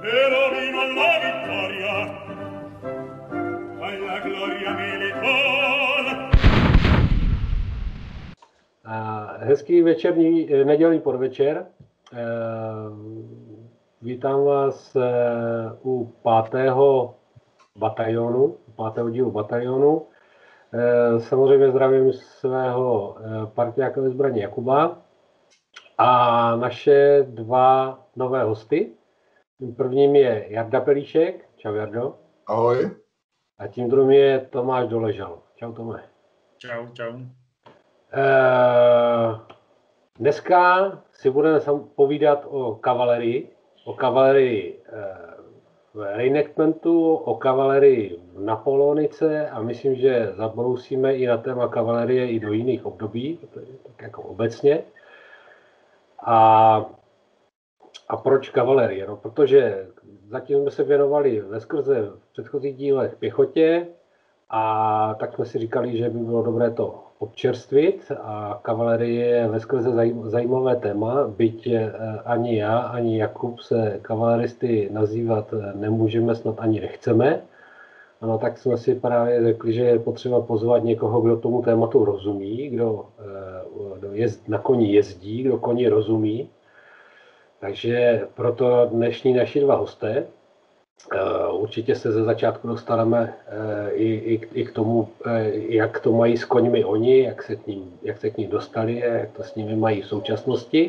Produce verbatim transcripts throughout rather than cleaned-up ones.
Però vino alla vittoria, alla gloria militar. Hezký večerní, nedělní podvečer. Vítám vás u pátého batalionu, pátého dílu batalionu. Samozřejmě zdravím svého parťáka ve zbraní Jakuba a naše dva nové hosty. Tím prvním je Jarda Pelíšek. Čau, Jardo. Ahoj. A tím druhým je Tomáš Doležal. Čau, Tome. Čau, čau. Dneska si budeme povídat o kavalerii, o kavalerii v reenactmentu, o kavalerii v Napoleonice a myslím, že zabrousíme i na téma kavalerie i do jiných období, tak jako obecně. A, a proč kavalerie? No, protože zatím jsme se věnovali veskrze v předchozích dílech pěchotě a tak jsme si říkali, že by bylo dobré to občerstvit a kavalerie je veskrze zajímavé téma, byť ani já, ani Jakub se kavaleristy nazývat nemůžeme, snad ani nechceme. Ano, tak jsme si právě řekli, že je potřeba pozvat někoho, kdo tomu tématu rozumí, kdo, kdo jezd, na koni jezdí, kdo koni rozumí. Takže proto dnešní naši dva hosté. Určitě se ze začátku dostaneme i, i, i k tomu, jak to mají s koňmi oni, jak se k ním, jak se k ním dostali, jak to s nimi mají v současnosti.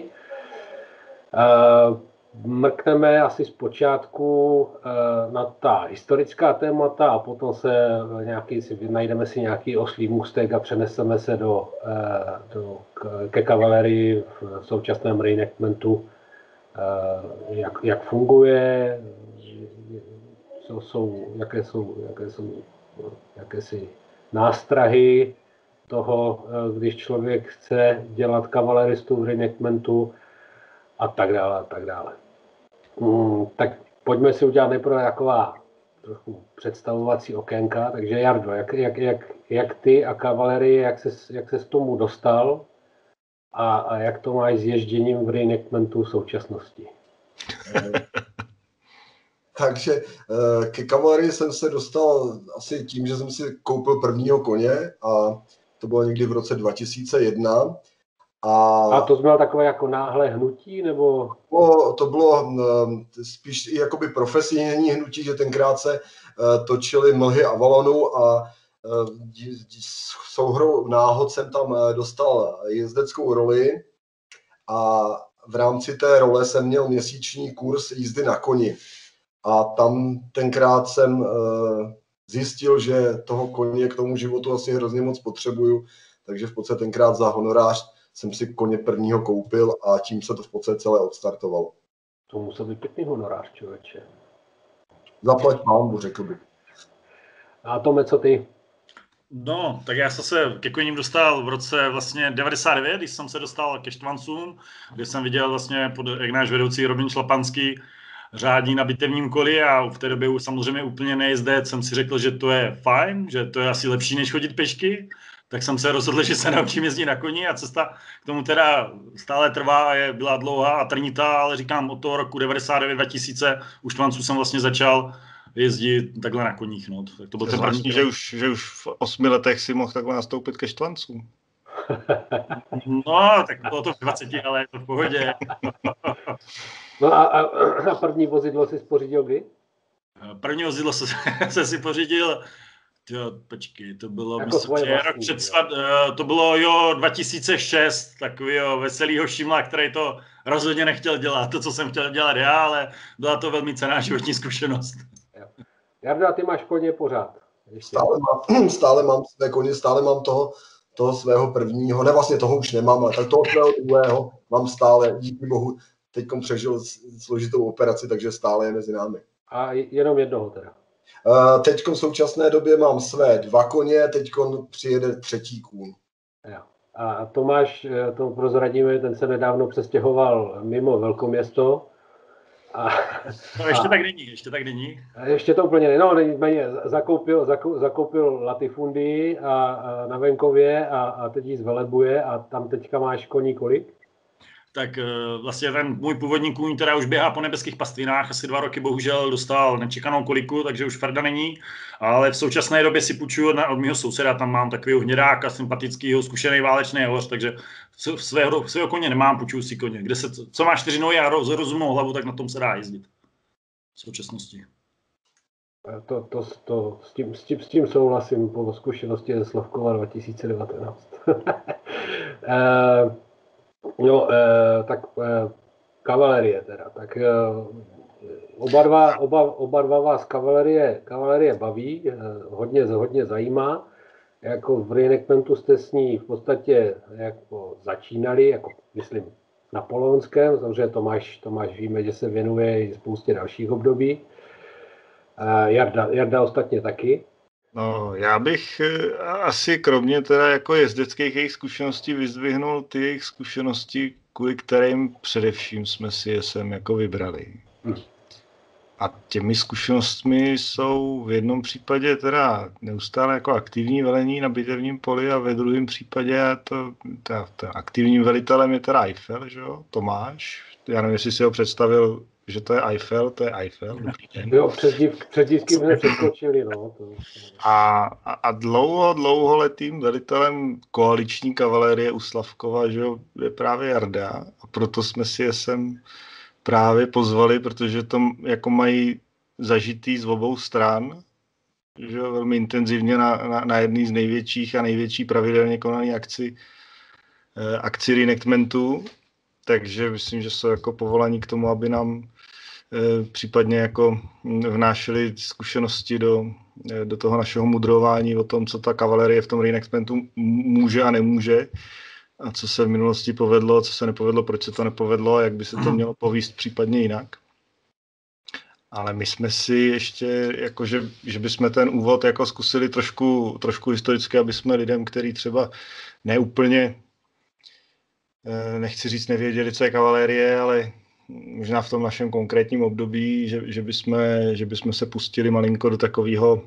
Mrkneme asi zpočátku na ta historická témata a potom se nějaký, si, najdeme si nějaký oslý můstek a přeneseme se do, do, ke kavalerii v současném reenactmentu, jak, jak funguje, co jsou, jaké jsou, jaké jsou jakési nástrahy toho, když člověk chce dělat kavaleristu v reenactmentu a tak dále, a tak dále. Hmm, tak pojďme si udělat nejprve taková trochu představovací okénka. Takže Jardo, jak, jak, jak, jak ty a kavalerie, jak ses, jak ses tomu dostal a, a jak to máš s ježděním v reenactmentu v současnosti? Takže ke kavalerii jsem se dostal asi tím, že jsem si koupil prvního koně a to bylo někdy v roce dva tisíce jedna. A, a to bylo takové jako náhlé hnutí, nebo? To, to bylo spíš i jakoby profesní hnutí, že tenkrát se točily mlhy Avalonu a souhrou náhod jsem tam dostal jezdeckou roli a v rámci té role jsem měl měsíční kurz jízdy na koni. A tam tenkrát jsem uh, zjistil, že toho koně k tomu životu asi hrozně moc potřebuju, takže v podstatě tenkrát za honorář jsem si koně prvního koupil a tím se to v podstatě celé odstartovalo. To musel být pěkný honorář, člověče. Zaplať pánbu, řekl bych. A Tome, co ty? No, tak já jsem se ke koním dostal v roce vlastně devadesát devět, když jsem se dostal ke Štvancům, kde jsem viděl vlastně, pod, jak náš vedoucí Robin Šlapanský řádí na bitevním koli a v té době už samozřejmě úplně nejezdec jsem si řekl, že to je fajn, že to je asi lepší, než chodit pešky, tak jsem se rozhodl, že se naučím jezdit na koni a cesta k tomu teda stále trvá, je, byla dlouhá a trnitá, ale říkám od toho roku devadesát devět dva tisíce u Štvanců jsem vlastně začal jezdit takhle na koních. No. Tak to byl to zvláštní, že už, že už v osmi letech si mohl takhle nastoupit ke Štvancům. No, tak bylo to v dvaceti, ale je to v pohodě. No a, a, a první vozidlo jsi pořídil kdy? První vozidlo jsem se si pořídil, jo, počkej, to bylo, jako myslím, že rok před svat, to bylo jo dva tisíce šest, takovýho veselýho šimla, který to rozhodně nechtěl dělat, to, co jsem chtěl dělat já, ale byla to velmi cenná životní zkušenost. Jarda, ty máš koně pořád. Stále mám, stále mám své koně, stále mám toho, toho svého prvního, ne vlastně toho už nemám, ale tak toho svého druhého mám stále, díky bohu, teďkom přežil složitou operaci, takže stále je mezi námi. A jenom jednoho teda? Uh, teďkom v současné době mám své dva koně, teďkom přijede třetí kůň. A Tomáš, to prozradíme, ten se nedávno přestěhoval mimo velkoměsto. A, no ještě a, tak není, ještě tak není. Ještě to úplně ne, no nicméně zakoupil, zakoupil, zakoupil latifundii a, a na venkově a, a teď ji zvelebuje a tam teďka máš koní kolik? tak vlastně ten můj původní kůň, která už běhá po nebeských pastvinách, asi dva roky bohužel dostal nečekanou koliku, takže už Ferda není, ale v současné době si půjčuju od, od mého souseda, tam mám takového hnědáka, sympatického, zkušený válečný hoř, takže svého, svého koně nemám, půjčuju si koně. Kde se, co má čtyři nohy a roz, rozumnou hlavu, tak na tom se dá jezdit v současnosti. To, to, to, s, tím, s, tím, s tím souhlasím po zkušenosti ze Slavkova dva tisíce devatenáct. eh, no, eh, tak eh, kavalerie teda. Tak eh, oba, dva, oba, oba dva vás kavalerie, kavalerie baví, eh, hodně, hodně zajímá. Jako v reenactmentu jste s ní v podstatě jako začínali, jako myslím napoleonském, samozřejmě Tomáš, Tomáš víme, že se věnuje i spoustě dalších období. Jarda, Jarda ostatně taky. No, já bych asi kromě teda jako jezdeckých jejich zkušeností vyzdvihnul ty jejich zkušenosti, kvůli kterým především jsme si je sem jako vybrali. Hmm. A těmi zkušenostmi jsou v jednom případě teda neustále jako aktivní velení na bitevním poli a ve druhém případě to, ta, ta aktivním velitelem je teda Eiffel, že jo, Tomáš. Já nevím, jestli si ho představil, že to je Eiffel, to je Eiffel. Jo, předdívky jsme přeskočili, no. To... A, a, a dlouho, dlouholetým velitelem koaliční kavalérie u Slavkova, že jo, je právě Jarda. A proto jsme si je sem právě pozvali, protože to jako mají zažitý z obou stran, že jo, velmi intenzivně na, na, na jedné z největších a největší pravidelně konané akci, eh, akci reenactmentu. Takže myslím, že jsou jako povolaní k tomu, aby nám e, případně jako vnášeli zkušenosti do, e, do toho našeho mudrování o tom, co ta kavalerie v tom reenactmentu může a nemůže a co se v minulosti povedlo, co se nepovedlo, proč se to nepovedlo a jak by se to mělo povíst případně jinak. Ale my jsme si ještě, jako že, že bychom ten úvod jako zkusili trošku, trošku historicky, aby jsme lidem, který třeba neúplně nechci říct, nevěděli, co je kavalérie, ale možná v tom našem konkrétním období, že, že, bychom, že bychom se pustili malinko do takového,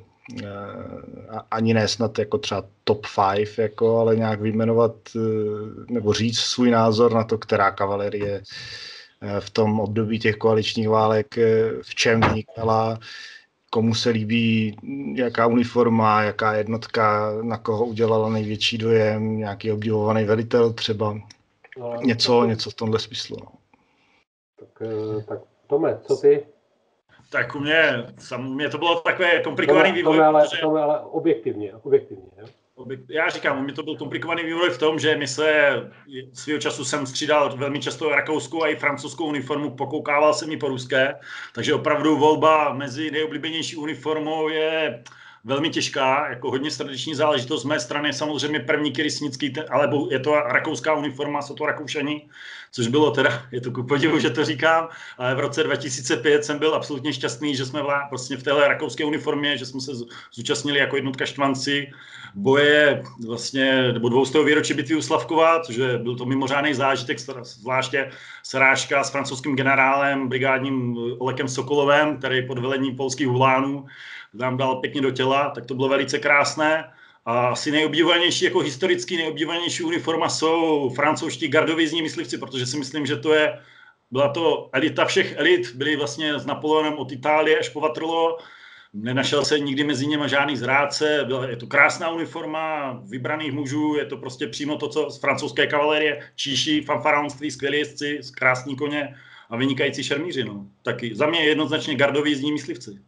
ani ne snad jako třeba top pět, jako, ale nějak vyjmenovat nebo říct svůj názor na to, která kavalérie v tom období těch koaličních válek v čem vznikala, komu se líbí, jaká uniforma, jaká jednotka, na koho udělala největší dojem, nějaký obdivovaný velitel třeba. No, něco, tak, něco v tomhle smyslu. No. Tak, tak Tome, co ty? Tak u mě, sam, mě to bylo takové komplikovaný vývoj. Tome, ale, protože... Tome, ale objektivně. objektivně ne? Já říkám, u mě to byl komplikovaný vývoj v tom, že my se svého času jsem střídal velmi často rakouskou a i francouzskou uniformu, pokoukával jsem i po ruské, takže opravdu volba mezi nejoblíbenější uniformou je velmi těžká, jako hodně tradiční záležitost z mé strany, samozřejmě první kyrysnický, ale je to rakouská uniforma, jsou to Rakoušani, což bylo teda, je to ku podivu, že to říkám, ale v roce dva tisíce pět jsem byl absolutně šťastný, že jsme vlá, vlastně v téhle rakouské uniformě, že jsme se zúčastnili jako jednotka Štvanci boje vlastně, nebo dvoustého výročí bitvy u Slavkova, což je, byl to mimořádný zážitek, zvláště srážka s francouzským generálem, brigádním Olekem Sokolovem, který pod velením polských hulánů nám dal pěkně do těla, tak to bylo velice krásné. A asi nejobdivovanější, jako historicky nejobdivovanější uniforma jsou francouzští gardovizní myslivci, protože si myslím, že to je, byla to elita všech elit, byli vlastně s Napoleonem od Itálie až po Waterloo. Nenašel se nikdy mezi nimi žádný zrádce, byla, je to krásná uniforma vybraných mužů, je to prostě přímo to, co z francouzské kavalerie, číši, fanfaraonství, skvělí jezdci, krásní koně a vynikající šermíři. No. Taky za mě jednoznačně gardovizní myslivci.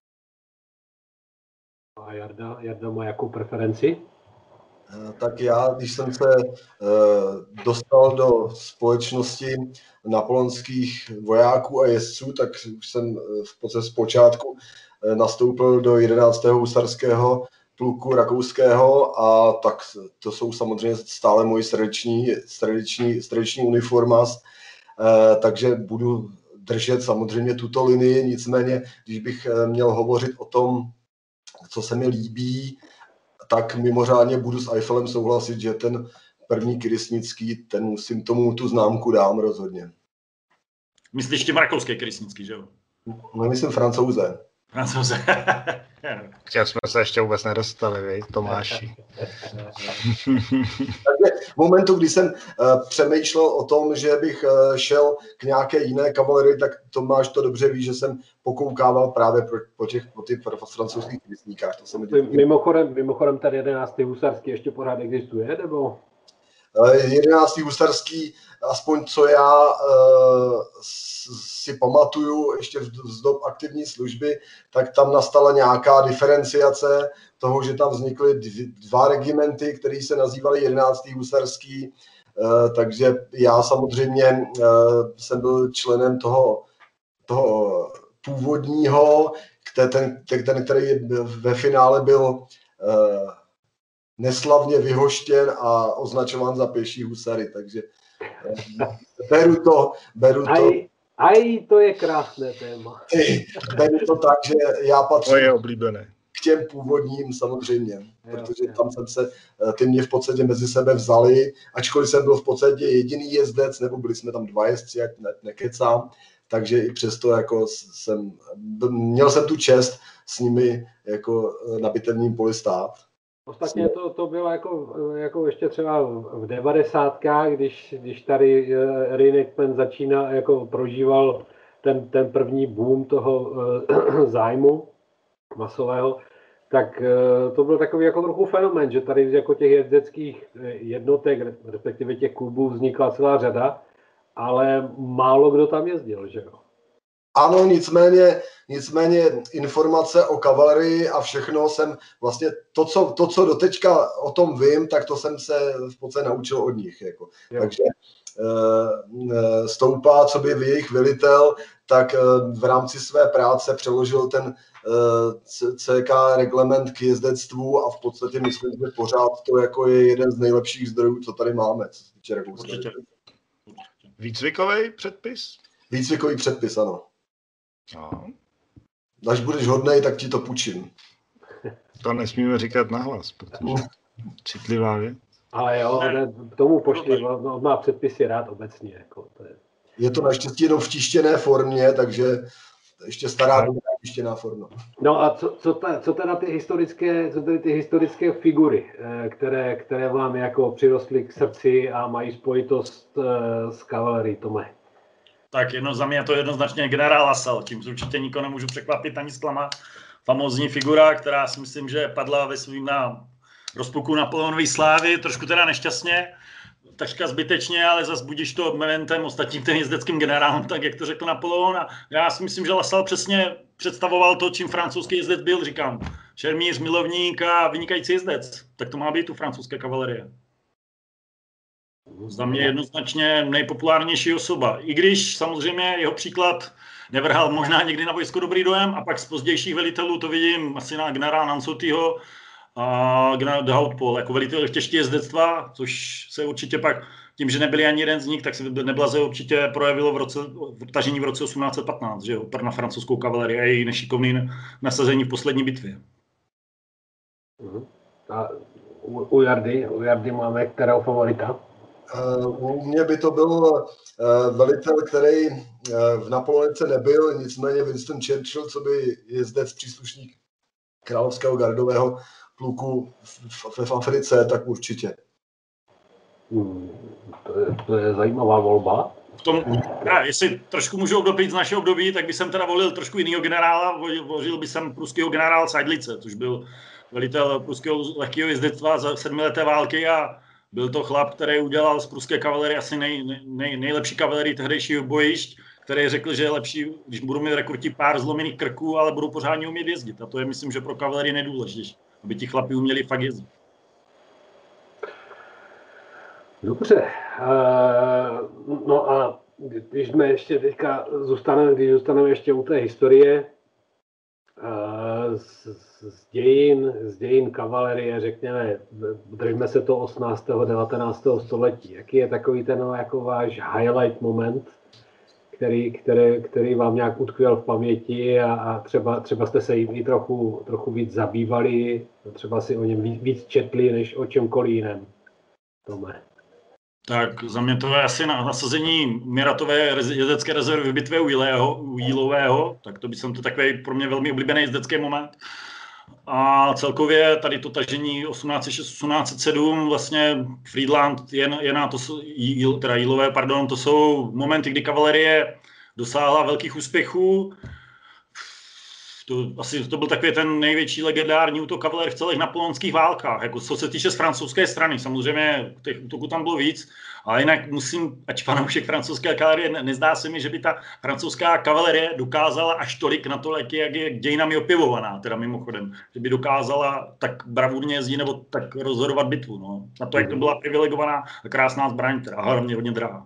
A Jarda, Jarda má jakou preferenci? Tak já, když jsem se dostal do společnosti napoleonských vojáků a jezdců, tak už jsem v podstatě zpočátku nastoupil do jedenáctého husarského pluku rakouského a tak to jsou samozřejmě stále moji srdeční, srdeční, srdeční uniforma, takže budu držet samozřejmě tuto linii, nicméně, když bych měl hovořit o tom, co se mi líbí, tak mimořádně budu s Eiffelem souhlasit, že ten první kyrysnický, ten musím tomu tu známku dám rozhodně. Myslíš tím rakouský kyrysnický, že jo? No, myslím Francouze. Francouze. K těm jsme se ještě vůbec nedostali, viď, Tomáši. Takže v momentu, kdy jsem uh, přemýšlel o tom, že bych uh, šel k nějaké jiné kavalerii, tak Tomáš to dobře ví, že jsem pokoukával právě pro, po těch po ty francouzských písníkách. To se mi mimochodem, mimochodem tady jedenáctý husarský ještě pořád existuje, nebo? jedenáctý husarský, aspoň co já uh, si pamatuju ještě z dob aktivní služby, tak tam nastala nějaká diferenciace toho, že tam vznikly dva regimenty, které se nazývaly jedenáctý husarský, uh, takže já samozřejmě uh, jsem byl členem toho, toho původního, ten, ten, který ve finále byl uh, neslavně vyhoštěn a označován za pěší husary, takže beru to, beru to. Aj, aj to je krásné téma. Beru to tak, že já patřím to je oblíbené. K těm původním samozřejmě, jo, protože jo. Tam jsem se, ty mě v podstatě mezi sebe vzali, ačkoliv jsem byl v podstatě jediný jezdec, nebo byli jsme tam dva jezdci, jak ne, nekecám, takže i přesto jako jsem, měl jsem tu čest s nimi jako na bitevním poli stát. Ostatně to, to bylo jako, jako ještě třeba v devadesátkách, když, když tady reenactment začíná, jako prožíval ten, ten první boom toho uh, zájmu masového, tak uh, to byl takový jako trochu fenomén, že tady jako těch jezdeckých jednotek, respektive těch klubů vznikla celá řada, ale málo kdo tam jezdil, že jo? Ano, nicméně, nicméně informace o kavalerii a všechno jsem vlastně, to co, to, co doteďka o tom vím, tak to jsem se v podstatě naučil od nich. Jako. Takže e, Stoupá, co by jejich velitel, tak e, v rámci své práce přeložil ten e, C K reglement k jezdectvu a v podstatě myslím, že pořád to jako je jeden z nejlepších zdrojů, co tady máme. Co se týče Výcvikový předpis? Výcvikový předpis, ano. No. Až budeš hodnej, tak ti to půjčím. To nesmíme říkat nahlas, protože citlivá věc. Ale jo, ne, tomu pošli, on má předpisy rád obecně. Jako to je. je to naštěstí jenom v tištěné formě, takže ještě stará tištěná forma. No a co, co, ta, co teda ty historické, co tedy ty historické figury, které, které vám jako přirostly k srdci a mají spojitost s kavalerií, Tome? Tak jedno, za mě je to jednoznačně generál Lasalle, tím určitě nikoho nemůžu překvapit ani zklamat. Famózní figura, která si myslím, že padla ve svým na rozpuku Napoleonové slávy, trošku teda nešťastně, takřka zbytečně, ale zase budíš to momentem ostatním ten jezdeckým generálem, tak jak to řekl Napoleon. A já si myslím, že Lasalle přesně představoval to, čím francouzský jezdec byl, říkám. Šermíř, milovník a vynikající jezdec. Tak to má být tu francouzské kavalerie. Za mě jednoznačně nejpopulárnější osoba. I když samozřejmě jeho příklad nevrhal možná někdy na vojsko dobrý dojem, a pak z pozdějších velitelů to vidím asi na generála Nansoutyho a generál de Hautpoul jako velitel těžký jezdectva, což se určitě pak tím, že nebyli ani jeden z nich, tak se neblaze určitě projevilo v roce, v tažení v roce osmnáct set patnáct, že jo, na francouzskou kavalerii a její nešikovný nasazení v poslední bitvě. A u, u Jardy, u Jardy máme kterého favorita? U mě by to byl velitel, který v Napoleonce nebyl, nicméně Winston Churchill, co by jezdec příslušník královského gardového pluku v Africe, tak určitě. Hmm, to, je, to je zajímavá volba. V tom, já, jestli trošku můžu obdobit z našeho období, tak bych jsem teda volil trošku jinýho generála, volil bych jsem pruského generála Seidlice, což byl velitel pruského lehkého jezdectva za sedmileté války a byl to chlap, který udělal z pruské kavalerie asi nej, nej, nejlepší kavalerii tehdejšího bojišť, který řekl, že je lepší, když budu mít rekruti pár zlomených krků, ale budu pořádně umět jezdit. A to je, myslím, že pro kavalerii nejdůležitější, aby ti chlapi uměli fakt jezdit. Dobře. Uh, no a když jsme ještě teďka zůstaneme, když zůstaneme ještě u té historie, uh, z, z, dějin, z dějin kavalerie, řekněme, držme se to osmnáctého devatenáctého století. Jaký je takový ten jako váš highlight moment, který, který, který vám nějak utkvěl v paměti a, a třeba, třeba jste se jim i trochu, trochu víc zabývali, třeba si o něm víc, víc četli, než o čemkoliv jiném? Tome. Tak za mě to je asi na nasazení Miratové jezdecké rezervy v bitvě u, Jílého, u Jílového, tak to by jsem to takový pro mě velmi oblíbený jezdecký moment. A celkově tady to tažení osmnáct set šest osmnáct set sedm, vlastně Friedland, jen, jen to jsou, jíl, teda Jílové, pardon, to jsou momenty, kdy kavalerie dosáhla velkých úspěchů. To, asi to byl takový ten největší legendární útok kavalérie v celých napoleonských válkách, jako co se týče z francouzské strany. Samozřejmě těch útoků tam bylo víc, ale jinak musím, ať fanoušek francouzské kavalerie, ne, nezdá se mi, že by ta francouzská kavalerie dokázala až tolik na to, jak je, jak je dějinami opěvovaná, teda mimochodem, že by dokázala tak bravurně jezdit nebo tak rozhodovat bitvu. No. Na to, jak to byla privilegovaná a krásná zbraň, teda hlavně hodně drahá.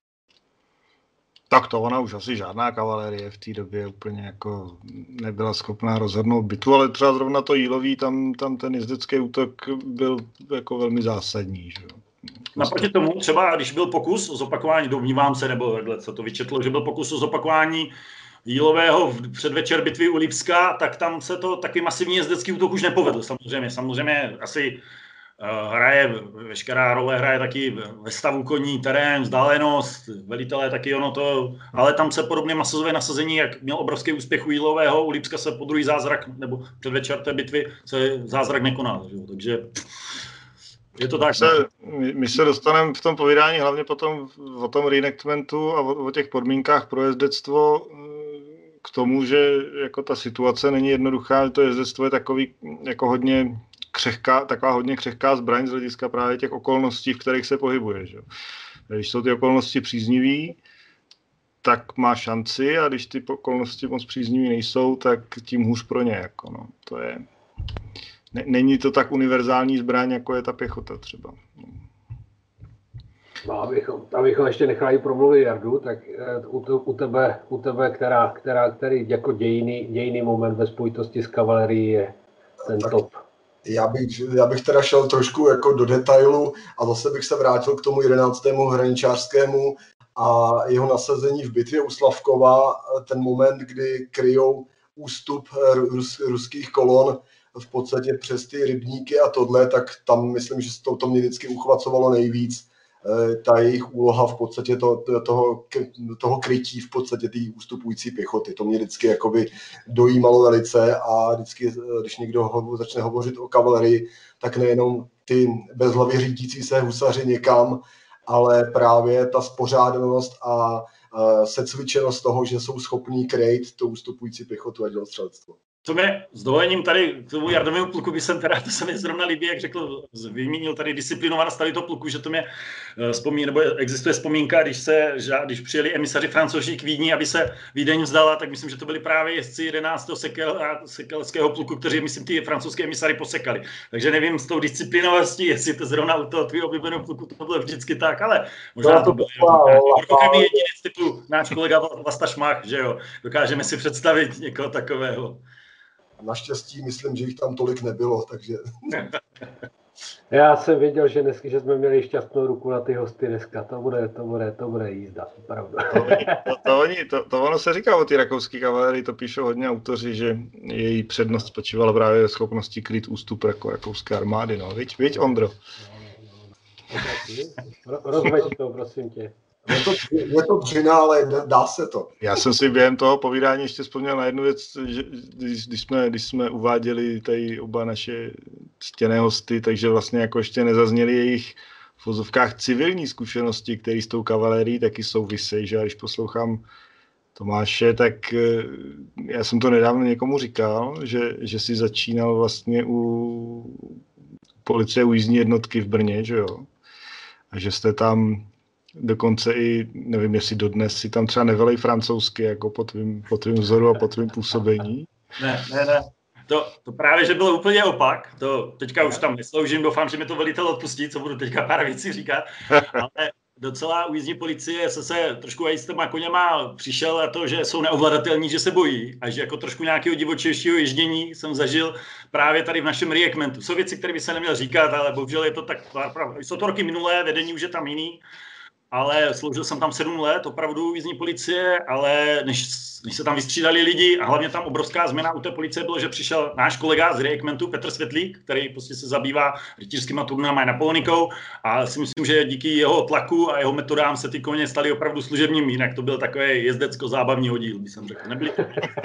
Tak to ona už asi žádná kavalerie v té době úplně jako nebyla schopná rozhodnout bitvu, ale třeba zrovna to Jílový, tam, tam ten jezdecký útok byl jako velmi zásadní. Že? Naproti tomu třeba, když byl pokus o zopakování, domnívám se, nebo takhle se to vyčetlo, že byl pokus o zopakování Jílového v předvečer bitvy u Lipska, tak tam se to takový masivní jezdecký útok už nepovedl. Samozřejmě, samozřejmě asi hraje, veškerá role hraje taky ve stavu koní, terén, vzdálenost, velitelé taky ono to, ale tam se podobně masové nasazení, jak měl obrovský úspěch u Jílového, u Lipska se po druhý zázrak, nebo předvečer té bitvy se zázrak nekonal, že? Takže je to tak. Se, my, my se dostaneme v tom povídání hlavně potom o tom reenactmentu a o, o těch podmínkách pro jezdectvo k tomu, že jako ta situace není jednoduchá, že to jezdectvo je takový jako hodně křehká, taková hodně křehká zbraň z hlediska právě těch okolností, v kterých se pohybuje. Že? Když jsou ty okolnosti příznivý, tak má šanci, a když ty okolnosti moc příznivý nejsou, tak tím hůř pro ně. Jako no. To je, ne, není to tak univerzální zbraň, jako je ta pěchota třeba. No, abychom, abychom ještě nechali promluvit Jardu, tak u, to, u tebe, u tebe která, která, který jako dějný, dějný moment ve spojitosti s kavalerií je ten tak. Top. Já bych, já bych teda šel trošku jako do detailu a zase bych se vrátil k tomu jedenáctému hraničářskému a jeho nasazení v bitvě u Slavkova, ten moment, kdy kryjou ústup rus, ruských kolon v podstatě přes ty rybníky a tohle, tak tam myslím, že to, to mě vždycky uchvacovalo nejvíc. Ta jejich úloha v podstatě to, toho, toho krytí v podstatě té ústupující pěchoty. To mě vždycky jakoby dojímalo velice a vždycky, když někdo ho, začne hovořit o kavalerii, tak nejenom ty bezhlavě řídící se husaři někam, ale právě ta spořádanost a secvičenost toho, že jsou schopní krejt tu ústupující pěchotu a dělostřelectvo. To mě s dovolením tady k tomu Jardovému pluku by jsem teda, to se mi zrovna líbí, jak řekl, vymínil tady disciplinovanost tady toho pluku, že to mě vzpomíná, nebo existuje vzpomínka, když se, když přijeli emisaři Francouzi k Vídni, aby se Vídeň vzdala, tak myslím, že to byli právě jezdci jedenáctého Sekel, sekelského pluku, kteří, myslím, ty francouzské emisary posekali. Takže nevím s tou disciplinovaností, jestli to zrovna u toho tvýho oblíbeného pluku to bylo vždycky tak, ale možná to bylo nějaký jedinec typu náš kolega Vlasta Šmach, že jo, dokážeme si představit někoho takového. Naštěstí myslím, že jich tam tolik nebylo, takže... Já jsem věděl, že dneska, že jsme měli šťastnou ruku na ty hosty dneska. To bude, to bude, to bude jízda, pravda. To, to, to, oni, to, to ono se říká o ty rakouské kavalerii, to píšou hodně autoři, že její přednost spočívala právě ve schopnosti kryt ústup jako rakouské armády. No, viď, viď Ondro? Rozveď to, prosím tě. Je to, je to dřina, ale dá se to. Já jsem si během toho povídání ještě vzpomněl na jednu věc, že když, když, jsme, když jsme uváděli tady oba naše ctěné hosty, takže vlastně jako ještě nezazněly jejich v vozovkách civilní zkušenosti, které s tou kavalérií taky souvisejí, že když poslouchám Tomáše, tak já jsem to nedávno někomu říkal, že, že si začínal vlastně u policie u jízdní jednotky v Brně, že jo? A že jste tam dokonce i, nevím, jestli dodnes si tam třeba nevelej francouzsky, jako po tvým, po tvým vzoru a po tvým působení. Ne, ne, ne. To, to právě, že bylo úplně opak. To teďka už tam nesloužím, doufám, že mi to velitel odpustí, co budu teďka pár věcí říkat. Ale docela u jízdní policie se se trošku i s těma koněma přišel na to, že jsou neovladatelní, že se bojí a že jako trošku nějakého divočejšího ježdění jsem zažil právě tady v našem reenactmentu. Jsou věci, které by se neměl říkat, ale bohužel je to tak, jsou to roky minulé, vedení už je tam jiný. ale sloužil jsem tam sedm let, opravdu jízdní policie, ale než, než se tam vystřídali lidi a hlavně tam obrovská změna u té policie bylo, že přišel náš kolega z regimentu Petr Světlík, který prostě se zabývá rytířskýma turnama a napoleonikou a si myslím, že díky jeho tlaku a jeho metodám se ty koně staly opravdu služebním, jinak to byl takový jezdecko-zábavní oddíl, bych jsem řekl. Nebyli to...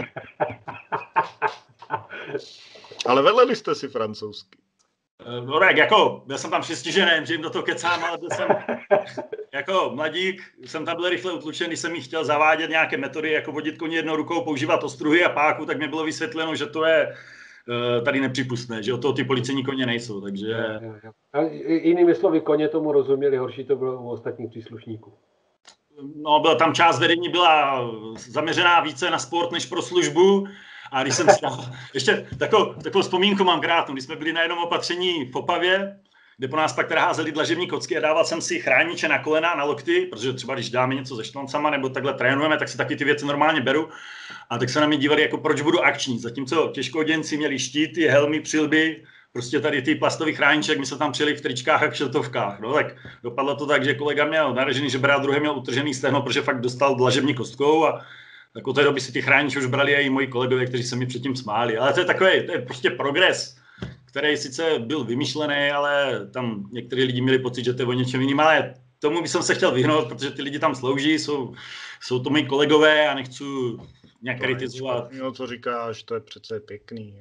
Ale vedli jste si francouzsky. No tak jako, byl jsem tam přistižený, že jim do toho kecám, ale byl jsem jako mladík, jsem tam byl rychle utlučen, když jsem jí chtěl zavádět nějaké metody, jako vodit koně jednou rukou, používat ostruhy a páku, tak mi bylo vysvětleno, že to je uh, tady nepřípustné, že od toho ty policejní koně nejsou, takže... Jo, jo, jo. A jinými slovy, koně tomu rozuměli, horší to bylo u ostatních příslušníků. No, byla tam část vedení, byla zaměřená více na sport než pro službu. A když jsem si dal, ještě takovou, takovou vzpomínku mám krátnou, když jsme byli na jednom opatření v Opavě, kde po nás pak teda házeli dlažební kocky a dával jsem si chrániče na kolena, na lokty, protože třeba když dáme něco se štvancama nebo takhle trénujeme, tak si taky ty věci normálně beru. A tak se na mě dívali, jako proč budu akční. Zatímco těžkoděnci měli štíty, helmy, přilby, prostě tady ty plastový chrániček, my jsme tam přijeli v tričkách a v šiltovkách. No tak dopadlo to tak, že kolega měl naražený žebra, druhý měl utržený stehno, protože fakt dostal dlažební kostkou a tak od té doby si ty chrániče už brali i moji kolegové, kteří se mi předtím smáli. Ale to je takový, to je prostě progres, který sice byl vymyšlený, ale tam někteří lidi měli pocit, že to je o něčem jiným, ale tomu bych se chtěl vyhnout, protože ty lidi tam slouží, jsou, jsou to moji kolegové a nechci nějak kritizovat. No, co říkáš, to je přece pěkný.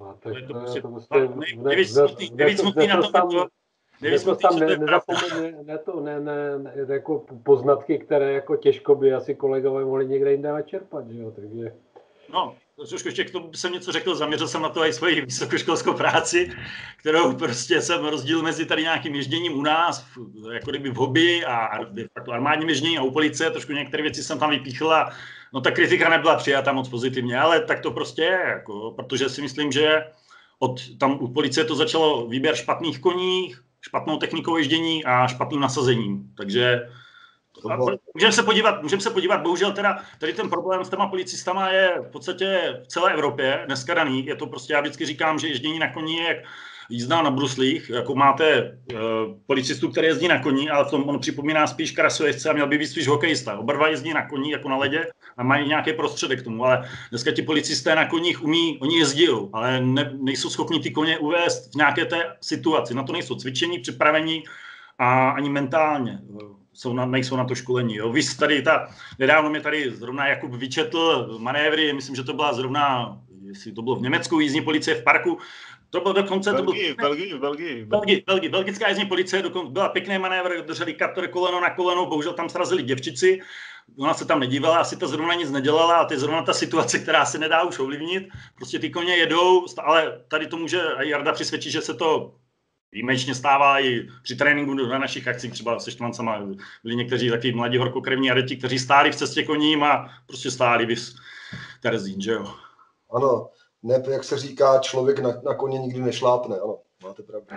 Nejvíc smutný na tom to, Nejvíc tam ne, nezapomeň ne, to, ne, ne, ne, jako poznatky, které jako těžko by asi kolegové mohli někde jinde načerpat, že jo, takže... No, trošku ještě k tomu jsem něco řekl, zaměřil jsem na to i svoji vysokoškolskou práci, kterou prostě jsem rozdíl mezi tady nějakým ježděním u nás, jako kdyby v hobby a v armádním ježdění a u policie, trošku některé věci jsem tam vypíchl a no ta kritika nebyla přijata moc pozitivně, ale tak to prostě je, jako, protože si myslím, že od, tam u policie to začalo výběr špatných koní, špatnou technikou ježdění a špatným nasazením. Takže můžeme se podívat, můžeme se podívat, bohužel teda tady ten problém s těma policistama je v podstatě v celé Evropě dneska daný. Je to prostě, já vždycky říkám, že ježdění na koni je jak jízda na bruslích, jako máte uh, policistu, který jezdí na koni, ale v tom on připomíná spíš krasojezdce a měl by být spíš hokejista. Oba dva jezdí na koni jako na ledě a mají nějaký prostředek k tomu, ale dneska ti policisté na koních umí, oni jezdí, ale ne, nejsou schopni ty koně uvést v nějaké té situaci. Na to nejsou cvičení, připravení a ani mentálně. Jsou na, nejsou na to školení. Jo. Vy tady ta, nedávno mě tady zrovna Jakub vyčetl manévry, myslím, že to byla zrovna, jestli to bylo v Německu, jízdní policie v parku. To bylo dokonce... Belgii, to bylo, Belgii, Belgii. Belgii, Belgii. Belgická jízdní policie, dokonce byla pěkný manévr, drželi kaptor koleno na koleno, bohužel tam srazili děvčici. Ona se tam nedívala, asi ta zrovna nic nedělala a to je zrovna ta situace, která se nedá už ovlivnit. Prostě ty koně jedou, ale tady to může i Jarda přisvědčit, že se to výjimečně stává i při tréninku na našich akcích, třeba se štvancama. Byli někteří taky mladí horkokrevní adeti, kteří stáli v cestě koním a prostě stáli vys Terezín, že jo? Ano, ne, jak se říká, člověk na, na koně nikdy nešlápne, ano, máte pravdu.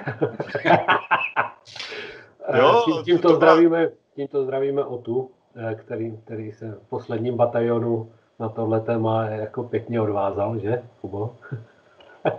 jo, Tím, tímto, to zdravíme, tímto zdravíme Otu, který, který se v posledním batalionu na tohle téma jako pěkně odvázal, že, Kubo? uh,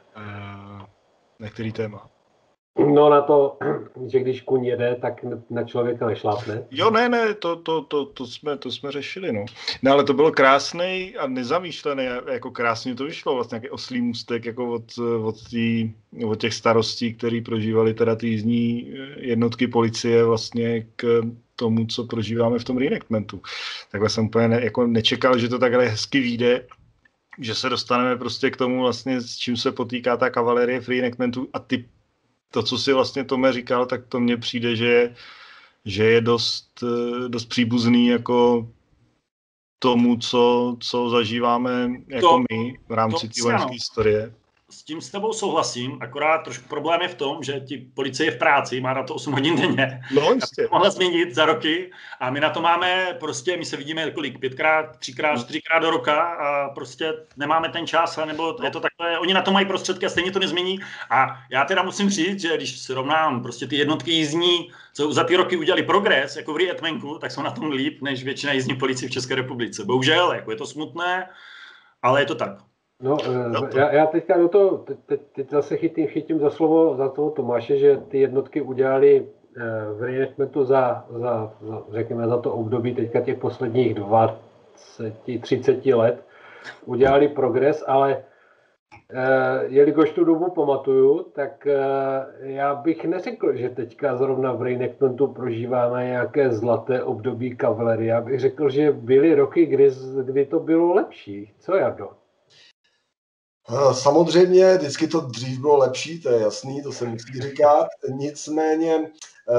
na který téma? No na to, že když kůň jede, tak na člověka nešlápne. Jo, ne, ne, to, to, to, to, jsme, to jsme řešili, no. No ale to bylo krásný a nezamýšlený, jako krásně to vyšlo, vlastně nějaký oslý můstek jako od, od, tý, od těch starostí, který prožívali teda ty jízdní jednotky policie vlastně k tomu, co prožíváme v tom reenactmentu. Takhle jsem úplně ne, jako nečekal, že to takhle hezky vyjde, že se dostaneme prostě k tomu vlastně, s čím se potýká ta kavalerie v reenactmentu a ty to, co si vlastně Tome říkal, tak to mně přijde, že, že je dost, dost příbuzný jako tomu, co, co zažíváme jako to, my v rámci té vojenské historie. S tím s tebou souhlasím, akorát trošku problém je v tom, že ti policie je v práci, má na to osm hodin denně. No, jistě. To mohla změnit za roky a my na to máme prostě, my se vidíme kolik, pětkrát, třikrát, no. čtyřikrát do roka a prostě nemáme ten čas, nebo no. je to takové, oni na to mají prostředky a stejně to nezmění a já teda musím říct, že když srovnám prostě ty jednotky jízdní, co za ty roky udělali progres, jako v reenactmentu, tak jsou na tom líp, než většina jízdní policie v České republice. Bohužel, jako je to smutné, ale je to tak. No, já, já teďka do toho, teď, teď zase chytím, chytím za slovo za toho Tomáše, že ty jednotky udělali v reenactmentu za, za, za, řekněme, za to období teďka těch posledních dvacet třicet let udělali progres, ale eh, jelikož tu dobu pamatuju, tak eh, já bych neřekl, že teďka zrovna v reenactmentu prožíváme nějaké zlaté období kavalerie. Já bych řekl, že byly roky, kdy, kdy to bylo lepší. Co, Jardo? Samozřejmě, vždycky to dřív bylo lepší, to je jasný, to se musí říkat. Nicméně,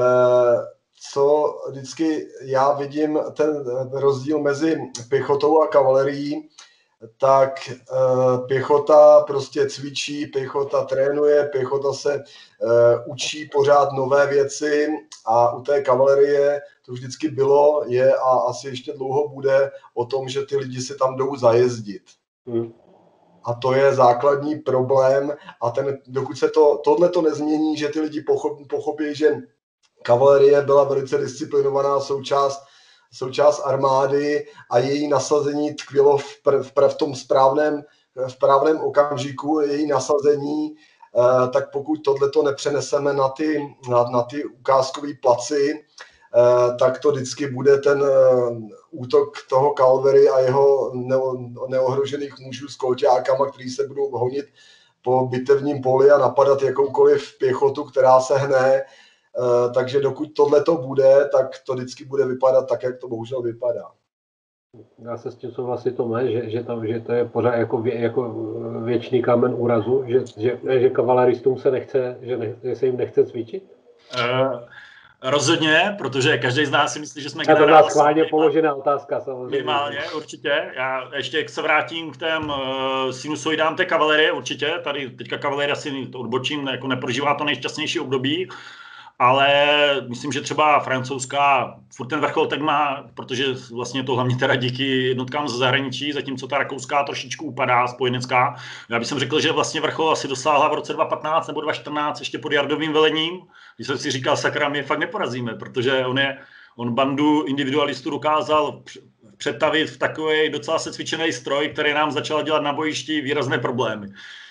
co vždycky já vidím, ten rozdíl mezi pěchotou a kavalerií, tak pěchota prostě cvičí, pěchota trénuje, pěchota se učí pořád nové věci a u té kavalerie to vždycky bylo, je a asi ještě dlouho bude o tom, že ty lidi si tam jdou zajezdit. Hmm. A to je základní problém a ten, dokud se to, tohle to nezmění, že ty lidi pochopí, pochopí, že kavalerie byla velice disciplinovaná součást, součást armády a její nasazení tkvělo v, pr, v, pr, v tom správném, v právném okamžiku, její nasazení, eh, tak pokud tohleto nepřeneseme na ty, na, na ty ukázkové placi, Uh, tak to vždycky bude ten uh, útok toho Calvary a jeho neo, neohrožených mužů s kolťákama, kteří se budou honit po bitevním poli a napadat jakoukoliv pěchotu, která se hne. Uh, takže dokud tohle to bude, tak to vždycky bude vypadat tak, jak to bohužel vypadá. Já se s tím souhlasit Tome, že, že, tam, že to je pořád jako, vě, jako věčný kámen úrazu, že, že, že kavaleristům se nechce, že, ne, že se jim nechce cvičit? Uh. Rozhodně, protože každý z nás si myslí, že jsme generál. To byla schválně položená otázka, samozřejmě. Minimálně, určitě. Já ještě se vrátím k těm uh, sinusoidám té kavalerie, určitě. Tady teďka kavalerie asi to odbočím, jako neprožívá to nejšťastnější období, ale myslím, že třeba francouzská furt ten vrchol tak má, protože vlastně to hlavně teda díky jednotkám ze zahraničí, zatímco ta rakouská trošičku upadá, spojenecká. Já bych řekl, že vlastně vrchol asi dosáhla v roce dva tisíce patnáct nebo dva tisíce čtrnáct ještě pod Jardovým velením, když jsem si říkal, sakra, my je fakt neporazíme, protože on, je, on bandu individualistů dokázal přetavit v takový docela se cvičený stroj, který nám začal dělat na bojišti výrazné problémy.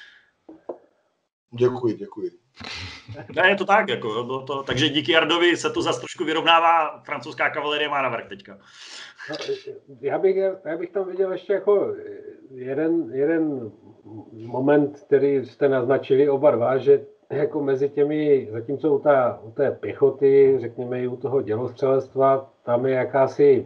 Děkuji, děkuji. Ne, je to tak, jako, to, to, takže díky Jardovi se to zase trošku vyrovnává, francouzská kavalerie má navrch teďka. No, já, bych, já bych tam viděl ještě jako jeden, jeden moment, který jste naznačili oba dva, že jako mezi těmi, zatímco u, ta, u té pěchoty, řekněme i u toho dělostřelectva, tam je jakási,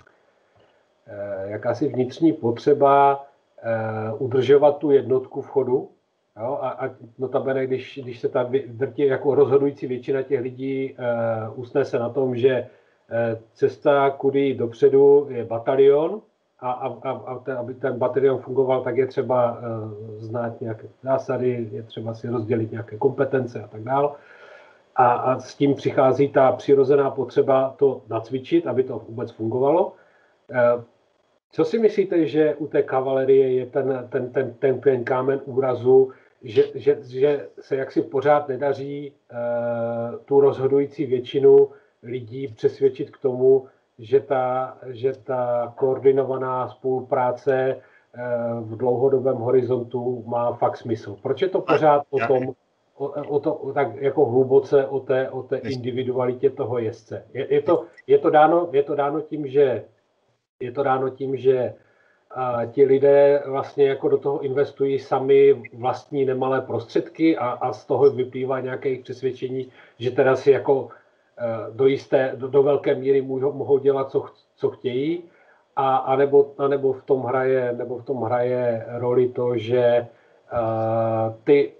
jakási vnitřní potřeba udržovat tu jednotku v chodu. Jo, a, a notabene, když, když se ta drtí jako rozhodující většina těch lidí uh, usnese na tom, že uh, cesta kudy dopředu je batalion a, a, a, a ten, aby ten batalion fungoval, tak je třeba uh, znát nějaké zásady, je třeba si rozdělit nějaké kompetence a tak dále. A, a s tím přichází ta přirozená potřeba to nacvičit, aby to vůbec fungovalo. Uh, Co si myslíte, že u té kavalerie je ten, ten, ten, ten, ten kámen úrazu, že, že, že se jaksi pořád nedaří uh, tu rozhodující většinu lidí přesvědčit k tomu, že ta, že ta koordinovaná spolupráce uh, v dlouhodobém horizontu má fakt smysl? Proč je to pořád o tom, o, o to, tak jako hluboce o té, o té individualitě toho jezdce? Je, je, to, je, to dáno, je to dáno tím, že Je to dáno tím, že a, ti lidé vlastně jako do toho investují sami vlastní nemalé prostředky a, a z toho vyplývá nějaké jejich přesvědčení, že teda si jako a, do jisté, do, do velké míry můžou, mohou dělat, co, co chtějí, a, a, nebo, a nebo, v tom hraje, nebo v tom hraje roli to, že a, ty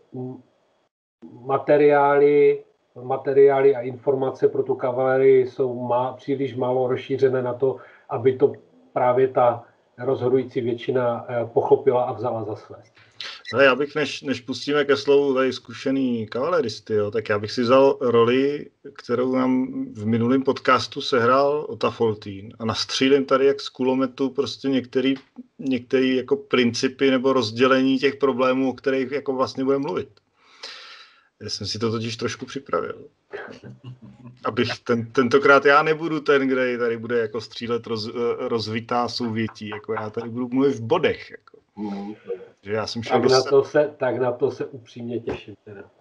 materiály, materiály a informace pro tu kavalerii jsou má, příliš málo rozšířené na to, aby to právě ta rozhodující většina pochopila a vzala za své. Ale já bych, než, než pustíme ke slovu tady zkušený kavaleristy, jo, tak já bych si vzal roli, kterou nám v minulém podcastu sehrál Ota Foltín a nastřílím tady jak z kulometu prostě některý, některý jako principy nebo rozdělení těch problémů, o kterých jako vlastně budeme mluvit. Já jsem si to totiž trošku připravil. Abych ten, tentokrát já nebudu ten, kde tady bude jako střílet roz, rozvitá souvětí, jako já tady budu mluvit v bodech. Jako. Že já jsem šel tak, na to se, tak na to se upřímně těším. Teda.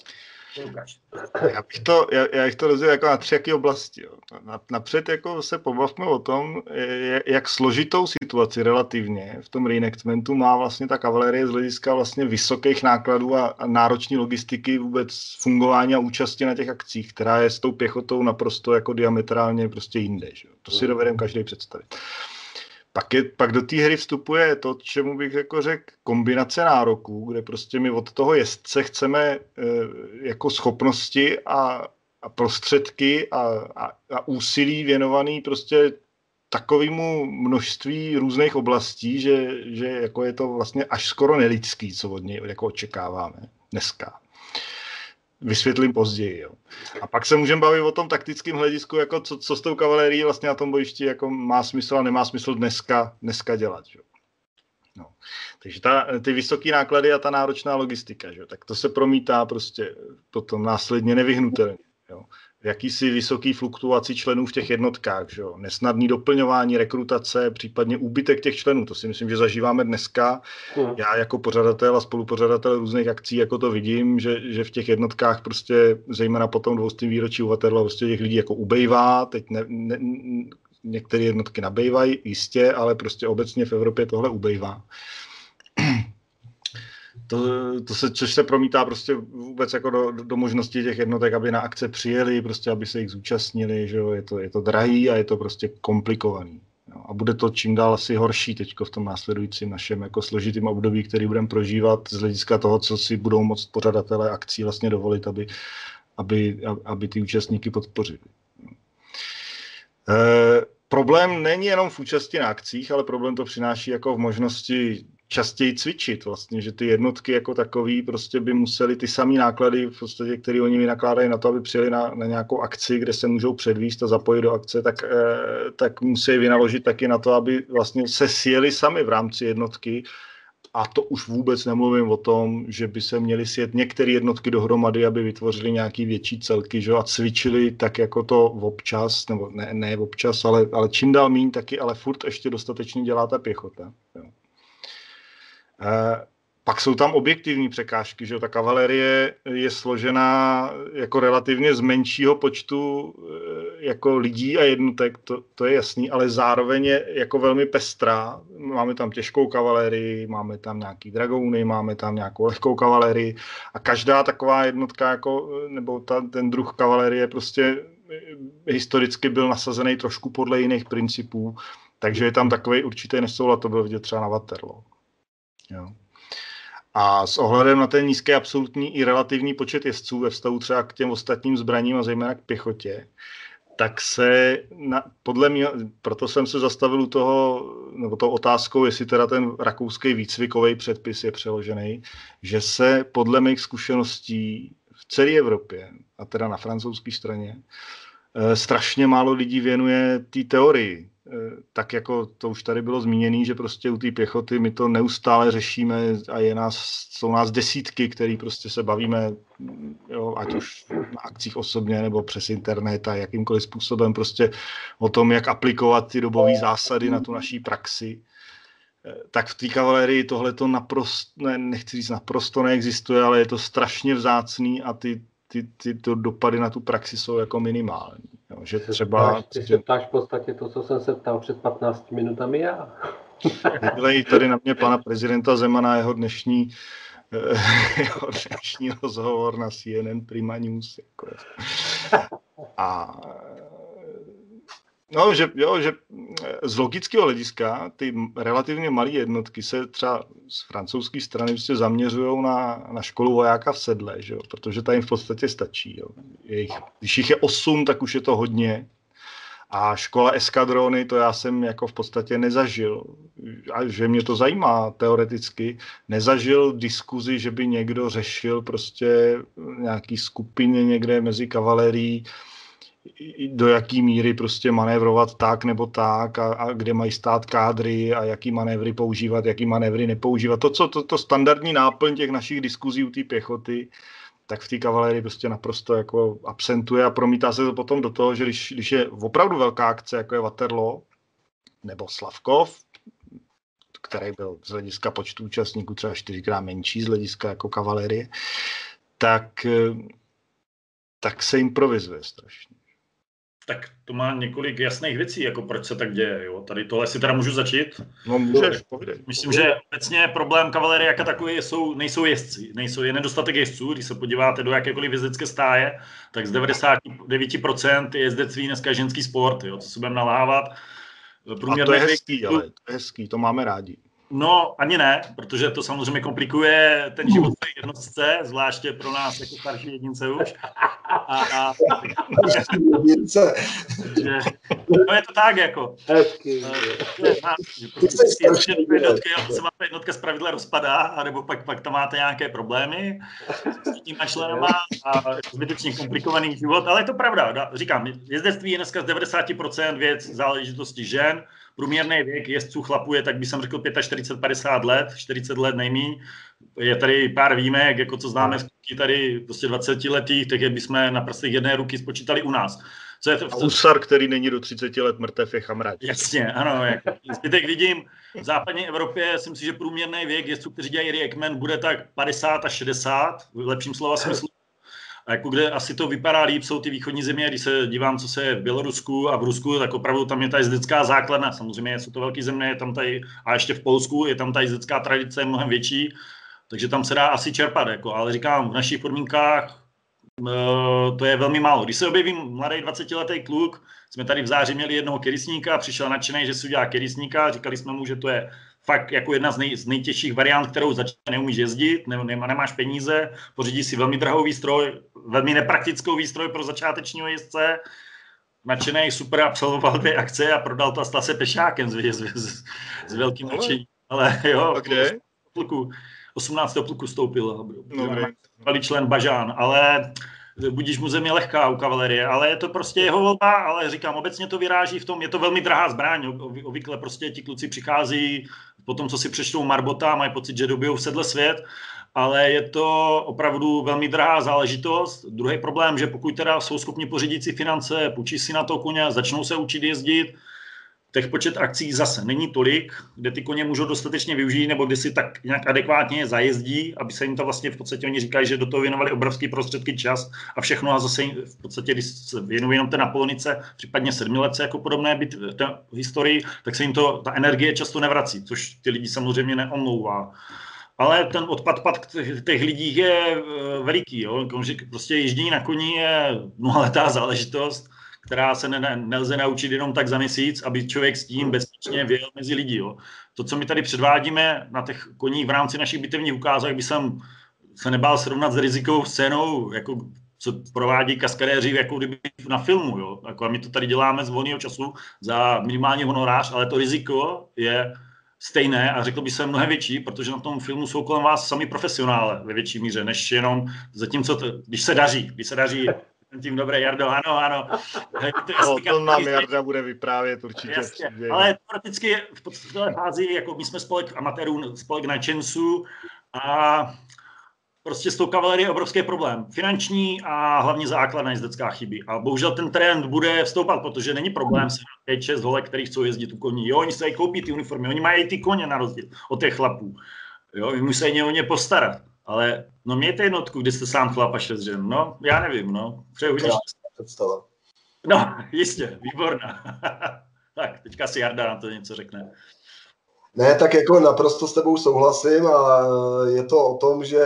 Lukáš. Já bych to, já, já bych to rozdělil jako na tři jaké oblasti. Jo. Na, napřed jako se pobavme o tom, jak složitou situaci relativně v tom reenactmentu má vlastně ta kavalérie z hlediska vlastně vysokých nákladů a, a náročné logistiky vůbec fungování a účasti na těch akcích, která je s tou pěchotou naprosto jako diametrálně prostě jinde. Že? To si dovedeme každý představit. Pak, je, pak do té hry vstupuje to, čemu bych jako řekl kombinace nároků, kde prostě my od toho jezdce chceme e, jako schopnosti a, a prostředky a, a, a úsilí věnovaný prostě takovému množství různých oblastí, že, že jako je to vlastně až skoro nelidský, co od něj jako očekáváme dneska. Vysvětlím později. Jo. A pak se můžeme bavit o tom taktickém hledisku, jako co, co s tou kavalérií vlastně na tom bojišti jako má smysl a nemá smysl dneska, dneska dělat. Jo. No. Takže ta, ty vysoké náklady a ta náročná logistika, jo, tak to se promítá prostě potom následně nevyhnutelně. Jo. V jakýsi vysoký fluktuaci členů v těch jednotkách, že jo? Nesnadný doplňování, rekrutace, případně úbytek těch členů. To si myslím, že zažíváme dneska. Hmm. Já jako pořadatel a spolupořadatel různých akcí jako to vidím, že, že v těch jednotkách prostě zejména po tom dvoustým výročí u Waterloo prostě těch lidí jako ubejvá. Teď ne, ne, některé jednotky nabejvají, jistě, ale prostě obecně v Evropě tohle ubejvá. To, to se, což se promítá prostě vůbec jako do, do možnosti těch jednotek, aby na akce přijeli, prostě aby se jich zúčastnili, že jo, je to, je to drahý a je to prostě komplikovaný. Jo. A bude to čím dál asi horší teďko v tom následujícím našem jako složitým období, který budeme prožívat z hlediska toho, co si budou moct pořadatelé akcí vlastně dovolit, aby, aby, aby ty účastníky podpořili. E, problém není jenom v účasti na akcích, ale problém to přináší jako v možnosti častěji cvičit vlastně, že ty jednotky jako takový prostě by museli ty samý náklady, v podstatě, které oni vynakládají na to, aby přijeli na, na nějakou akci, kde se můžou předvíst a zapojit do akce, tak, eh, tak musí vynaložit taky na to, aby vlastně se sjeli sami v rámci jednotky. A to už vůbec nemluvím o tom, že by se měly sjet některé jednotky dohromady, aby vytvořili nějaký větší celky, že? A cvičili tak jako to občas, nebo ne, ne občas, ale, ale čím dál míň taky, ale furt ještě dostatečně dělá ta pěchota. Jo. Eh, pak jsou tam objektivní překážky, že ta kavalerie je složená jako relativně z menšího počtu eh, jako lidí a jednotek, to, to je jasný, ale zároveň je jako velmi pestrá. Máme tam těžkou kavalerii, máme tam nějaký dragouny, máme tam nějakou lehkou kavalerii a každá taková jednotka jako, nebo ta, ten druh kavalerie prostě historicky byl nasazený trošku podle jiných principů, takže je tam takový určitý nesoulad, to bylo vidět třeba na Waterloo. Jo. A s ohledem na ten nízký absolutní i relativní počet jezdců ve vztahu třeba k těm ostatním zbraním a zejména k pěchotě, tak se na, podle mě, proto jsem se zastavil u toho, nebo tou otázkou, jestli teda ten rakouský výcvikový předpis je přeložený, že se podle mých zkušeností v celé Evropě, a teda na francouzské straně, strašně málo lidí věnuje té teorii. Tak jako to už tady bylo zmíněné, že prostě u té pěchoty my to neustále řešíme a je nás, jsou nás desítky, který prostě se bavíme, jo, ať už na akcích osobně nebo přes internet a jakýmkoliv způsobem prostě o tom, jak aplikovat ty dobové zásady na tu naší praxi. Tak v té kavalerii tohle to naprosto, ne, nechci říct naprosto neexistuje, ale je to strašně vzácný a ty Ty, ty to dopady na tu praxi jsou jako minimální. Jo, že třeba... Ty se ptáš v podstatě to, co jsem se ptal před patnácti minutami já. Vydlej tady na mě pana prezidenta Zemana jeho dnešní, jeho dnešní rozhovor na C N N Prima News. Jako. A no, že, jo, že z logického hlediska ty relativně malé jednotky se třeba z francouzské strany prostě zaměřují na, na školu vojáka v sedle, že jo, protože ta jim v podstatě stačí. Jo. Jejich, když jich je osm, tak už je to hodně. A škola eskadrony, to já jsem jako v podstatě nezažil. A že mě to zajímá teoreticky. Nezažil diskuzi, že by někdo řešil prostě nějaký skupině někde mezi kavalerií, do jaký míry prostě manévrovat tak nebo tak a, a kde mají stát kádry a jaký manévry používat, jaký manévry nepoužívat. To, co to, to standardní náplň těch našich diskuzí u té pěchoty, tak v té kavalerii prostě naprosto jako absentuje a promítá se to potom do toho, že když, když je opravdu velká akce, jako je Waterloo nebo Slavkov, který byl z hlediska počtu účastníků třeba čtyřikrát menší z hlediska jako kavalerie, tak tak se improvizuje strašně. Tak to má několik jasných věcí, jako proč se tak děje. Jo? Tady tohle si teda můžu začít. No můžeš, povídej. Myslím, že obecně problém kavalerie jako takový jsou, nejsou jezdci. Nejsou, je nedostatek jezdců. Když se podíváte do jakékoliv jezdecké stáje, tak z devadesát devět procent je jezdectví dneska ženský sport. Jo? Co se budeme nalávat. A to je hezký, ale to je hezký, to máme rádi. No, ani ne, protože to samozřejmě komplikuje ten život v jednotce, zvláště pro nás jako starší jedince už. A, a, jedince. že, no je to tak, jako. Hezky. Jednotka se vám ta jednotka zpravidla rozpadá, anebo pak, pak tam máte nějaké problémy s těma členama a zbytečně komplikovaný život, ale je to pravda. Říkám, jezdectví je dneska z devadesát procent věc záležitosti žen. Průměrný věk jezdců chlapů je, tak bych jsem řekl, čtyřicet pět padesát let, čtyřicet let nejmíň. Je tady pár výjimek, jako co známe z tady prostě dvacetiletých, tak je bychom na prstech jedné ruky spočítali u nás. Co je to, a Husar, který není do třiceti let mrtev, je chamrač. Jasně, ano. Jak zbytek vidím, v západní Evropě si myslím, že průměrný věk jezdců, kteří dělají reekmen, bude tak padesát až šedesát, v lepším slova smyslu. A jako kde asi to vypadá líp, jsou ty východní země, když se dívám, co se je v Bělorusku a v Rusku, tak opravdu tam je ta jezdecká základna. Samozřejmě jsou to velké země, je tam tady, a ještě v Polsku je tam ta jezdecká tradice mnohem větší, takže tam se dá asi čerpat. Jako, ale říkám, v našich podmínkách uh, to je velmi málo. Když se objeví mladý dvacetiletý kluk, jsme tady v září měli jednoho kerisníka, přišel nadšenej, že si udělá kerisníka, říkali jsme mu, že to je fakt jako jedna z, nej, z nejtěžších variant, kterou začne, neumíš jezdit, ne, ne, nemáš peníze, pořídíš si velmi drahou výstroj, velmi nepraktickou výstroj pro začátečního jezdce, nadšenej, super, absolvoval dvě akce a prodal to a stal se pešákem s, s, s, s velkým nadšením. Ale jo, a kde? Pluku, osmnáctého pluku stoupil, no, člen Bažán, ale budíš mu země lehká u kavalerie, ale je to prostě jeho volba, ale říkám, obecně to vyráží v tom, je to velmi drahá zbraň, obvykle prostě ti kluci přichází po tom, co si přečtou Marbota, mají pocit, že dobijou v sedle svět, ale je to opravdu velmi drahá záležitost. Druhý problém, že pokud teda jsou schopni pořídit si finance, půjčí si na to koně, začnou se učit jezdit, těch počet akcí zase není tolik, kde ty koně můžou dostatečně využít, nebo kde si tak nějak adekvátně zajezdí, aby se jim to vlastně v podstatě, oni říkají, že do toho věnovali obrovský prostředky čas a všechno a zase v podstatě, když se věnují jenom té Napolonice, případně sedmiletce jako podobné byt té historii, tak se jim to, ta energie často nevrací, což ty lidi samozřejmě neomlouvá. Ale ten odpad pad těch lidí je veliký, jo? Prostě ježdění na koni je mnohaletá záležitost, která se ne, nelze naučit jenom tak za měsíc, aby člověk s tím bezpečně vyjel mezi lidi. Jo. To, co my tady předvádíme na těch koních v rámci našich bitevních ukázek, by jsem se nebál srovnat s rizikovou scénou, jako co provádí kaskadéři, jako kdyby na filmu. Jo. Jako a my to tady děláme z volného času za minimální honorář, ale to riziko je stejné a řekl bych se mnohem větší, protože na tom filmu jsou kolem vás sami profesionále ve větší míře, než jenom zatímco, to, když se daří, když se daří tím dobré, Jardo, ano, ano. To, o tom nám Jarda bude vyprávět určitě. Jasně, ale prakticky v podstatě fázi, jako my jsme spolek amatérů, spolek nadšenců a prostě s tou kavalerií je obrovský problém. Finanční a hlavně základná jezdecká chyby. A bohužel ten trend bude vstoupat, protože není problém se pět šest holek, který chcou jezdit u koní. Jo, oni se dají koupit ty uniformy, oni mají ty koně na rozdíl od těch chlapů. Jo, my musí o ně postarat. Ale no mějte jednotku, kde jste sám chlap a šest žen. No, já nevím, no. Přeju hodně představa. No, jistě, výborná. Tak, teďka si Jarda na to něco řekne. Ne, tak jako naprosto s tebou souhlasím a je to o tom, že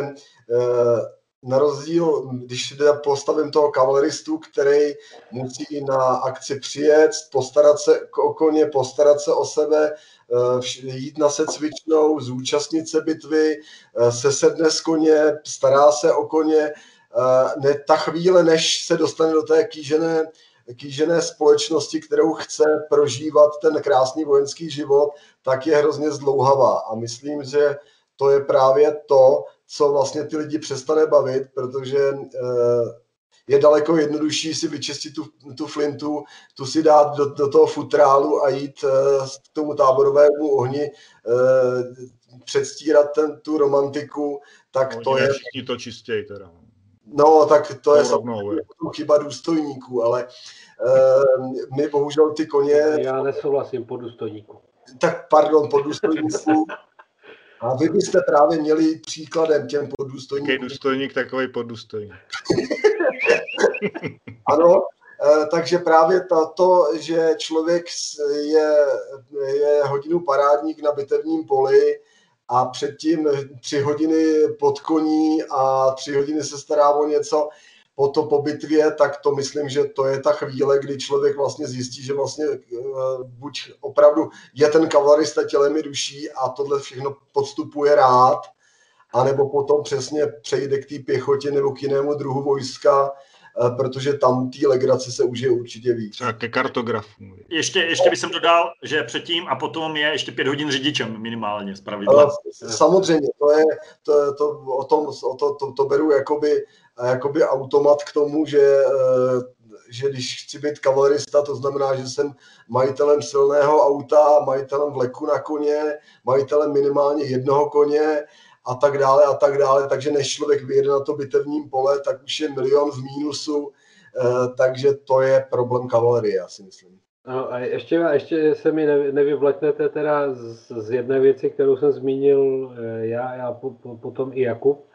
na rozdíl, když postavím toho kavaleristu, který musí na akci přijet, postarat se o koně, postarat se o sebe, jít na secvičnou, zúčastnit se bitvy, sesedne z koně, stará se o koně. Ne, ta chvíle, než se dostane do té kýžené, kýžené společnosti, kterou chce prožívat ten krásný vojenský život, tak je hrozně zdlouhavá. A myslím, že to je právě to, co vlastně ty lidi přestane bavit, protože je daleko jednodušší si vyčistit tu, tu flintu, tu si dát do, do toho futrálu a jít k tomu táborovému ohni, předstírat ten, tu romantiku, tak no, to je... Všichni to čistějí teda. No, tak to je samozřejmě chyba důstojníků, ale my bohužel ty koně... Já nesouhlasím po důstojníku. Tak pardon, po důstojníku. A vy byste právě měli příkladem těm poddůstojníkům. Takový důstojník, takový poddůstojník. Ano, takže právě to, že člověk je, je hodinu parádník na bitevním poli a předtím tři hodiny pod koní a tři hodiny se stará o něco po to po bitvě, tak to myslím, že to je ta chvíle, kdy člověk vlastně zjistí, že vlastně buď opravdu je ten kavalerista tělem i duší a tohle všechno podstupuje rád, anebo potom přesně přejde k té pěchotě nebo k jinému druhu vojska, protože tam té legrace se užije určitě víc. Třeba ke kartografům. Ještě, ještě bych jsem dodal, že předtím a potom je ještě pět hodin řidičem minimálně zpravidla. Samozřejmě, to je, to, to, o tom, o to, to, to beru jakoby, jakoby automat k tomu, že, že když chci být kavalerista, to znamená, že jsem majitelem silného auta, majitelem vleku na koně, majitelem minimálně jednoho koně, a tak dále a tak dále, takže než člověk vyjede na to bitevním pole, tak už je milion v mínusu, takže to je problém kavalerie, já si myslím. No a ještě, ještě se mi nevyvletnete teda z, z jedné věci, kterou jsem zmínil já, já po, po, potom i Jakub.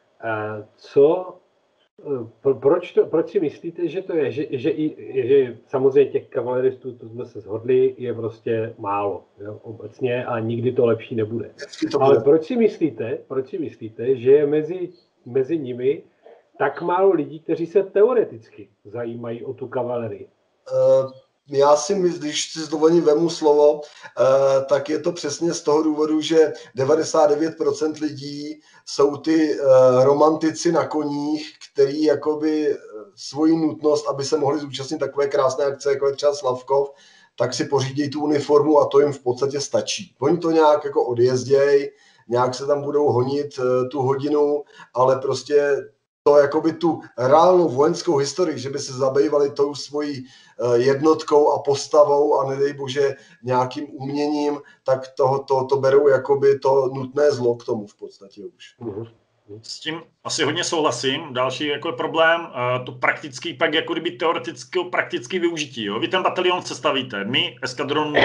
Co, pro, proč, to, proč si myslíte, že to je, že, že, že samozřejmě těch kavaleristů, to jsme se shodli, je prostě málo, jo, obecně a nikdy to lepší nebude. To Ale proč si myslíte, proč si myslíte, že je mezi, mezi nimi tak málo lidí, kteří se teoreticky zajímají o tu kavalerii? Uh... Já si myslím, když si s dovolením vemu slovo, tak je to přesně z toho důvodu, že devadesát devět procent lidí jsou ty romantici na koních, který jakoby svoji nutnost, aby se mohli zúčastnit takové krásné akce, jako je třeba Slavkov, tak si pořídí tu uniformu a to jim v podstatě stačí. Oni to nějak jako odjezdějí, nějak se tam budou honit tu hodinu, ale prostě to jakoby tu reálnou vojenskou historii, že by se zabývali tou svojí jednotkou a postavou a nedej bože nějakým uměním, tak to, to, to berou jakoby to nutné zlo k tomu v podstatě už. S tím asi hodně souhlasím. Další jako je problém, to praktický, pak jako kdyby teoretického praktický využití. Jo? Vy ten batalion sestavíte, my eskadron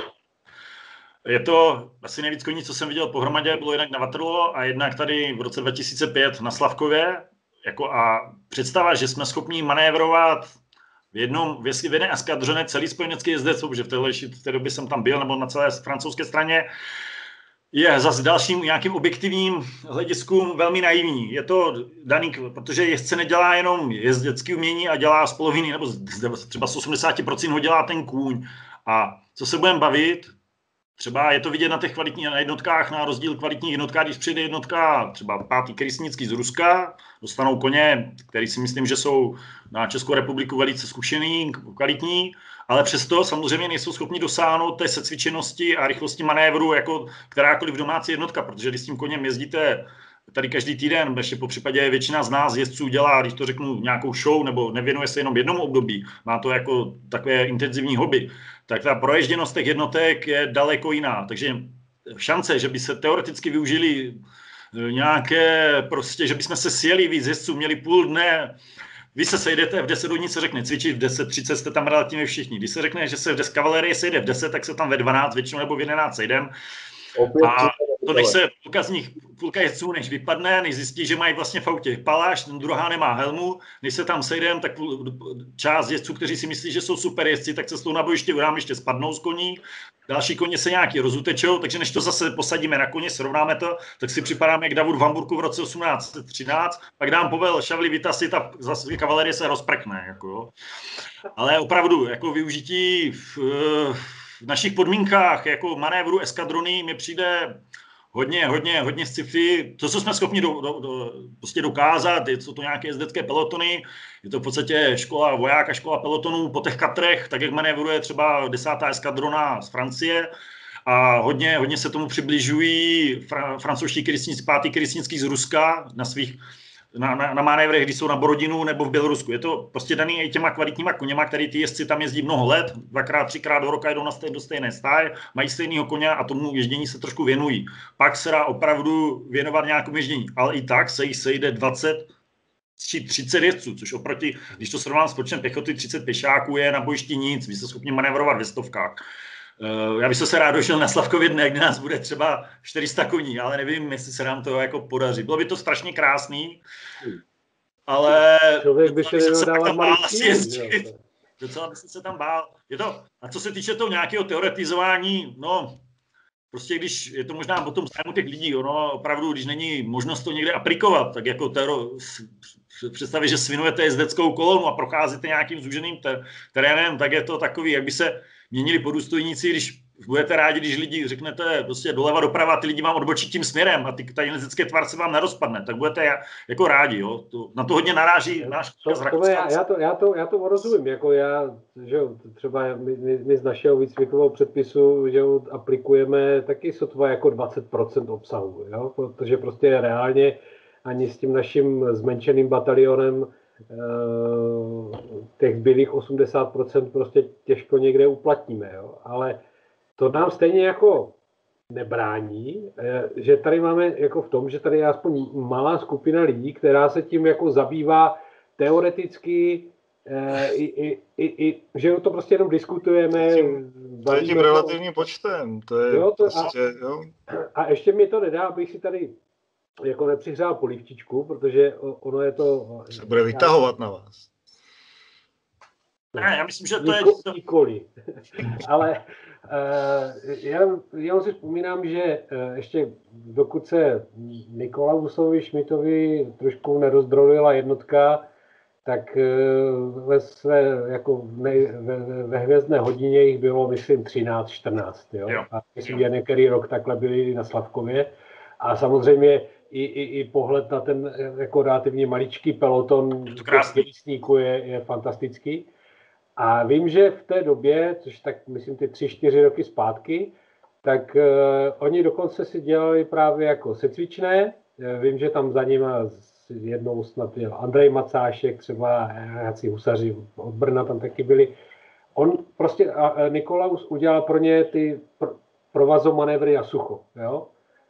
je to asi nejvíc koní, co jsem viděl pohromadě, bylo jednak na Waterloo a jednak tady v roce dva tisíce pět na Slavkově. Jako a představa, že jsme schopni manévrovat v jednom, v jedné eskadroně celý spojenecký jezdec, protože v téhle, v té době jsem tam byl, nebo na celé francouzské straně, je zase dalším nějakým objektivním hledisku velmi naivní. Je to daný, protože jezdce nedělá jenom jezdecký umění a dělá z poloviny, nebo třeba z osmdesát procent ho dělá ten kůň. A co se budeme bavit, třeba je to vidět na těch kvalitních na jednotkách, na rozdíl kvalitních jednotkách, když přijde jednotka třeba pátý krysnický z Ruska, dostanou koně, který si myslím, že jsou na Českou republiku velice zkušený, kvalitní, ale přesto samozřejmě nejsou schopni dosáhnout té secvičenosti a rychlosti manévru jako kterákoliv domácí jednotka, protože když s tím koněm jezdíte tady každý týden, ještě po případě většina z nás jezdců dělá, když to řeknu, nějakou show nebo nevěnuje se jenom jednomu období, má to jako takové intenzivní hobby, tak ta proježděnost těch jednotek je daleko jiná. Takže šance, že by se teoreticky využili nějaké, prostě, že bychom se sjeli víc jezdců, měli půl dne, vy se sejdete v deset hodin, se řekne cvičit, v deset třicet jste tam relativně všichni. Když se řekne, že se v kavalerii sejde v deset, tak se tam ve dvanáct většinou nebo v jedenáct sejdem. A to, než se půlka z nich, půlka jezdců, než vypadne, než zjistí, že mají vlastně v autě paláš, ten druhá nemá helmu, než se tam sejdem, tak část jezdců, kteří si myslí, že jsou super jezdci, tak cestou na bojiště udám ještě spadnou z koní, další koně se nějaký rozutečou, takže než to zase posadíme na koně, srovnáme to, tak si připadáme jak Davud v Hamburku v roce osmnáct třináct, pak dám povel šavli vytasit a zase kavalerie se rozprkne. Jako jo. Ale opravdu, jako využití v, v našich podmínkách jako manévru eskadrony mi přijde hodně, hodně, hodně sci-fi. To, co jsme schopni do, do, do, prostě dokázat, jsou to nějaké jezdecké pelotony, je to v podstatě škola vojáka, škola pelotonů po těch katrech, tak jak manévruje třeba desátá eskadrona z Francie. A hodně, hodně se tomu přibližují fra, francouzští krysníci, pátý krysnický z Ruska na svých na, na, na manévrech, když jsou na Borodinu nebo v Bělorusku. Je to prostě daný i těma kvalitníma koněma, který ty jezdci tam jezdí mnoho let, dvakrát, třikrát do roka jdou na stej, do stejné stáje, mají stejného koně a tomu ježdění se trošku věnují. Pak se dá opravdu věnovat nějakému ježdění, ale i tak se jich sejde dvacet či třicet jezdců, což oproti, když to srovnám s počtem pěchoty, třicet pěšáků je na bojišti nic, vy jste schopni manévrovat ve stovkách. Já bych se rád došel na Slavkově dne, kde nás bude třeba čtyři sta koní, ale nevím, jestli se nám to jako podaří. Bylo by to strašně krásný, ale člověk by se neměl dávat malý cíl. Docela by se tam bál. Je to, a co se týče toho nějakého teoretizování, no, prostě když je to možná o tom zájmu těch lidí, ono opravdu, když není možnost to někde aplikovat, tak jako teoro, představit, že svinujete jezdeckou kolonu a procházíte nějakým zúženým terénem, tak je to takový, jak by se měnili podůstojníci, když budete rádi, když lidi řeknete prostě doleva doprava, ty lidi vám odbočí tím směrem a ty, ta jezdecké tvar se vám nerozpadne, tak budete jako rádi, jo. To, na to hodně naráží náš to, to já, já, to, já, to, já to rozumím, jako já, že třeba my, my, my z našeho výcvikového předpisu, že aplikujeme taky sotva jako dvacet procent obsahu, jo, protože prostě reálně ani s tím naším zmenšeným batalionem těch zbylých osmdesát procent prostě těžko někde uplatníme, jo, ale to nám stejně jako nebrání, že tady máme jako v tom, že tady je aspoň malá skupina lidí, která se tím jako zabývá teoreticky, i, i, i, i, že to prostě jenom diskutujeme. To je tím relativním počtem. To je jo, to, prostě, a, jo. a ještě mi to nedá, abych si tady jako nepřihřál polívčičku, protože ono je to... Se bude vytahovat na vás. Ne, já myslím, že to je... Nikoli. Ale uh, já, já si vzpomínám, že uh, ještě dokud se Nikolausovi Šmitovi trošku nerozdrolila jednotka, tak uh, ve své, jako nej, ve, ve hvězdné hodině jich bylo, myslím, třináct čtrnáct. Jo? Jo. A myslím, že některý rok takhle byli na Slavkově. A samozřejmě i, i, i pohled na ten jako relativně maličký peloton lístníků je, je fantastický. A vím, že v té době, což tak myslím ty tři, čtyři roky zpátky, tak uh, oni dokonce si dělali právě jako secvičné. Vím, že tam za nimi jednou snad jel Andrej Macášek, třeba nějací husaři od Brna tam taky byli. On prostě, a Nikolaus udělal pro ně ty pr- provazomanévry na sucho, jo.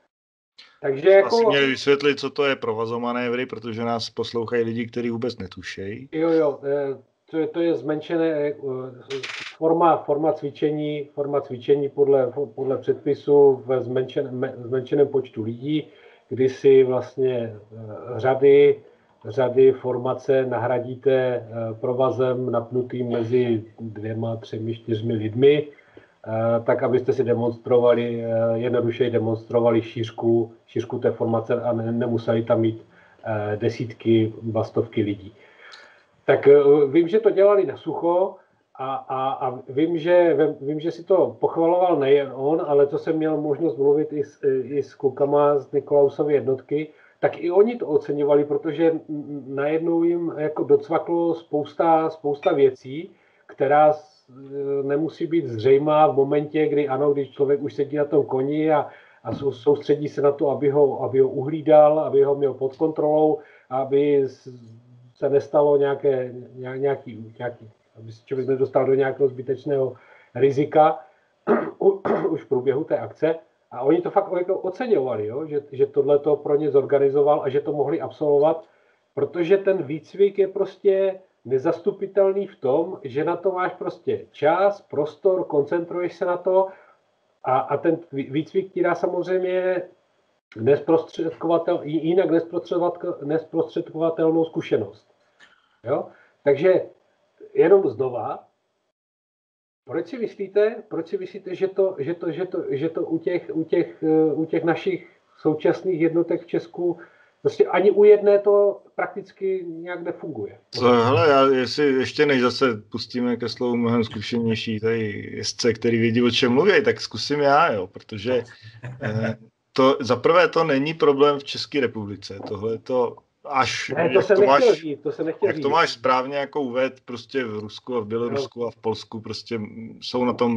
Takže jako... Asi měli vysvětlit, co to je provazomanévry, protože nás poslouchají lidi, kteří vůbec netušejí. Jo, jo, to je, to je zmenšené forma, forma cvičení, forma cvičení podle, podle předpisu ve zmenšen, zmenšeném počtu lidí, kdy si vlastně řady, řady formace nahradíte provazem napnutým mezi dvěma, třemi, čtyřmi lidmi, tak abyste si demonstrovali, jednodušeji demonstrovali šířku, šířku té formace a ne, nemuseli tam mít desítky, bastovky lidí. Tak vím, že to dělali na sucho a, a, a vím, že, vím, že si to pochvaloval nejen on, ale co jsem měl možnost mluvit i s, i s klukama z Nikolausovy jednotky, tak i oni to oceňovali, protože najednou jim jako docvaklo spousta, spousta věcí, která nemusí být zřejmá v momentě, kdy ano, když člověk už sedí na tom koni a, a soustředí se na to, aby ho, aby ho uhlídal, aby ho měl pod kontrolou, aby se nestalo nějaké, nějaký, nějaký, aby se člověk nedostal do nějakého zbytečného rizika už v průběhu té akce. A oni to fakt oceňovali, jo? Že, že tohle to pro ně zorganizoval a že to mohli absolvovat, protože ten výcvik je prostě nezastupitelný v tom, že na to máš prostě čas, prostor, koncentruješ se na to a, a ten výcvik ti dá samozřejmě nesprostředkovatel, jinak nesprostředkovatelnou zkušenost. Jo? Takže jenom znova, proč si myslíte, proč si myslíte, že to, že to, že to, že to u, těch, u, těch, u těch našich současných jednotek v Česku prostě ani u jedné to prakticky nějak nefunguje. Co, hele, já, jestli ještě než zase pustíme ke slovu mnohem zkušenější tady jezdce, který vědí, o čem mluví, tak zkusím já, jo, protože eh, to, za prvé to není problém v České republice, tohle to až, ne, to se to máš, říct, to se nechtěl jak říct. to máš správně jako uvést, prostě v Rusku a v Bělorusku jo. a v Polsku prostě jsou na tom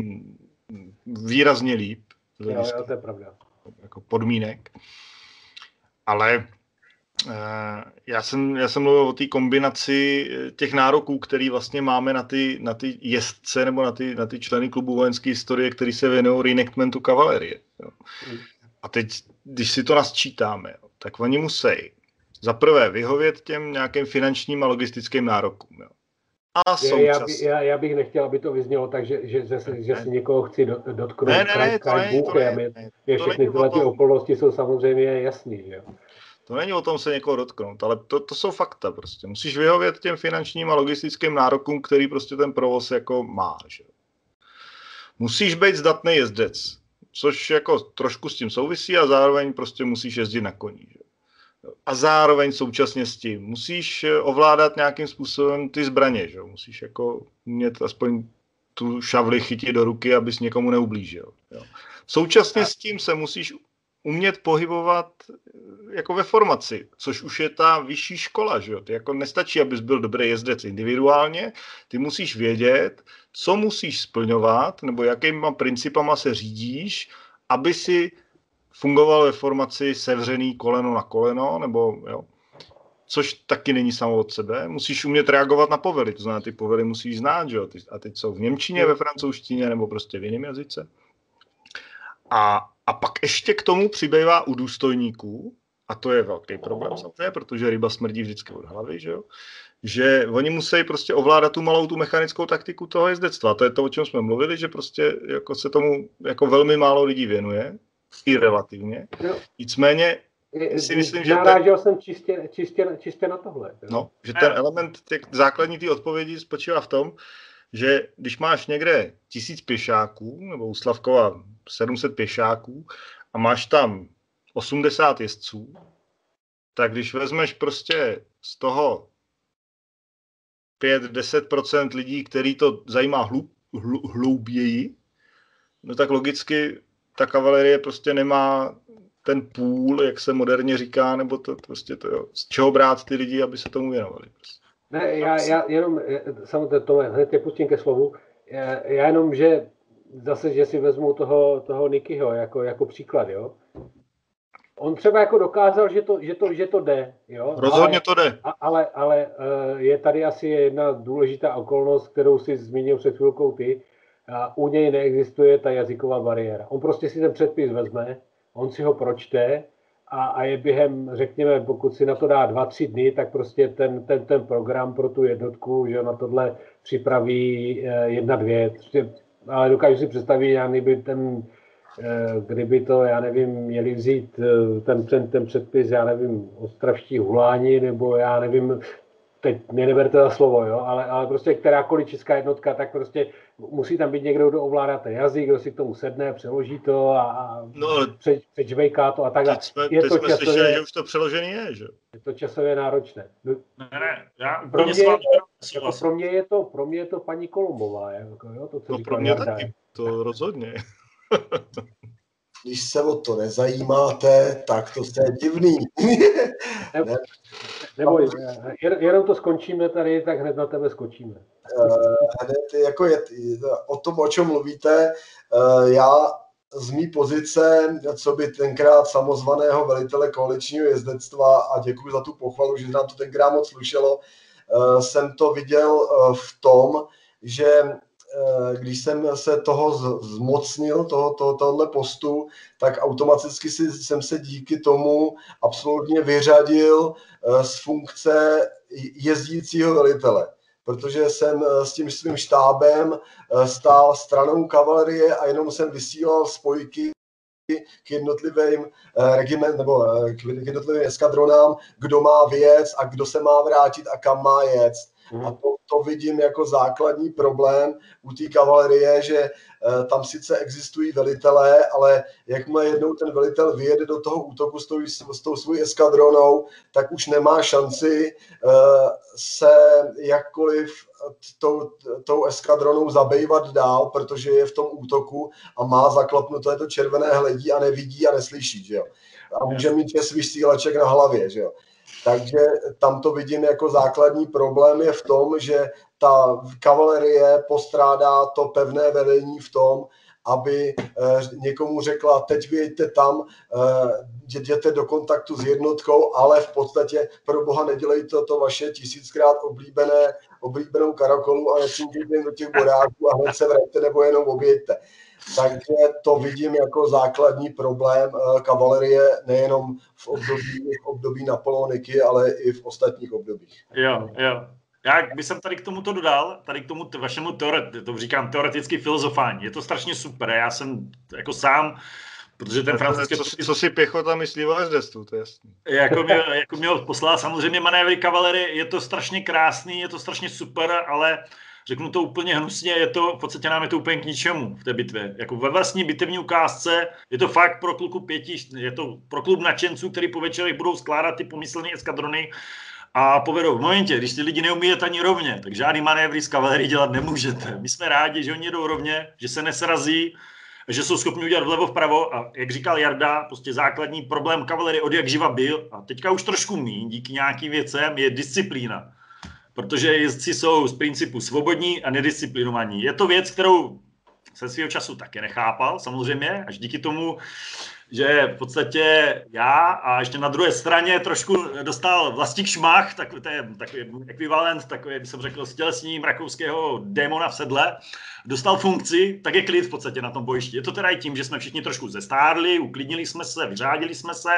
výrazně líp. Jo, jo, to je pravda. Jako podmínek. Ale Já jsem, já jsem mluvil o té kombinaci těch nároků, který vlastně máme na ty, na ty jezdce nebo na ty, na ty členy klubu vojenské historie, který se věnují reenactmentu kavalerie. Jo. A teď, když si to nasčítáme, jo, tak oni musí za prvé vyhovět těm nějakým finančním a logistickým nárokům. Jo. A současně... Já, já, já bych nechtěl, aby to vyznělo tak, že, že, že, že si někoho chci dotknout. Ne, ne, ne, to není, to je, ne, je všechny tyhle ty okolnosti jsou samozřejmě jasný. Že? To není o tom se někoho dotknout, ale to, to jsou fakta prostě. Musíš vyhovět těm finančním a logistickým nárokům, který prostě ten provoz jako má. Že? Musíš být zdatný jezdec, což jako trošku s tím souvisí a zároveň prostě musíš jezdit na koní. Že? A zároveň současně s tím musíš ovládat nějakým způsobem ty zbraně, že? Musíš jako umět aspoň tu šavli chytit do ruky, abys někomu neublížil. Jo? Současně s tím se musíš umět pohybovat jako ve formaci, což už je ta vyšší škola, že jo? Ty jako nestačí, abys byl dobrý jezdec individuálně, ty musíš vědět, co musíš splňovat, nebo jakýma principama se řídíš, aby si fungoval ve formaci sevřený koleno na koleno, nebo jo, což taky není samo od sebe. Musíš umět reagovat na povely, to znamená, ty povely musíš znát, že jo? A teď jsou v němčině, ve francouzštině, nebo prostě v jiném jazyce. A, a pak ještě k tomu přibývá u důstojníků, a to je velký problém samozřejmě, protože ryba smrdí vždycky od hlavy, že jo? Že oni musí prostě ovládat tu malou tu mechanickou taktiku toho jezdectva. To je to, o čem jsme mluvili, že prostě jako se tomu jako velmi málo lidí věnuje, i relativně. No. Nicméně si myslím, že... Narážel ten, jsem čistě, čistě, čistě na tohle. No, že ten element těch základní té odpovědi spočívá v tom, že když máš někde tisíc pěšáků, nebo u Slavkova sedm set pěšáků, a máš tam osmdesát jezdců, tak když vezmeš prostě z toho pět až deset procent lidí, který to zajímá hlub, hlub, hlouběji, no tak logicky ta kavalerie prostě nemá ten půl, jak se moderně říká, nebo to prostě to, jo, z čeho brát ty lidi, aby se tomu věnovali. Prostě. Ne, já, já jenom, samozřejmě to hned tě pustím ke slovu, já, já jenom, že zase, že si vezmu toho, toho Nikyho jako, jako příklad, jo. On třeba jako dokázal, že to, že to, že to jde, jo. Rozhodně to jde. Ale, ale, ale je tady asi jedna důležitá okolnost, kterou si zmínil před chvilkou ty. A u něj neexistuje ta jazyková bariéra. On prostě si ten předpis vezme, on si ho pročte a, a je během, řekněme, pokud si na to dá dva, tři dny, tak prostě ten, ten, ten program pro tu jednotku, že na tohle připraví jedna, dvě. Ale dokážu si představit, já kdyby ten, kdyby to, já nevím, měli vzít ten, ten, ten předpis, já nevím, ostravští huláni, nebo já nevím, teď mě neberte za slovo, jo, ale, ale prostě kterákoliv česká jednotka, tak prostě musí tam být někdo, kdo ovládá ten jazyk, kdo si k tomu sedne, přeloží to a, a no, pře, přečvejká to a tak dále. Teď jsme, teď jsme časově, slyšeli, že už to přeložený je, že? Je to časově náročné. Ne, ne, já pro mě, jako pro, mě je to, pro mě je to paní Kolumbová, jako, jo, to, co no, říká pro mě Jarda, taky, to rozhodně. Když se o to nezajímáte, tak to jste divný. ne, neboj, jenom to skončíme tady, tak hned na tebe skočíme. Hned, jako je, o tom, o čem mluvíte, já z mý pozice, co by tenkrát samozvaného velitele koaličního jezdectva, a děkuji za tu pochvalu, že nám to tenkrát moc slušelo, jsem to viděl v tom, že když jsem se toho zmocnil, toho, toho, tohohle postu, tak automaticky si, jsem se díky tomu absolutně vyřadil z funkce jezdícího velitele. Protože jsem s tím svým štábem stál stranou kavalerie a jenom jsem vysílal spojky k jednotlivým regiment nebo k jednotlivým eskadronám, kdo má věc a kdo se má vrátit a kam má jet. A to, to vidím jako základní problém u té kavalerie, že e, tam sice existují velitelé, ale jakmile jednou ten velitel vyjede do toho útoku s tou, s tou svou eskadronou, tak už nemá šanci e, se jakkoliv tou, tou eskadronou zabývat dál, protože je v tom útoku a má zaklapnuté to červené hledí a nevidí a neslyší, že jo. A může mít šest vysílaček na hlavě, že jo. Takže tam to vidím jako základní problém je v tom, že ta kavalerie postrádá to pevné vedení v tom, aby někomu řekla, teď vyjeďte tam, jděte do kontaktu s jednotkou, ale v podstatě pro boha nedělejte to vaše tisíckrát oblíbené, oblíbenou karakolu a nepřijďte do těch boráků a hned se vraťte nebo jenom objeďte. Takže to vidím jako základní problém kavalerie nejenom v období, v období Napoleoniky, ale i v ostatních obdobích. Jo, jo. Já bych jsem tady k tomuto dodal, tady k tomu t- vašemu teoret, to říkám teoreticky filozofání. Je to strašně super. Já jsem jako sám, protože ten francouzský... Co, co si pěchota myslí o jezdestu, to je jasný. Jako mě, jako mě poslala samozřejmě manévry kavalery, je to strašně krásný, je to strašně super, ale řeknu to úplně hnusně, je to, v podstatě nám je to úplně k ničemu v té bitvě. Jako ve vlastní bitevní ukázce je to fakt pro kluku pěti, je to pro klub nadšenců, který po večerech budou skládat ty pomyslné eskadrony a povedou. V momentě, když ty lidi neumí jet ani rovně, tak žádný manévry z kavalery dělat nemůžete. My jsme rádi, že oni jedou rovně, že se nesrazí, že jsou schopni udělat vlevo vpravo a jak říkal Jarda, prostě základní problém kavalery od jak živa byl a teďka už trošku míň díky nějakým věcem je disciplína. Protože jezdci jsou z principu svobodní a nedisciplinovaní. Je to věc, kterou se svého času také nechápal, samozřejmě, až díky tomu, že v podstatě já a ještě na druhé straně trošku dostal Vlastík Šmach, takový, takový ekvivalent, takový, bych jsem řekl, stělesněním rakouského démona v sedle, dostal funkci, tak je klid v podstatě na tom bojišti. Je to teda i tím, že jsme všichni trošku zestárli, uklidnili jsme se, vyřádili jsme se,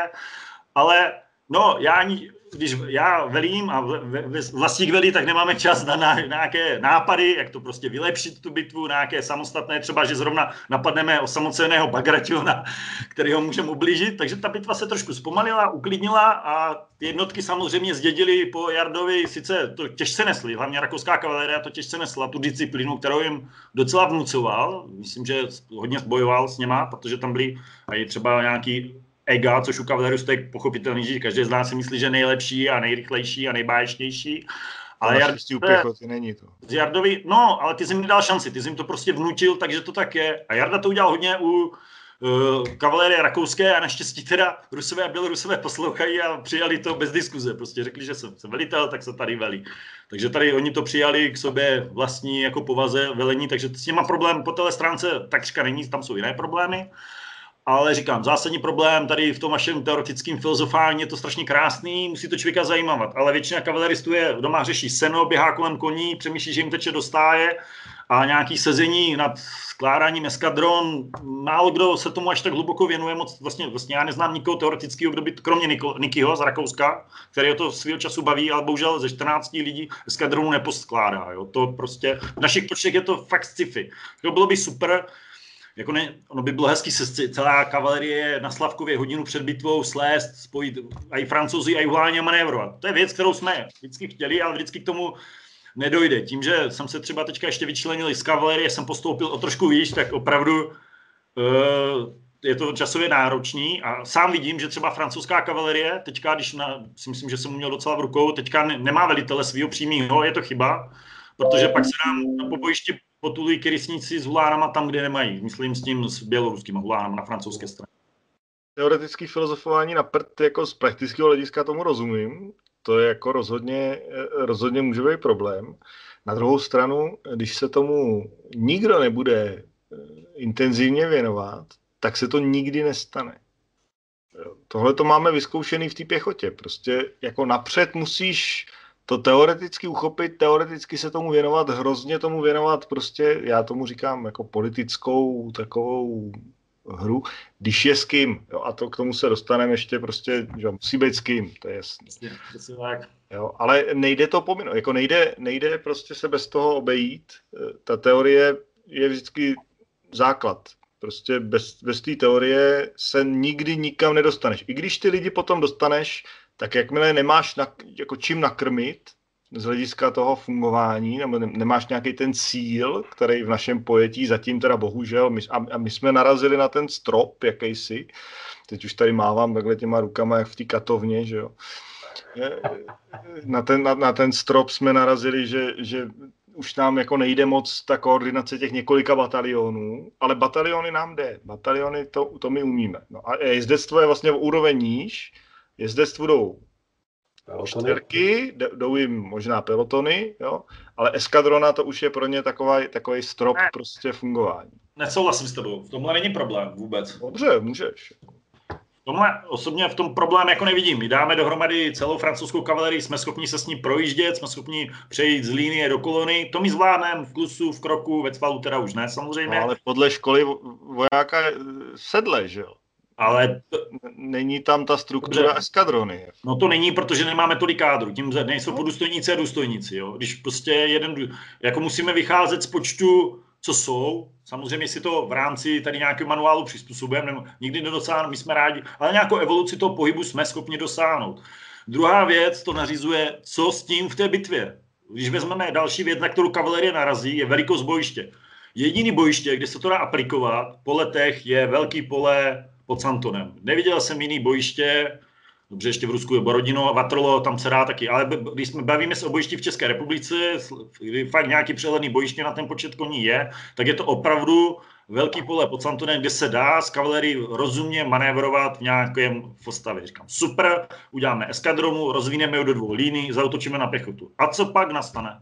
ale no, já ani, když já velím a Vlastík velí, tak nemáme čas na, na, na nějaké nápady, jak to prostě vylepšit tu bitvu, na nějaké samostatné, třeba, že zrovna napadneme osamoceného Bagrationa, který ho můžeme ublížit, takže ta bitva se trošku zpomalila, uklidnila a ty jednotky samozřejmě zdědili po Jardovi, sice to těžce nesli, hlavně rakouská kavalerie to těžce nesla, tu disciplínu, kterou jim docela vnucoval, myslím, že hodně bojoval s něma, protože tam byli i třeba nějaký ega, což u kavaléristů je pochopitelný, že každý z nás si myslí, že je nejlepší a nejrychlejší a nejbáječnější. Ale Jardovi, u pěchoty není to. Z Jardovi, no, ale ty jsi mi dal šanci, ty jsi jim to prostě vnutil, takže to tak je. A Jarda to udělal hodně u uh, kavalérie rakouské a naštěstí teda Rusové a Bělorusové poslouchají a přijali to bez diskuze. Prostě řekli, že jsem, jsem velitel, tak se tady velí. Takže tady oni to přijali k sobě vlastní jako povaze velení, takže s těma problém po téhle stránce takřka není, tam jsou jiné problémy. Ale říkám, zásadní problém tady v tom vašem teoretickém filozofání je to strašně krásný, musí to člověka zajímat, ale většina kavaleristů je doma řeší seno, běhá kolem koní, přemýšlí, že jim teče do stáje a nějaký sezení nad skládáním eskadron. Málo kdo se tomu až tak hluboko věnuje, moc vlastně, vlastně já neznám nikoho teoretického, kdo by, kromě Niko, Nikyho z Rakouska, který o to svého času baví, ale bohužel ze čtrnácti lidí eskadronu neposkládá. Jo. To prostě, v našich počtech je to fakt sci-fi. To bylo by super. Jako ne, ono by bylo hezký se celá kavalerie na Slavkově hodinu před bitvou slést, spojit a i Francouzi, a i Huláni a manévrovat. To je věc, kterou jsme vždycky chtěli, ale vždycky k tomu nedojde. Tím, že jsem se třeba teďka ještě vyčlenil z kavalerie, jsem postoupil o trošku výš, tak opravdu uh, je to časově náročný a sám vidím, že třeba francouzská kavalerie, teďka, když na, si myslím, že jsem měl docela v rukou, teďka ne, nemá velitele svýho přímýho, je to chyba, protože pak se nám na pobojišti potulují krysníci s hulánama tam, kde nemají. Myslím s tím s běloruskými hulánama na francouzské straně. Teoretické filozofování na prd jako z praktického hlediska tomu rozumím. To je jako rozhodně, rozhodně může být problém. Na druhou stranu, když se tomu nikdo nebude intenzivně věnovat, tak se to nikdy nestane. Tohle to máme vyzkoušený v té pěchotě. Prostě jako napřed musíš to teoreticky uchopit, teoreticky se tomu věnovat, hrozně tomu věnovat, prostě já tomu říkám jako politickou takovou hru, když je s kým, jo, a to k tomu se dostaneme ještě prostě, že musí být s kým, to je jasný. Jo, ale nejde to pominout, jako nejde, nejde prostě se bez toho obejít, ta teorie je vždycky základ, prostě bez, bez té teorie se nikdy nikam nedostaneš, i když ty lidi potom dostaneš, tak jakmile nemáš na, jako čím nakrmit z hlediska toho fungování, nebo nemáš nějaký ten cíl, který v našem pojetí zatím teda bohužel, my, a, a my jsme narazili na ten strop jakýsi, teď už tady mávám takhle těma rukama, jak v té katovně, že jo. Na ten, na, na ten strop jsme narazili, že, že už nám jako nejde moc ta koordinace těch několika batalionů, ale bataliony nám jde, bataliony to, to my umíme. No a jezdectvo je vlastně v úroveň níž, jezdectvu jdou čtvrky, jdou jim možná pelotony, jo, ale eskadrona to už je pro ně takový, takový strop ne. Prostě fungování. Nesouhlasím s tebou, v tomhle není problém vůbec. Dobře, můžeš. V tomhle osobně v tom problém jako nevidím. My dáme dohromady celou francouzskou kavalerii, jsme schopni se s ní projíždět, jsme schopni přejít z linie do kolony, to my zvládneme v klusu, v kroku, ve cvalu teda už ne samozřejmě. No, ale podle školy vojáka sedle, že jo? Ale to, není tam ta struktura dobře. eskadrony. No to není, protože nemáme tolik kádru, tím nejsou podůstojníci a důstojníci. Jo? Když prostě jeden, jako musíme vycházet z počtu, co jsou, samozřejmě si to v rámci tady nějakého manuálu přizpůsobujeme, nikdy nedosáhneme, my jsme rádi, ale nějakou evoluci toho pohybu jsme schopni dosáhnout. Druhá věc, to nařizuje, co s tím v té bitvě. Když vezmeme další věc, na kterou kavalerie narazí, je velikost bojiště. Jediný bojiště, kde se to dá aplikovat po letech, je velký pole pod Santonem. Neviděl jsem jiný bojiště, dobře, ještě v Rusku je Borodino, Vatrlo, tam se dá taky, ale když jsme bavíme se o bojišti v České republice, kdy fakt nějaký přehledný bojiště na ten počet koní je, tak je to opravdu velký pole pod Santonem, kde se dá z kavalerií rozumně manévrovat v nějakém postavě. Říkám, super, uděláme eskadronu, rozvineme ho do dvou líní, zaútočíme na pěchotu. A co pak nastane?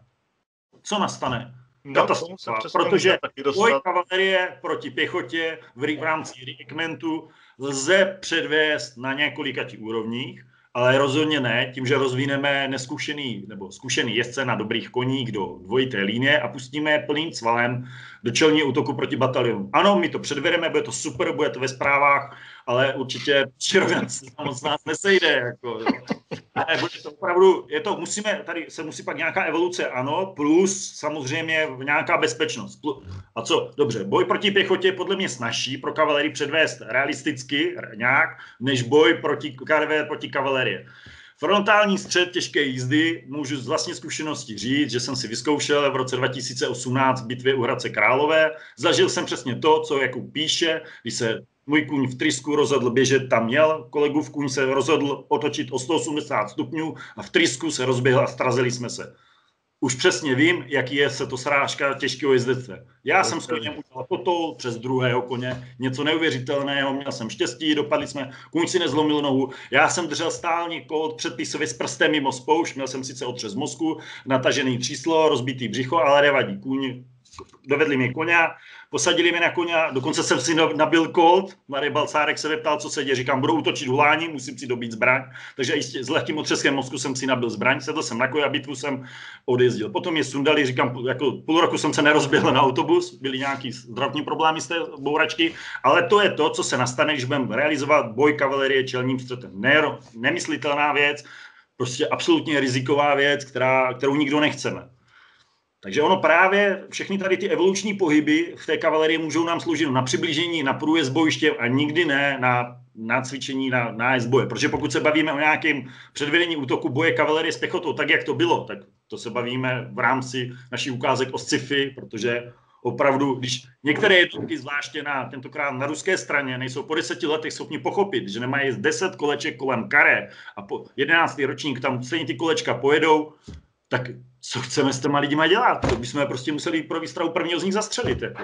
Co nastane? Katastrofa, no, protože boj kavalerie proti pěchotě v rámci regimentu lze předvést na několika úrovních, ale rozhodně ne tím, že rozvineme neskušený nebo zkušený jezdce na dobrých koních do dvojité linie a pustíme je plným cvalem do čelního útoku proti batalionu. Ano, my to předvedeme, bude to super, bude to ve zprávách, ale určitě červenec se moc nás nesejde. Jako, ale bude to opravdu, je to, musíme, tady se musí pak nějaká evoluce, ano, plus samozřejmě nějaká bezpečnost. A co? Dobře, boj proti pěchotě je podle mě snazší pro kavalerii předvést realisticky nějak, než boj proti, proti kavalerie. Frontální střed těžké jízdy můžu z vlastní zkušenosti říct, že jsem si vyzkoušel v roce dva tisíce osmnáct v bitvě u Hradce Králové. Zažil jsem přesně to, co Jakub píše, když se můj kůň v trysku rozhodl běžet, tam měl, kolegův kůň se rozhodl otočit o sto osmdesát stupňů a v trysku se rozběhl a strazili jsme se. Už přesně vím, jaký je se to srážka těžkého jezdece. Já jsem s koněm udělal potol přes druhého koně, něco neuvěřitelného, měl jsem štěstí, dopadli jsme, kůň si nezlomil nohu, já jsem držel stálně kolt předpisově s prstem mimo spoušť, měl jsem sice otřes mozku, natažený tříslo, rozbitý břicho, ale nevadí, kůň, dovedli mě koně, posadili mě na koně, dokonce jsem si nabil kolt, Marek Balcárek se vyptal, co se děje, říkám, budou útočit huláním, musím si dobít zbraň, takže i s lehkým otřeskem mozku jsem si nabil zbraň, sedl jsem na koně a bitvu jsem odjezdil. Potom je sundali, říkám, jako půl roku jsem se nerozběhl na autobus, byly nějaký zdravotní problémy z té bouračky, ale to je to, co se nastane, když budeme realizovat boj kavalerie čelním střetem. Ne, nemyslitelná věc, prostě absolutně riziková věc, která, kterou nikdo nechceme. Takže ono právě, všechny tady ty evoluční pohyby v té kavalerii můžou nám sloužit na přiblížení, na průjezd bojiště a nikdy ne na, na cvičení, na nájezd boje. Protože pokud se bavíme o nějakém předvedení útoku boje kavalerie s pěchotou, tak jak to bylo, tak to se bavíme v rámci našich ukázek o sci-fi, protože opravdu, když některé jednotky, zvláště na, tentokrát na ruské straně, nejsou po deseti letech schopni pochopit, že nemají deset koleček kolem karé a po jedenáctý ročník tam stejně ty kolečka pojedou, tak co chceme s těma lidima dělat? To bychom prostě museli pro výstrahu prvního z nich zastřelit. Jako.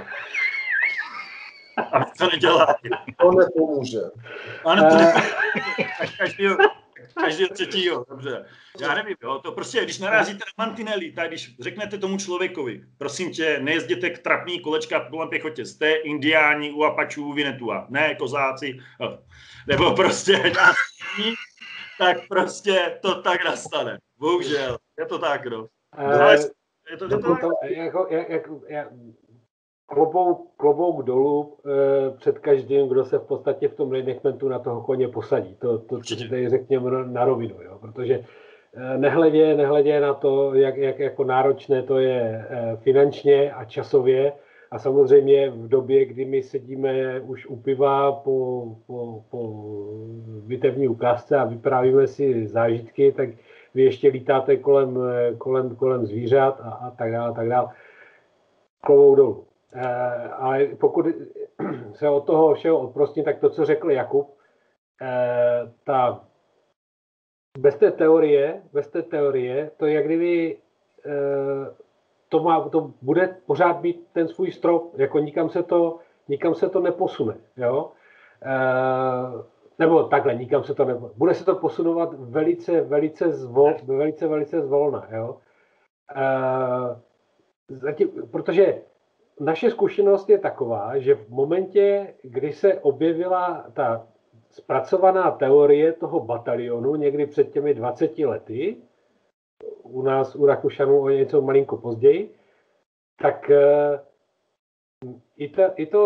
A to nedělá. To nepomůže. Ano, to nepomůže. Každýho, každýho třetího, dobře. Já nevím, jo, to prostě, když narazíte na mantinely, tak když řeknete tomu člověkovi, prosím tě, nejezděte k trapný kolečka kolem pěchotě, jste indiáni u Apačů, u Vinetua, ne kozáci, nebo prostě tak prostě to tak nastane. Bohužel, je to tak, no. Ale je to, je to, to jako, jak, jak, jak, klobouk, klobouk dolů e, před každým, kdo se v podstatě v tom reenactmentu na toho koně posadí. To, to, to si tady řekněme na rovinu, jo? Protože e, nehledě, nehledě na to, jak, jak jako náročné to je e, finančně a časově, a samozřejmě v době, kdy my sedíme už u piva po, po, po bitevní ukázce a vyprávíme si zážitky, tak vy ještě lítáte kolem, kolem, kolem zvířat a, a tak dále, tak dále. Klobouk dolů. E, ale pokud se od toho všeho odprostím, tak to, co řekl Jakub, e, ta, bez té teorie, bez té teorie, to je jak kdyby e, to, má, to bude pořád být ten svůj strop, jako nikam se to, nikam se to neposune, jo. E, nebo takhle, nikam se to neposune. Bude se to posunovat velice, velice, zvol, velice, velice zvolna, jo. E, zatím, protože naše zkušenost je taková, že v momentě, kdy se objevila ta zpracovaná teorie toho batalionu někdy před těmi dvaceti lety, u nás, u Rakušanů o něco malinko později, tak i to, i to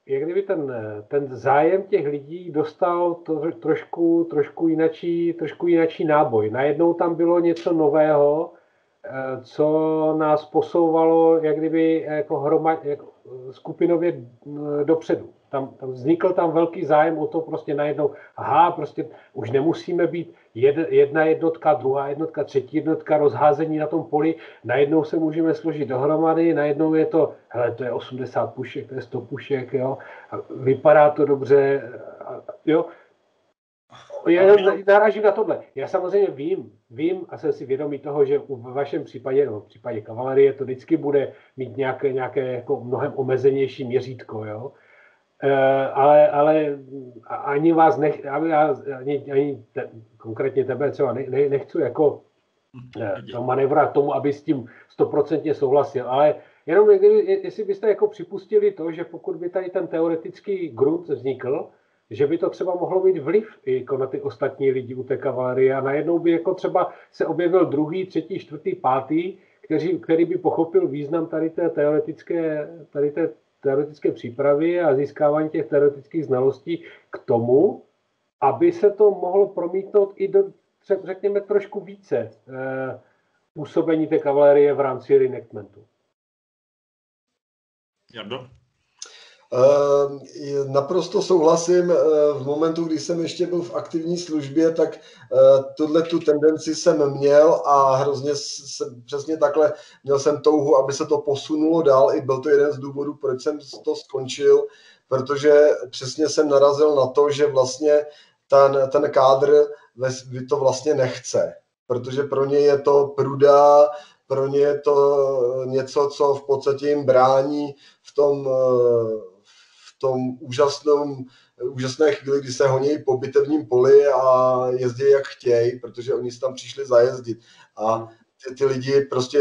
jak kdyby ten, ten zájem těch lidí dostal to, trošku, trošku, jinačí, trošku jinačí náboj. Najednou tam bylo něco nového, co nás posouvalo jak kdyby jako hromad, jako skupinově dopředu. Tam, tam vznikl tam velký zájem o to prostě najednou, aha, prostě už nemusíme být jed, jedna jednotka, druhá jednotka, třetí jednotka, rozházení na tom poli, najednou se můžeme složit dohromady, najednou je to, hele, to je osmdesát pušek, to je sto pušek, jo, a vypadá to dobře, jo. Já narážím na tohle. Já samozřejmě vím, vím a jsem si vědomý toho, že v vašem případě, no v případě kavalerie to vždycky bude mít nějaké, nějaké jako mnohem omezenější měřítko, jo. E, ale, ale ani vás nech, ani, ani te, konkrétně tebe třeba ne, ne, nechci jako to manévrovat tomu, aby s tím stoprocentně souhlasil, ale jenom jestli byste jako připustili to, že pokud by tady ten teoretický grunt vznikl, že by to třeba mohlo mít vliv i jako na ty ostatní lidi u té kavalerie a najednou by jako třeba se objevil druhý, třetí, čtvrtý, pátý, který, který by pochopil význam tady té teoretické, tady té teoretické přípravy a získávání těch teoretických znalostí k tomu, aby se to mohlo promítnout i do, řekněme, trošku více eh, působení té kavalerie v rámci reenactmentu. Jardo? Uh, naprosto souhlasím. Uh, v momentu, kdy jsem ještě byl v aktivní službě, tak uh, tuhle tu tendenci jsem měl a hrozně jsem přesně takhle měl jsem touhu, aby se to posunulo dál. I byl to jeden z důvodů, proč jsem to skončil, protože přesně jsem narazil na to, že vlastně ten, ten kádr to vlastně nechce, protože pro ně je to pruda, pro ně je to něco, co v podstatě jim brání v tom v tom úžasném, úžasné chvíli, kdy se honí po bitevním poli a jezdí jak chtějí, protože oni si tam přišli zajezdit. A ty, ty lidi prostě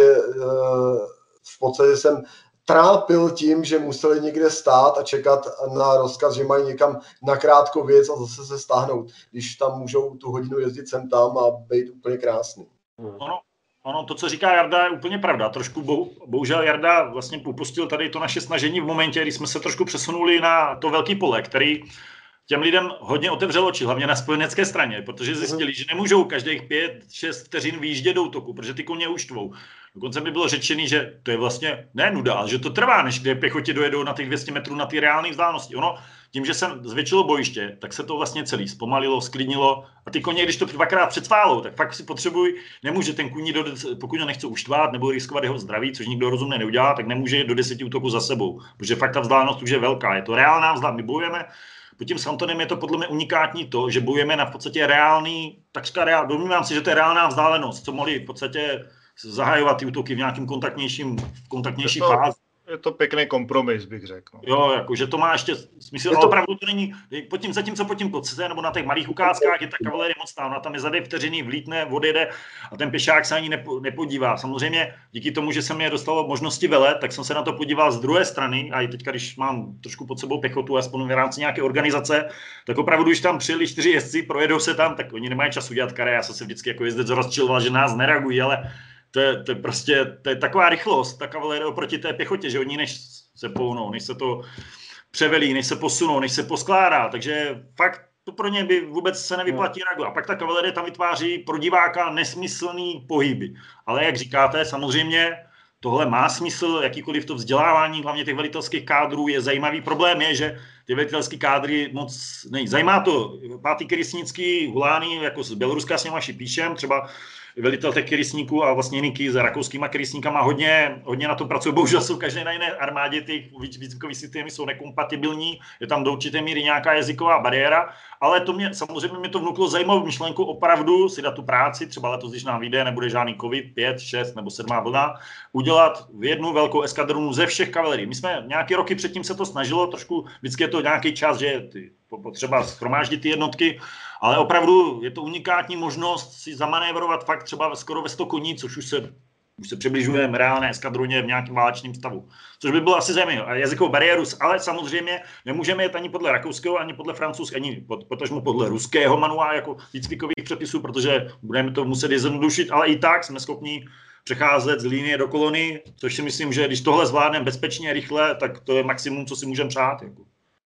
v podstatě jsem trápil tím, že museli někde stát a čekat na rozkaz, že mají někam nakrátko věc a zase se stáhnout, když tam můžou tu hodinu jezdit sem tam a být úplně krásný. Ono, ono, to, co říká Jarda, je úplně pravda. Trošku bou, bohužel Jarda vlastně upustil tady to naše snažení v momentě, kdy jsme se trošku přesunuli na to velký pole, který těm lidem hodně otevřel oči, hlavně na spojenecké straně, protože zjistili, že nemůžou každých pět, šest vteřin výjíždět do útoku, protože ty koně uštvou. Dokonce mi bylo řečený, že to je vlastně ne nuda, ale že to trvá, než kde pěchotě dojedou na těch dvě stě metrů na ty reálné vzdálenosti. Ono, tím, že jsem zvětšilo bojiště, tak se to vlastně celý zpomalilo, sklidnilo a ty koně, když to dvakrát předsválou, tak fakt si potřebují, nemůže ten kůň, do, pokud ho nechce uštvát nebo riskovat jeho zdraví, což nikdo rozumně neudělá, tak nemůže jít do deseti útoků za sebou, protože fakt ta vzdálenost už je velká, je to reálná vzdálenost, my bojujeme. Pod tím Santonem je to podle mě unikátní to, že bojujeme na v podstatě reálný, takřka reál, domnívám si, že to je reálná vzdálenost, co mohli v podstatě zahajovat ty útoky v nějakým kontaktnějším, kontaktnější je to, fázi. Je to pěkný kompromis, bych řekl. Jo, jako, že to má ještě smysl, ale opravdu to není, pod tím, zatímco pod tím kocce, nebo na těch malých ukázkách je ta kavalerie moc tam, ona tam je za dvě vteřiny, vlítne, odjede a ten pěšák se ani nepo, nepodívá. Samozřejmě díky tomu, že se mě dostalo možnosti velet, tak jsem se na to podíval z druhé strany a i teď, když mám trošku pod sebou pěchotu, aspoň v rámci nějaké organizace, tak opravdu, když tam přijeli čtyři jezdci, projedou se tam, tak oni nemají čas udělat kare, já jsem se vždycky jako jezdec rozčiloval, že nás nereagují, ale to je, to je prostě to je taková rychlost, ta kavalerie oproti té pěchotě, že oni než se pohnou, než se to převelí, než se posunou, než se poskládá, takže fakt to pro ně by vůbec se nevyplatí reagovat. A pak ta kavalerie tam vytváří pro diváka nesmyslný pohyby. Ale jak říkáte, samozřejmě tohle má smysl, jakýkoliv to vzdělávání, hlavně těch velitelských kádrů je zajímavý. Problém je, že ty velitelské kádry moc nej. Zajímá to pátý krysnický Hulány, jako z Běloruska s němaši píšem, třeba velitel těch krysníků a vlastně Niky s rakouskýma krysníkama hodně, hodně na to pracují. Bohužel jsou každé na jiné armádě, ty výcvikové systémy jsou nekompatibilní, je tam do určité míry nějaká jazyková bariéra, ale to mě, samozřejmě mě to vnuklo zajímavou myšlenku opravdu si dát tu práci, třeba letos, když nám vyjde, nebude žádný covid, pět, šest nebo sedmá vlna, udělat v jednu velkou eskadronu ze všech kavalerií. My jsme nějaké roky předtím se to snažilo, trošku vždycky je to nějaký čas, že je potřeba shromáždit ty jednotky, ale opravdu je to unikátní možnost si zamanévrovat fakt třeba skoro ve sto koní, což už se, už se přibližujeme reálné eskadroně v nějakém válečném stavu. Což by bylo asi zajímavé. A jazykovou bariéru, ale samozřejmě nemůžeme jet ani podle rakouského, ani podle francouzského, ani potažmo podle ruského manuálu jako výcvikových předpisů, protože budeme to muset zjednodušit, ale i tak jsme schopni přecházet z linie do kolony, což si myslím, že když tohle zvládneme bezpečně, rychle, tak to je maximum, co si můžeme přát. Jako.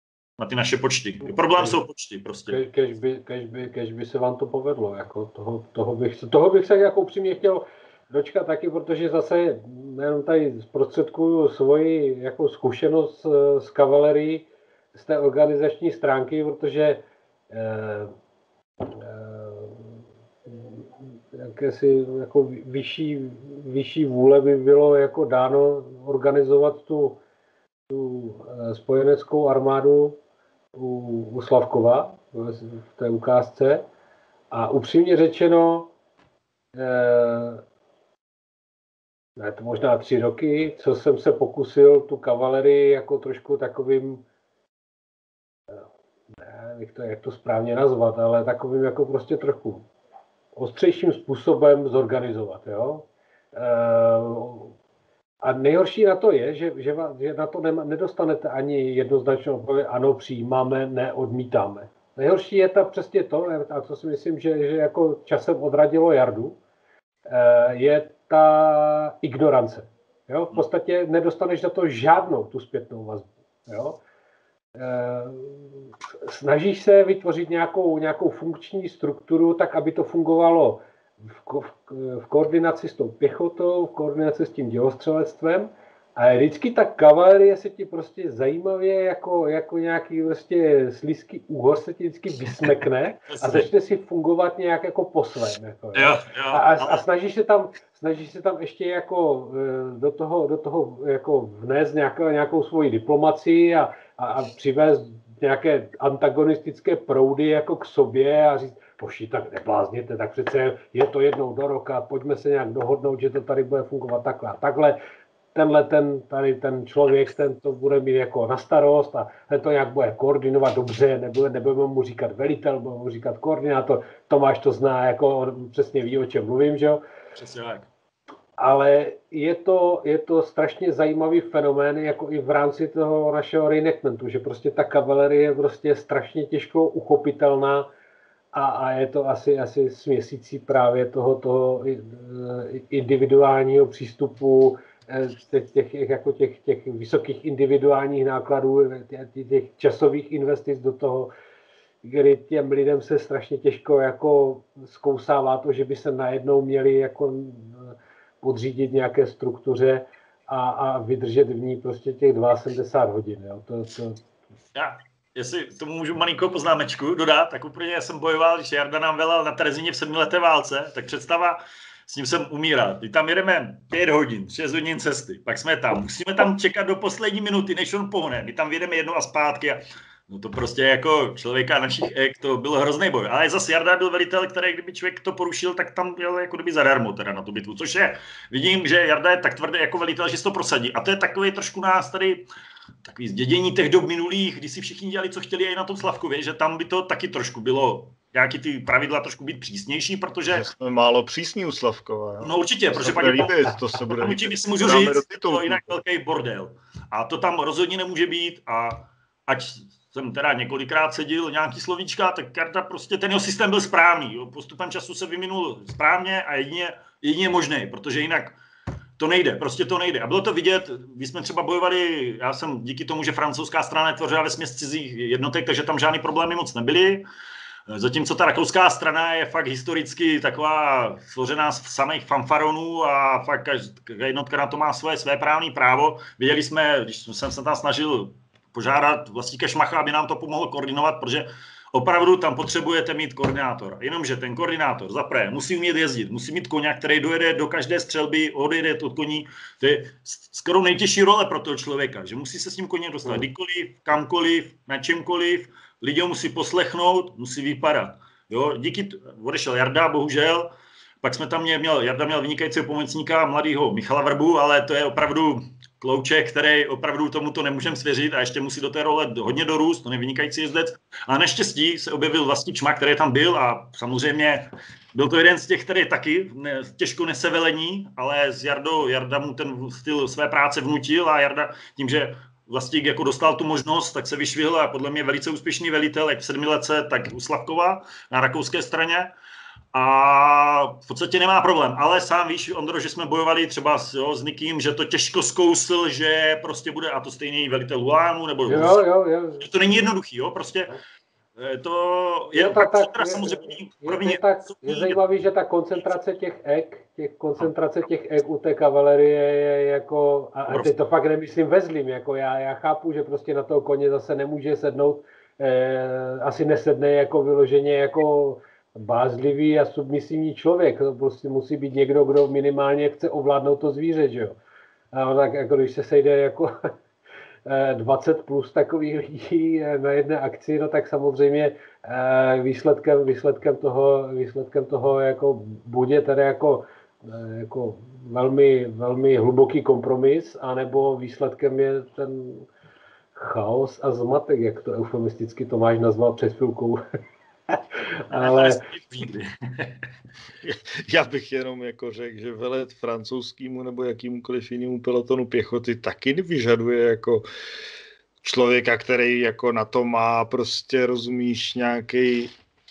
na ty naše počty. Problém jsou počty prostě. Kež by, kež by, kež by se vám to povedlo, jako toho, toho, bych, toho bych se jako upřímně chtěl dočkat taky, protože zase jenom tady zprostředkuju svoji jako zkušenost s kavalerií z té organizační stránky, protože eh, eh, jakési jako vyšší, vyšší vůle by bylo jako dáno organizovat tu, tu spojeneckou armádu u, u Slavkova v té ukázce a upřímně řečeno eh, ne, to možná tři roky, co jsem se pokusil tu kavalerii jako trošku takovým, ne, jak to, jak to správně nazvat, ale takovým jako prostě trochu ostřejším způsobem zorganizovat, jo. E, a nejhorší na to je, že, že, že na to nema, nedostanete ani jednoznačnou odpověď, ano, přijímáme, ne, odmítáme. Nejhorší je ta přesně to, a co si myslím, že, že jako časem odradilo Jardu, e, je ta ignorance. Jo? V podstatě nedostaneš za to žádnou tu zpětnou vazbu. Jo? E, snažíš se vytvořit nějakou, nějakou funkční strukturu tak, aby to fungovalo v, ko, v, v koordinaci s tou pěchotou, v koordinaci s tím dělostřelectvem. A vždycky ta kavalerie se ti prostě zajímavě jako, jako nějaký prostě slizký úhor se ti vždycky vysmekne a začne si fungovat nějak jako po svém. Jako, jo, jo, a, a, a snažíš se tam, snažíš se tam ještě jako do toho, do toho jako vnést nějakou, nějakou svoji diplomacii a, a, a přivést nějaké antagonistické proudy jako k sobě a říct, poši, tak neblázněte, tak přece je to jednou do roka, pojďme se nějak dohodnout, že to tady bude fungovat takhle a takhle. Tenhle ten, tady ten člověk, ten to bude mít jako na starost a ten to nějak bude koordinovat dobře, nebude, nebudeme mu říkat velitel, budeme mu říkat koordinátor. Tomáš to zná, jako on přesně ví, o čem mluvím, že jo? Přesně tak. Ale je to, je to strašně zajímavý fenomén, jako i v rámci toho našeho reenactmentu, že prostě ta kavalerie je prostě strašně těžko uchopitelná a, a je to asi, asi směsící právě toho, toho individuálního přístupu, Těch, těch, jako těch, těch vysokých individuálních nákladů, těch, těch časových investic do toho, kdy těm lidem se strašně těžko jako zkousává to, že by se najednou měli jako podřídit nějaké struktuře a, a vydržet v ní prostě těch sedmdesát dva hodin. Jo. To, to... Já, jestli tomu můžu malinkou poznámečku dodat, tak úplně jsem bojoval, když Jarda nám velel na Terezíně v sedmileté válce, tak představa, s ním jsem umíral. Když tam jedeme pět hodin, šest hodin cesty, pak jsme tam. Musíme tam čekat do poslední minuty, než on pohne. My tam jedeme jednou a zpátky. A no to prostě jako člověka našich ek, to byl hrozný boj. Ale zase Jarda byl velitel, který kdyby člověk to porušil, tak tam byl jako kdyby zadarmo teda na tu bitvu. Což je, vidím, že Jarda je tak tvrdý jako velitel, že si to prosadí. A to je takový trošku nás tady takový zdědění těch dob minulých, kdy si všichni dělali, co chtěli i na tom Slavkově, že tam by to taky trošku bylo nějaký ty pravidla trošku být přísnější, protože... Že jsme málo přísní u Slavkova. Jo? No určitě, to protože pak líbit, je to, to se bude určitě si můžu říct, to je jinak velký bordel. A to tam rozhodně nemůže být a ať jsem teda několikrát sedil nějaký slovíčka, tak Jarda prostě, ten jeho systém byl správný. Jo? Postupem času se vyvinul správně a jedině, jedině možný, protože jinak to nejde, prostě to nejde. A bylo to vidět, když jsme třeba bojovali, já jsem díky tomu, že francouzská strana tvořila vesměs cizích jednotek, takže tam žádný problémy moc nebyly. Zatímco ta rakouská strana je fakt historicky taková složená z samých fanfaronů a fakt každá jednotka na to má svoje své právní právo. Viděli jsme, když jsem se tam snažil požádat vlastníka Šmacha, aby nám to pomohl koordinovat, protože opravdu tam potřebujete mít koordinátora. Jenomže ten koordinátor zaprvé musí umět jezdit, musí mít koně, který dojede do každé střelby, odejde od koní. To je skoro nejtěžší role pro toho člověka, že musí se s tím koněm dostat kdykoliv, kamkoliv, na čemkoliv. Lidi ho musí poslechnout, musí vypadat. Jo, díky, t- odešel Jarda, bohužel, pak jsme tam měl, Jarda měl vynikajícího pomocníka, mladýho Michala Vrbu, ale to je opravdu klouček, který opravdu tomu to nemůžeme svěřit a ještě musí do té role hodně dorůst, to je vynikající jezdec. A naštěstí se objevil vlastní Čmach, který tam byl a samozřejmě byl to jeden z těch, který taky ne, těžko nese velení, ale s Jardou, Jarda mu ten styl své práce vnutil a Jarda tím, že Vlastník jako dostal tu možnost, tak se vyšvihl a podle mě velice úspěšný velitel, jak v sedmiletce, tak u Slavkova na rakouské straně. a v podstatě nemá problém. Ale sám víš, Ondro, že jsme bojovali třeba s, jo, s někým, že to těžko zkousl, že prostě bude, a to stejný velitel Huánu, nebo Jo, jo, jo. že to není jednoduchý, jo, prostě to je, je tak, tak, tak, samozřejmě je, je, je, tak, je zajímavý, že ta koncentrace těch ek, těch koncentrace těch ek u té kavalerie je jako, a, a teď to fakt nemyslím ve zlým, jako já, já chápu, že prostě na toho koně zase nemůže sednout, eh, asi nesedne jako vyloženě jako bázlivý a submisivní člověk, to prostě musí být někdo, kdo minimálně chce ovládnout to zvíře, že jo. A tak jako když se sejde jako dvacet plus takových lidí na jedné akci, no tak samozřejmě výsledkem, výsledkem toho, výsledkem toho jako bude tady jako, jako velmi, velmi hluboký kompromis, anebo výsledkem je ten chaos a zmatek, jak to eufemisticky Tomáš nazval před chvilkou. Ale já bych jenom jako řekl, že velet francouzskému nebo jakýmukoliv jinému pelotonu pěchoty taky vyžaduje jako člověka, který jako na to má prostě, rozumíš, nějaký...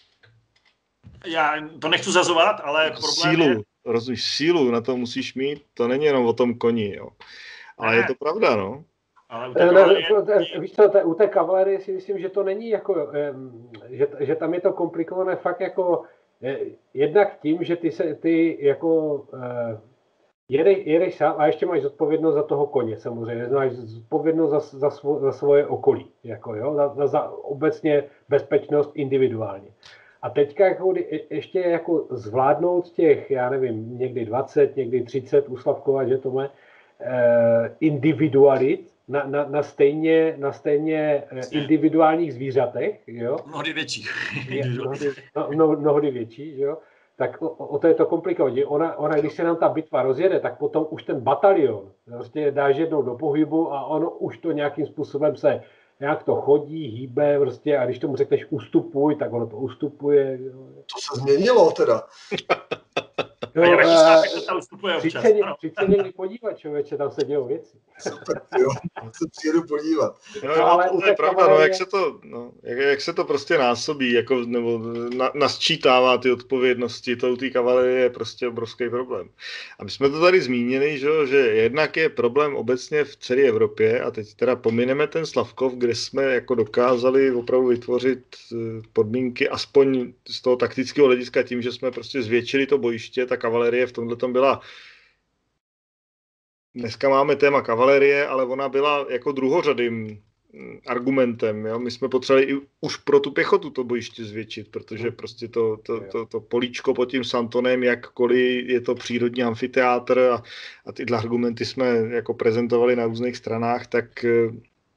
Já to nechci zazovat, ale problém sílu, je... rozumíš, sílu na to musíš mít, to není jenom o tom koni, jo. Ale ne. Je to pravda, no. Ale u té kavalerie... Víš co, u té kavalerie si myslím, že to není jako, že, že tam je to komplikované fakt jako jednak tím, že ty se, ty jako jedeš, jedeš sám a ještě máš zodpovědnost za toho koně samozřejmě, máš zodpovědnost za, za, svo, za svoje okolí, jako jo, za, za obecně bezpečnost individuálně. A teďka jako, ještě jako zvládnout těch, já nevím, někdy dvacet, někdy třicet, uslavkovat, že to má eh, individualit, Na, na, na stejně, na stejně individuálních zvířatech, jo? Mnohdy větších. mnohdy, no, mnohdy větší, jo? Tak o, o to je to komplikované. Ona, ona, když se nám ta bitva rozjede, tak potom už ten batalion prostě dáš jednou do pohybu a ono už to nějakým způsobem se nějak to chodí, hýbe, prostě, a když tomu řekneš ustupuj, tak ono to ustupuje. Jo? To se změnilo teda. Jo, a a, se ustupuje občas. Přijď se někdy podívat, člověče, tam se dějou věci. Super, jo, se přijedu podívat. Jo, jo, ale to je pravda, no, jak, se to, no, jak, jak se to prostě násobí, jako, nebo na, nasčítává ty odpovědnosti, to u té kavalerie je prostě obrovský problém. A my jsme to tady zmínili, že, že jednak je problém obecně v celé Evropě, a teď teda pomineme ten Slavkov, kde jsme jako dokázali opravdu vytvořit podmínky, aspoň z toho taktického hlediska tím, že jsme prostě zvětšili to bojiště, tak kavalerie v tomhle tom byla, dneska máme téma kavalerie, ale ona byla jako druhořadým argumentem. Jo? My jsme potřebovali i už pro tu pěchotu to bojiště zvětšit, protože prostě to, to, to, to políčko pod tím Santonem, jakkoliv je to přírodní amfiteátr a, a tyhle argumenty jsme jako prezentovali na různých stranách, tak uh,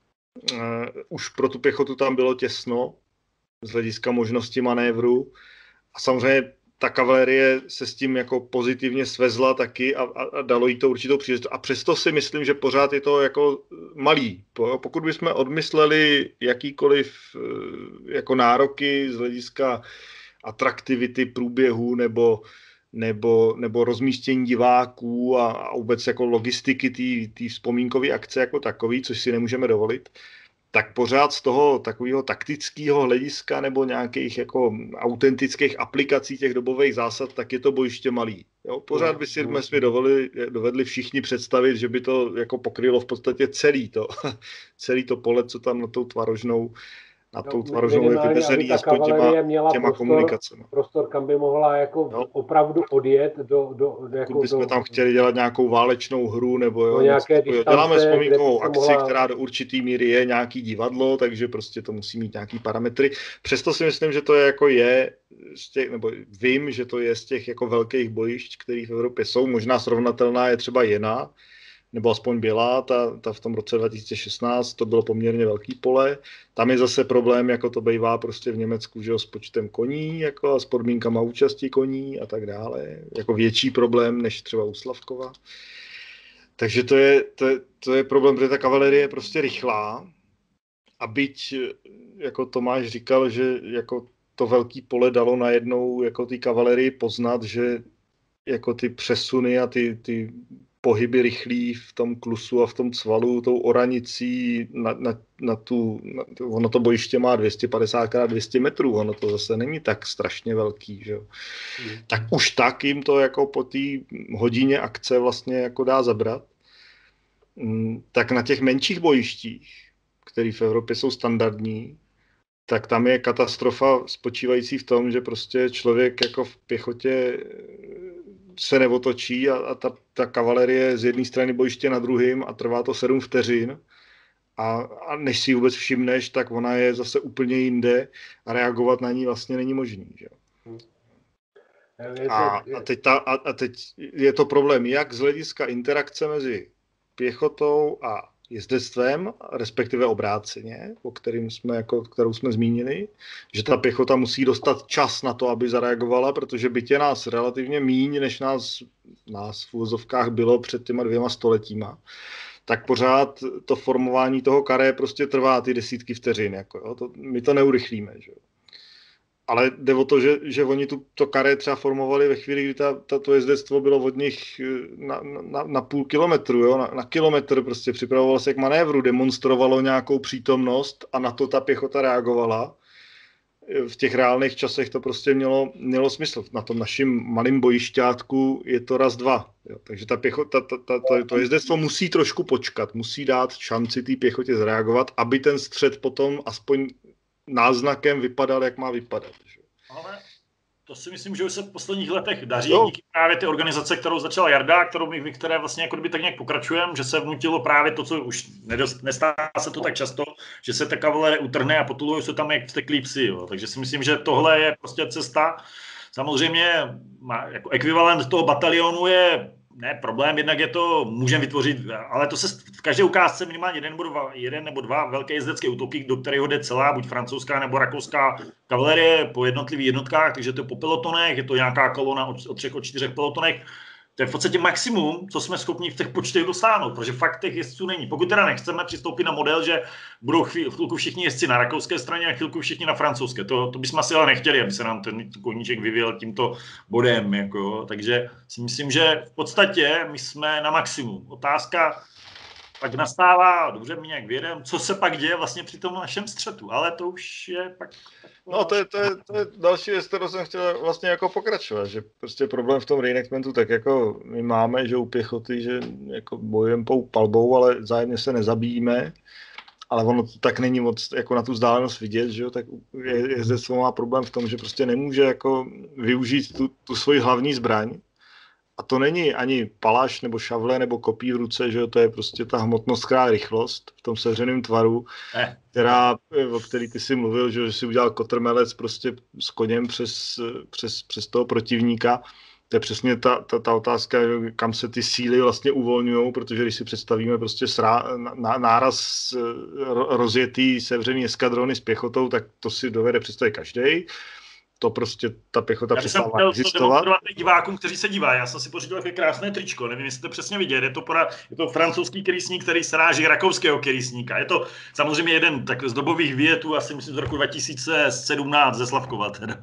už pro tu pěchotu tam bylo těsno z hlediska možnosti manévru a samozřejmě ta kavalerie se s tím jako pozitivně svezla taky a, a, a dalo jí to určitou příležitost. A přesto si myslím, že pořád je to jako malý. Pokud bychom odmysleli jakýkoliv jako nároky z hlediska atraktivity průběhu nebo, nebo, nebo rozmístění diváků a, a vůbec jako logistiky té vzpomínkové akce jako takový, což si nemůžeme dovolit, tak pořád z toho takového taktického hlediska nebo nějakých jako autentických aplikací těch dobových zásad, tak je to bojiště malý. Jo? Pořád by si jsme dovedli, dovedli všichni představit, že by to jako pokrylo v podstatě celý to, celý to pole, co tam na tou tvarožnou na no, tou tvarožnou je vyvezený aspoň těma, těma prostor, komunikacemi. Prostor, kam by mohla jako no. opravdu odjet do... do, do jako bychom do, tam chtěli dělat nějakou válečnou hru, nebo jo, nějaké distance, děláme vzpomínkovou akci, mohla... která do určitý míry je nějaký divadlo, takže prostě to musí mít nějaký parametry. Přesto si myslím, že to je jako je, z těch, nebo vím, že to je z těch jako velkých bojišť, které v Evropě jsou. Možná srovnatelná je třeba Jena, nebo aspoň byla, ta, ta v tom roce dva tisíce šestnáct, to bylo poměrně velký pole. Tam je zase problém, jako to bývá prostě v Německu, že jo, s počtem koní, jako a s podmínkama účasti koní a tak dále. Jako větší problém, než třeba u Slavkova. Takže to je, to je, to je problém, protože ta kavalerie je prostě rychlá. A byť, jako Tomáš říkal, že jako to velký pole dalo najednou jako ty kavalerii poznat, že jako ty přesuny a ty, ty pohyby rychlý v tom klusu a v tom cvalu, tou oranicí na, na, na tu, na, ono to bojiště má dvě stě padesát krát dvě stě metrů, ono to zase není tak strašně velký, že? Mm. Tak už tak jim to jako po té hodině akce vlastně jako dá zabrat. Mm, tak na těch menších bojištích, které v Evropě jsou standardní, tak tam je katastrofa spočívající v tom, že prostě člověk jako v pěchotě se neotočí a, a ta, ta kavalerie z jedné strany bojiště na druhým a trvá to sedm vteřin a, a než si ji vůbec všimneš, tak ona je zase úplně jinde a reagovat na ní vlastně není možný. Že? A, a, teď ta, a, a teď je to problém jak z hlediska interakce mezi pěchotou a jezdectvem, respektive obráceně, o kterým jsme, jako, kterou jsme zmínili, že ta pěchota musí dostat čas na to, aby zareagovala, protože byť je nás relativně míň, než nás, nás v uvozovkách bylo před těma dvěma stoletíma, tak pořád to formování toho karé prostě trvá ty desítky vteřin. Jako, jo, to, my to neurychlíme. Že? Ale jde o to, že, že oni tu, to karé třeba formovali ve chvíli, kdy ta, ta, to jezdectvo bylo od nich na, na, na půl kilometru, jo? Na, na kilometr prostě připravovalo se k manévru, demonstrovalo nějakou přítomnost a na to ta pěchota reagovala. V těch reálných časech to prostě mělo, mělo smysl. Na tom našem malém bojišťátku je to raz, dva. Jo? Takže ta pěchota, ta, ta, ta, to jezdectvo musí trošku počkat, musí dát šanci té pěchotě zareagovat, aby ten střed potom aspoň náznakem vypadal, jak má vypadat. Že? Ale to si myslím, že už se v posledních letech daří jo. Díky právě ty organizace, kterou začala Jarda, kterou my, které vlastně jako kdyby tak nějak pokračujeme, že se vnutilo právě to, co už nedost, nestává se to tak často, že se ta kavalerie utrhne a potulují se tam jak vsteklí psy. Jo. Takže si myslím, že tohle je prostě cesta. Samozřejmě má, jako ekvivalent toho batalionu je ne problém, jednak je to, můžeme vytvořit, ale to se v každé ukázce minimálně jeden nebo dva, jeden nebo dva velké jezdecké útoky, do kterého jde celá, buď francouzská nebo rakouská kavalerie po jednotlivých jednotkách, takže to je po pelotonech, je to nějaká kolona o, o třech, o čtyřech pelotonech. To je v podstatě maximum, co jsme schopni v těch počtech dosáhnout, protože fakt těch jezdců není. Pokud teda nechceme přistoupit na model, že budou chvíli, chvilku všichni jezdci na rakouské straně a chvilku všichni na francouzské. To, to bychom asi ale nechtěli, aby se nám ten koníček vyvíjel tímto bodem. Jako. Takže si myslím, že v podstatě my jsme na maximum. Otázka pak nastává, dobře, my nějak vědem, co se pak děje vlastně při tom našem střetu, ale to už je pak... No to je, to je, to je další věc, kterou jsem chtěl vlastně jako pokračovat, že prostě problém v tom reenactmentu, tak jako my máme, že u pěchoty, že jako bojujeme pou palbou, ale vzájemně se nezabíjíme, ale ono to tak není moc jako na tu vzdálenost vidět, že jo, tak je, jezdectvo má problém v tom, že prostě nemůže jako využít tu, tu svoji hlavní zbraň. A to není ani paláš nebo šavle nebo kopí v ruce, že jo, to je prostě ta hmotnost, která rychlost v tom sevřeném tvaru, eh. která, o který ty si mluvil, že, že si udělal kotrmelec prostě s koněm přes, přes, přes toho protivníka. To je přesně ta, ta, ta otázka, kam se ty síly vlastně uvolňují, protože když si představíme prostě srá, ná, náraz rozjetý sevřený eskadrony s pěchotou, tak to si dovede představit každej. To prostě ta pěchota přestává existovat. Já bych divákům, kteří se dívají. Já jsem si pořídil takové krásné tričko, nevím, jestli to přesně vidět. Je to, pora, je to francouzský kerýsník, který sráží rakouského kerýsníka. Je to samozřejmě jeden tak z dobových výjetů, asi myslím z roku dva tisíce sedmnáct ze Slavkova teda.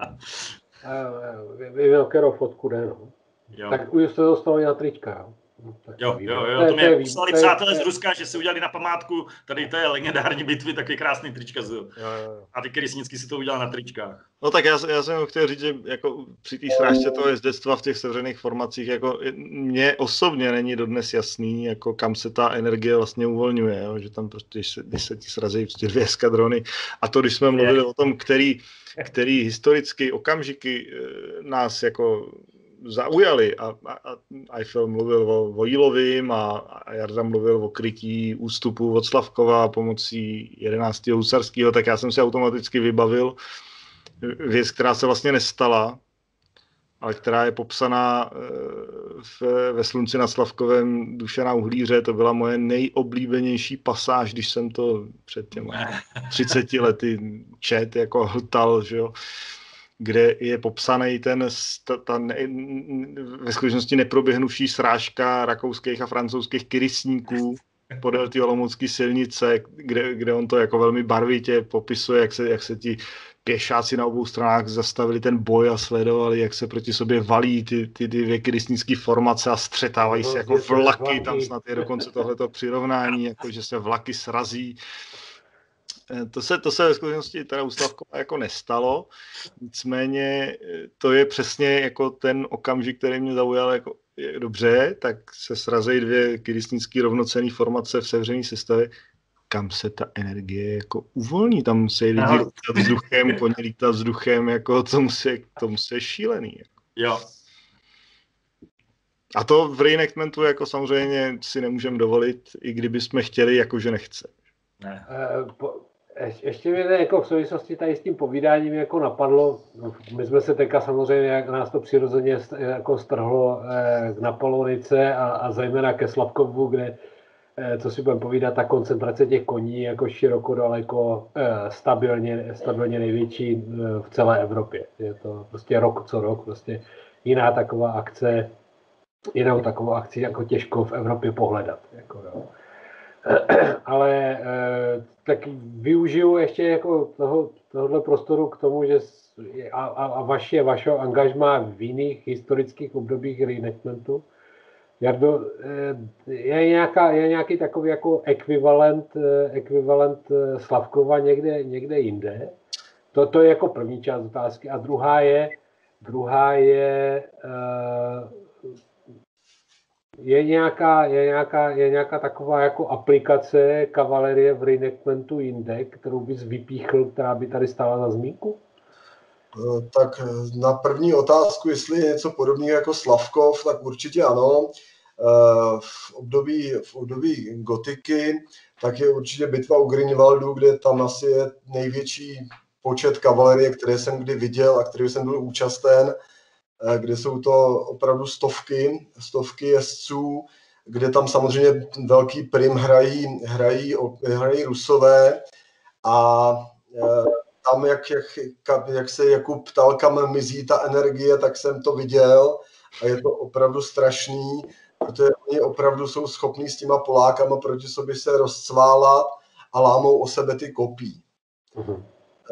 Vyvěl Kerov fotku, ne no. Jo. Tak už se dostali na trička, jo. No, jo, jo, jo, to mě poslali přátelé z Ruska, že si udělali na památku tady té legendární bitvy taky krásný trička. Jo, jo, jo. A ty kerýsníci si to udělal na tričkách. No tak já, já jsem chtěl říct, že jako při té srážce toho jezdectva v těch sevřených formacích, jako mně osobně není dodnes jasný, jako kam se ta energie vlastně uvolňuje, jo? Že tam prostě, když se, když se ti srazí prostě dvě eskadrony. A to, když jsme mluvili je. o tom, který, který historicky okamžiky nás jako zaujali a, a, a Eiffel mluvil o, o Jílovým a, a Jarda mluvil o krytí ústupu od Slavkova pomocí jedenáctého husarského, tak já jsem si automaticky vybavil věc, která se vlastně nestala, ale která je popsaná v, ve Slunci nad Slavkovem Duše na uhlíře. To byla moje nejoblíbenější pasáž, když jsem to před těmi třiceti lety čet, jako hltal, že jo, kde je popsaný ten ta, ta ne, ve skutečnosti neproběhnuvší srážka rakouských a francouzských kerýsníků podél té olomoucké silnice, kde, kde on to jako velmi barvitě popisuje, jak se, jak se ti pěšáci na obou stranách zastavili ten boj a sledovali, jak se proti sobě valí ty, ty, ty věkyristnické formace a střetávají se jako vlaky, tam snad je dokonce tohleto přirovnání, jako že se vlaky srazí. To se, to se ve skutečnosti teda u Slavkova jako nestalo, nicméně to je přesně jako ten okamžik, který mě zaujal jako je dobře, tak se srazejí dvě kyristnické rovnocenné formace v sevřené sestavě, kam se ta energie jako uvolní, tam se lidi Aha. lítat vzduchem, koně lítat vzduchem, jako to musí, to musí šílený. Jako. Jo. A to v reenactmentu jako samozřejmě si nemůžeme dovolit, i kdybychom chtěli, jakože nechce. Ne. Uh, po... Ještě mě jako v souvislosti tady s tím povídáním jako napadlo, no, my jsme se teďka samozřejmě, jak nás to přirozeně jako strhlo eh, k Napoleonice a, a zejména ke Slavkovu, kde, eh, co si budeme povídat, ta koncentrace těch koní jako široko daleko eh, stabilně, stabilně největší eh, v celé Evropě. Je to prostě rok co rok, prostě jiná taková akce, jinou takovou akci jako těžko v Evropě pohledat. Jako, no. Ale tak využiju ještě jako toho, tohohle prostoru k tomu, že a, a, a vaše, vašeho angažmá v jiných historických obdobích reenactmentu. Jardo, je, nějaká, je nějaký takový jako ekvivalent, ekvivalent Slavkova někde, někde jinde? To, to je jako první část otázky. A druhá je, druhá je Je nějaká, je, nějaká, je nějaká taková jako aplikace kavalerie v reenactmentu jinde, kterou bys vypíchl, která by tady stála za zmínku? Tak na první otázku, jestli je něco podobného jako Slavkov, tak určitě ano. V období, v období gotiky tak je určitě bitva u Grünwaldu, kde tam asi je největší počet kavalerie, které jsem kdy viděl a který jsem byl účasten, kde jsou to opravdu stovky, stovky jezdců, kde tam samozřejmě velký prim hrají, hrají, hrají Rusové a tam, jak, jak, jak se Jakub ptal, kam mizí ta energie, tak jsem to viděl a je to opravdu strašný, protože oni opravdu jsou schopní s těma Polákama proti sobě se rozcválat a lámou o sebe ty kopí. Uh-huh.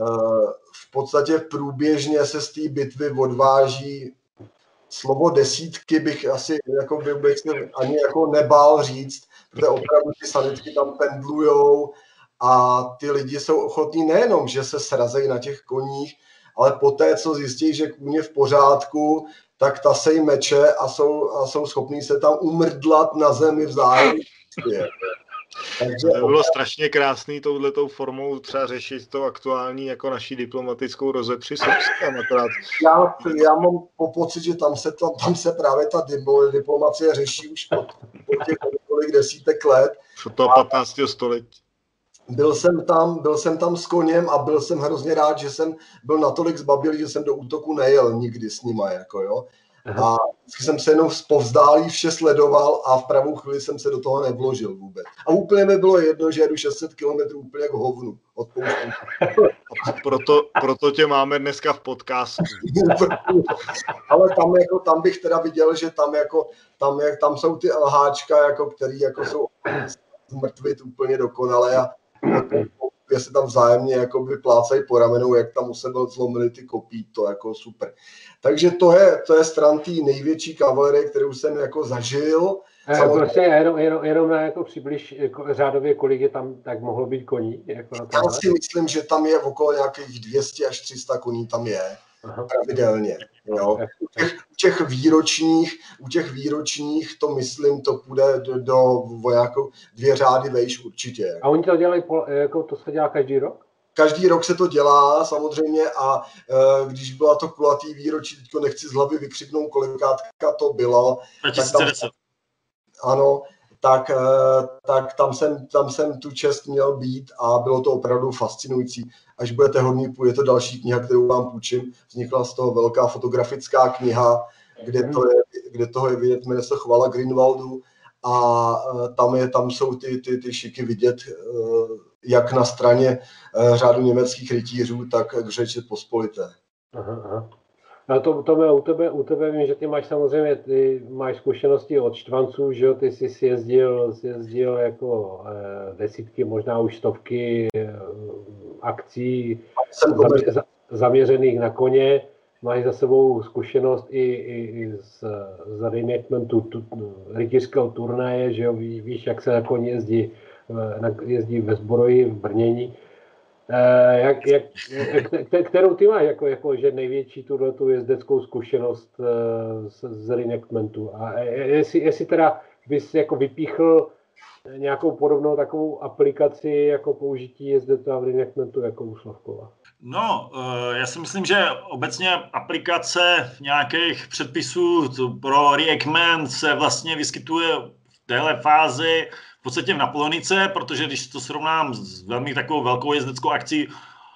V podstatě průběžně se z té bitvy odváží slovo desítky bych asi jako by, bych se ani jako nebál říct, protože opravdu ty sanitky tam pendlujou a ty lidi jsou ochotní nejenom, že se srazejí na těch koních, ale poté, co zjistí, že kůň je v pořádku, tak tasejí meče a jsou, a jsou schopní se tam umrdlat na zemi vzájemně. Takže to bylo strašně krásný touhletou formou třeba řešit to aktuální jako naší diplomatickou rozepři s Ruskem. Já, já mám po pocit, že tam se, tam, tam se právě ta diplomacie řeší už po, po těch několik desítek let. Od toho patnáctého století. Byl jsem tam, byl jsem tam s koněm a byl jsem hrozně rád, že jsem byl natolik zbabilý, že jsem do útoku nejel nikdy s nima, jako jo. A jsem se jenom povzdálí vše sledoval a v pravou chvíli jsem se do toho nevložil vůbec. A úplně mi bylo jedno, že jedu šest set kilometrů úplně jako hovnu. proto, proto tě máme dneska v podcastu. Ale tam, jako, tam bych teda viděl, že tam, jako, tam, jak, tam jsou ty LHčka, jako, který jako jsou zmrtvit úplně dokonale a že se tam vzájemně jako vyplácají po ramenou, jak tam u sebe zlomili ty kopí, to jako super. Takže to je, to je stran té největší kavalerie, kterou jsem jako zažil. Samozřejmě... Prostě jenom, jenom, jenom na jako přibliž jako řádově, kolik je tam tak mohlo být koní? Jako na Já si myslím, že tam je okolo nějakých dvě stě až tři sta koní tam je. Aha. Pravidelně. Jo. U, těch, u těch výročních, u těch výročních to myslím, to půjde do, do vojáků dvě řády vejš určitě. A oni to dělají, jako to se dělá každý rok? Každý rok se to dělá samozřejmě a e, když byla to kulatý výročí, teďko nechci z hlavy vykřiknout, kolikátka to bylo. dva tisíce deset. Tak tam, ano, tak, e, tak tam, jsem, tam jsem tu čest měl být a bylo to opravdu fascinující. Až budete hodný, je to další kniha, kterou vám půjčím. Vznikla z toho velká fotografická kniha, kde, to je, kde toho je vidět, jmenuje se Chvala Grünwaldu a e, tam, je, tam jsou ty, ty, ty šiky vidět, e, jak na straně uh, řádu německých rytířů, tak k Řeči Pospolité. Aha, aha. A to, to mě, u, tebe, u tebe vím, že ty máš samozřejmě, ty máš zkušenosti od Štvanců, že jo, ty jsi sjezdil, sjezdil jako eh, desítky, možná už stovky eh, akcí za, za, zaměřených na koně, mají za sebou zkušenost i, i, i z, z reenactmentu tu, rytířského turnaje, že jo, ví, víš, jak se na koni jezdí, na, jezdí ve Zbroji, v brnění. E, jak, jak, jak, kterou ty máš jako, jako že největší tuhle tu jezdeckou zkušenost z, z reenactmentu? A jestli, jestli teda bys jako vypíchl nějakou podobnou takovou aplikaci jako použití jezdectva v reenactmentu jako u Slavkova? No, já si myslím, že obecně aplikace nějakých předpisů pro reenactment se vlastně vyskytuje v téhle fázi v podstatě v Napoleonice, protože když to srovnám s velmi takovou velkou jezdeckou akcí,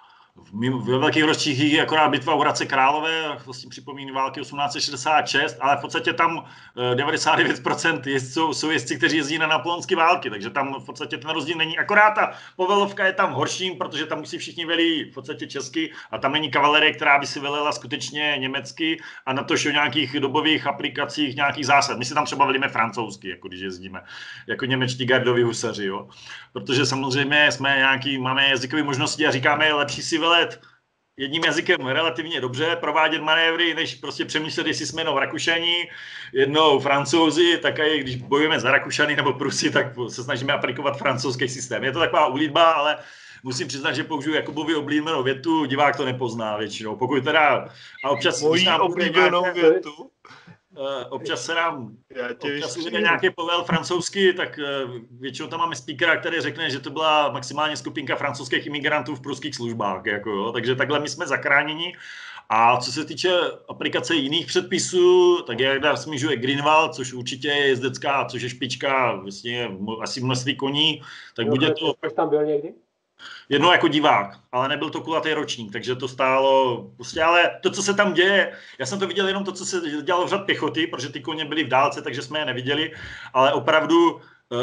ve velkých rozčích je akorát bitva u Hradce Králové, vlastně připomíná války osmnáct set šedesát šest, ale v podstatě tam devadesát devět procent jezdců jsou jezdci, kteří jezdí na napoleonské války, takže tam v podstatě ten rozdíl není. Akorát ta povelovka je tam horší, protože tam musí všichni velí v podstatě česky a tam není kavalerie, která by si velela skutečně německy a na to, že o nějakých dobových aplikacích, nějakých zásad. My si tam třeba velíme francouzsky, jako když jezdíme, jako němečtí gardoví husaři, jo. Protože samozřejmě jsme nějaký, máme jazykové možnosti a říkáme, je lepší si velet jedním jazykem relativně dobře, provádět manévry, než prostě přemýšlet, jestli jsme jednou Rakušani, jednou Francouzi, tak i když bojujeme za Rakušany nebo Prusy, tak se snažíme aplikovat francouzský systém. Je to taková ulitba, ale musím přiznat, že použiju Jakubovi oblíbenou větu, divák to nepozná většinou. Pokud teda, a občas mojí oblíbenou nějaké, větu. Uh, občas se nám občas ujde nějaký povel francouzsky, tak uh, většinou tam máme speakera, který řekne, že to byla maximálně skupinka francouzských imigrantů v pruských službách. Jako, jo. Takže takhle my jsme zachráněni. A co se týče aplikace jiných předpisů, tak jak směřuje Greenwald, což určitě je jezdecká, což je špička, vlastně asi množství koní, tak bude to... Jsi tam byl někdy? Jednou jako divák, ale nebyl to kulatý ročník, takže to stálo, prostě, ale to, co se tam děje, já jsem to viděl jenom to, co se dělalo v řad pěchoty, protože ty koně byly v dálce, takže jsme je neviděli, ale opravdu uh,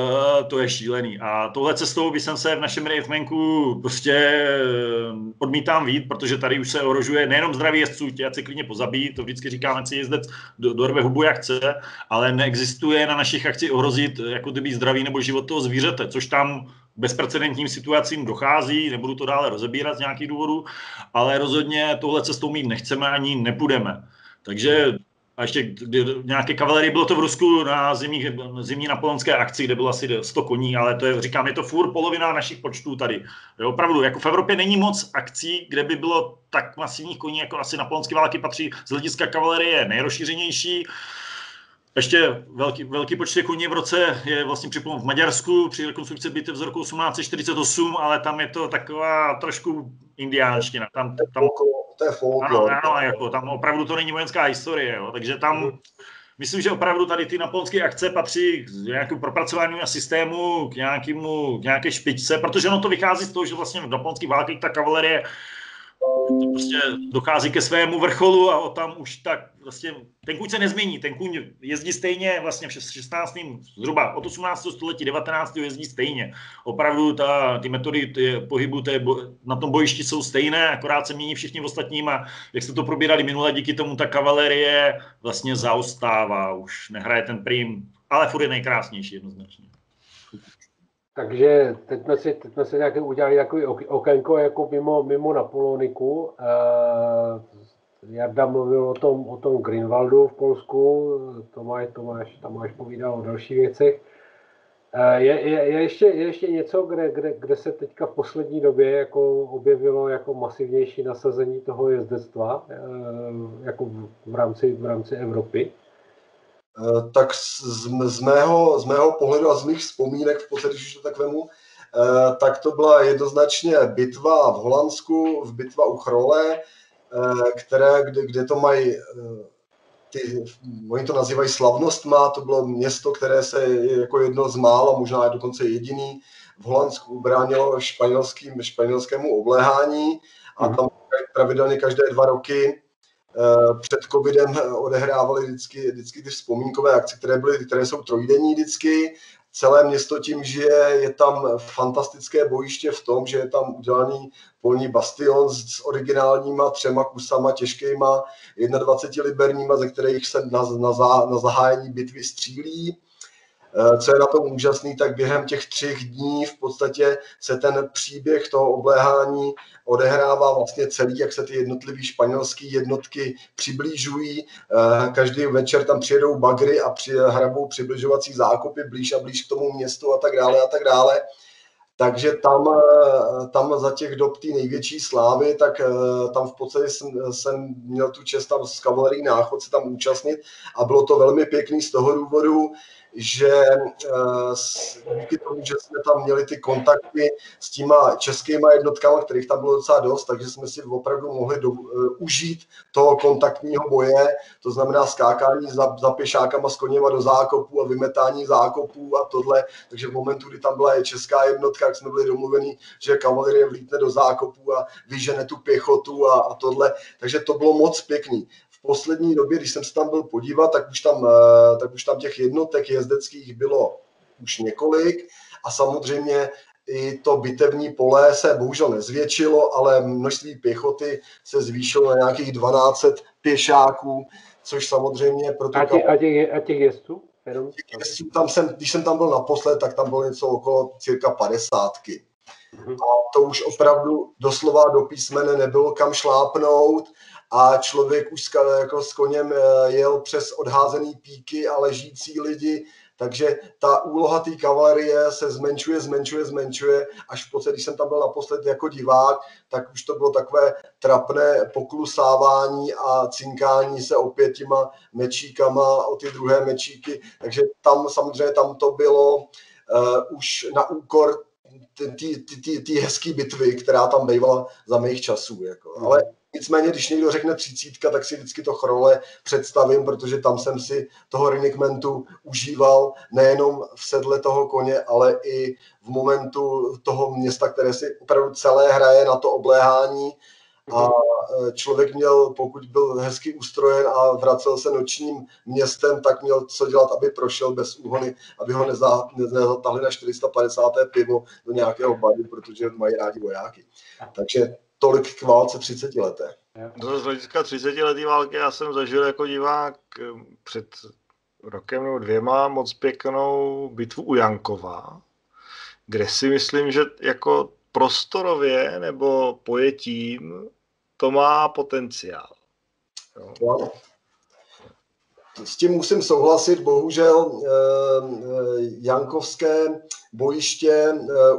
to je šílený. A touhle cestou by jsem se v našem reenactmentu prostě uh, odmítám vít, protože tady už se ohrožuje nejenom zdraví jezdců, tě, ať se klidně pozabíjí, to vždycky říkáme, si jezdec do, dorve hubu jak chce, ale neexistuje na našich akcích ohrozit jako kdyby zdraví nebo život toho zvířete, což tam bezprecedentním situacím dochází, nebudu to dále rozebírat z nějakých důvodů, ale rozhodně tohle cestou mít nechceme ani nepůjdeme. Takže a ještě kdy, nějaké kavalerie, bylo to v Rusku na zimní, zimní napoleonské akci, kde bylo asi sto koní, ale to je, říkám, je to furt polovina našich počtů tady. Jo, opravdu, jako v Evropě není moc akcí, kde by bylo tak masivních koní, jako asi napoleonské války patří z hlediska kavalerie nejrozšířenější. Ještě velký, velký počet koní v roce je vlastně připomínám v Maďarsku při rekonstrukci bitev z roku osmnáct set čtyřicet osm, ale tam je to taková trošku indiánština. Tam, tam, to je folklor. Ano, ano, jako, tam opravdu to není vojenská historie, jo, takže tam myslím, že opravdu tady ty napoleonské akce patří k nějakému propracování systému, k, nějakému, k nějaké špičce, protože ono to vychází z toho, že vlastně v napoleonských válkách ta kavalerie to prostě dochází ke svému vrcholu a tam už tak vlastně ten kůň se nezmění, ten kůň jezdí stejně vlastně v šestnáctém zhruba od osmnáctého století, devatenáctého jezdí stejně. Opravdu ta, ty metody ty pohybu ty, na tom bojišti jsou stejné, akorát se mění všichni ostatním a jak jste to probírali minule, díky tomu ta kavalerie vlastně zaostává, už nehraje ten prim, ale furt je nejkrásnější jednoznačně. Takže teď jsme si, teď jsme si nějaký udělali takový okénko jako mimo, mimo Napoleoniku. Uh, Jarda mluvil o tom, o tom Greenwaldu v Polsku, Tomáš, Tomáš, Tomáš povídal o dalších věcech. Uh, je, je, je, ještě, je ještě něco, kde, kde, kde se teďka v poslední době jako objevilo jako masivnější nasazení toho jezdectva uh, jako v, v, rámci, v rámci Evropy? Tak z, z, mého, z mého pohledu a z mých vzpomínek, v podstatě, když to tak vemu, tak to byla jednoznačně bitva v Holandsku, v bitva u Chrole, které, kde, kde to mají, ty, oni to nazývají slavnostma, to bylo město, které se jako jedno z mála, možná dokonce jediný, v Holandsku bránilo španělským, španělskému obléhání a tam pravidelně každé dva roky před covidem odehrávali vždycky, vždycky ty vzpomínkové akce, které, byly, které jsou trojdenní vždycky. Celé město tím žije, je tam fantastické bojiště v tom, že je tam udělaný polní bastion s originálníma třema kusama těžkýma, dvacet jedna liberníma, ze kterých se na, na, na zahájení bitvy střílí. co je na tom úžasný, tak během těch třech dní v podstatě se ten příběh toho obléhání odehrává vlastně celý, jak se ty jednotlivé španělské jednotky přiblížují. Každý večer tam přijedou bagry a při, hrabou přibližovací zákopy blíž a blíž k tomu městu a tak dále a tak dále. Takže tam, tam za těch dob té největší slávy, tak tam v podstatě jsem, jsem měl tu čest tam s kavalerií Náchod se tam účastnit a bylo to velmi pěkný z toho důvodu, že díky tomu, že jsme tam měli ty kontakty s těma českýma jednotkama, kterých tam bylo docela dost, takže jsme si opravdu mohli do, uh, užít toho kontaktního boje, to znamená skákání za, za pěšákama s koněma do zákopů a vymetání zákopů a tohle, takže v momentu, kdy tam byla i česká jednotka, jak jsme byli domluveni, že kavalerie vlítne do zákopů a vyžene tu pěchotu a, a tohle, takže to bylo moc pěkný. V poslední době, když jsem se tam byl podívat, tak už tam, tak už tam těch jednotek jezdeckých bylo už několik a samozřejmě i to bitevní pole se bohužel nezvětšilo, ale množství pěchoty se zvýšilo na nějakých dvanáct set pěšáků, což samozřejmě pro tu... A těch, a těch, a těch jezdců? Těch jezdců tam jsem, když jsem tam byl naposled, tak tam bylo něco okolo cirka padesátky. Mm-hmm. A to už opravdu doslova do písmene nebylo kam šlápnout, a člověk už jako s koněm jel přes odházený píky a ležící lidi, takže ta úloha té kavalerie se zmenšuje, zmenšuje, zmenšuje, až v podstatě, když jsem tam byl naposled jako divák, tak už to bylo takové trapné poklusávání a cinkání se opět těma mečíkama o ty druhé mečíky, takže tam samozřejmě tam to bylo uh, už na úkor ty hezké bitvy, která tam bývala za mých časů. Jako. Ale nicméně, když někdo řekne třicítka, tak si vždycky to chrole představím, protože tam jsem si toho reenactmentu užíval nejenom v sedle toho koně, ale i v momentu toho města, které si opravdu celé hraje na to obléhání. A člověk měl, pokud byl hezky ustrojen a vracel se nočním městem, tak měl co dělat, aby prošel bez úhony, aby ho neza, nezatahli na čtyři sta padesát pivo do nějakého baru, protože mají rádi vojáky. Takže tolik k válce třicetileté. Z hlediska třicetileté války já jsem zažil jako divák před rokem nebo dvěma moc pěknou bitvu u Jankova, kde si myslím, že jako prostorově nebo pojetím to má potenciál. Jo. S tím musím souhlasit, bohužel jankovské bojiště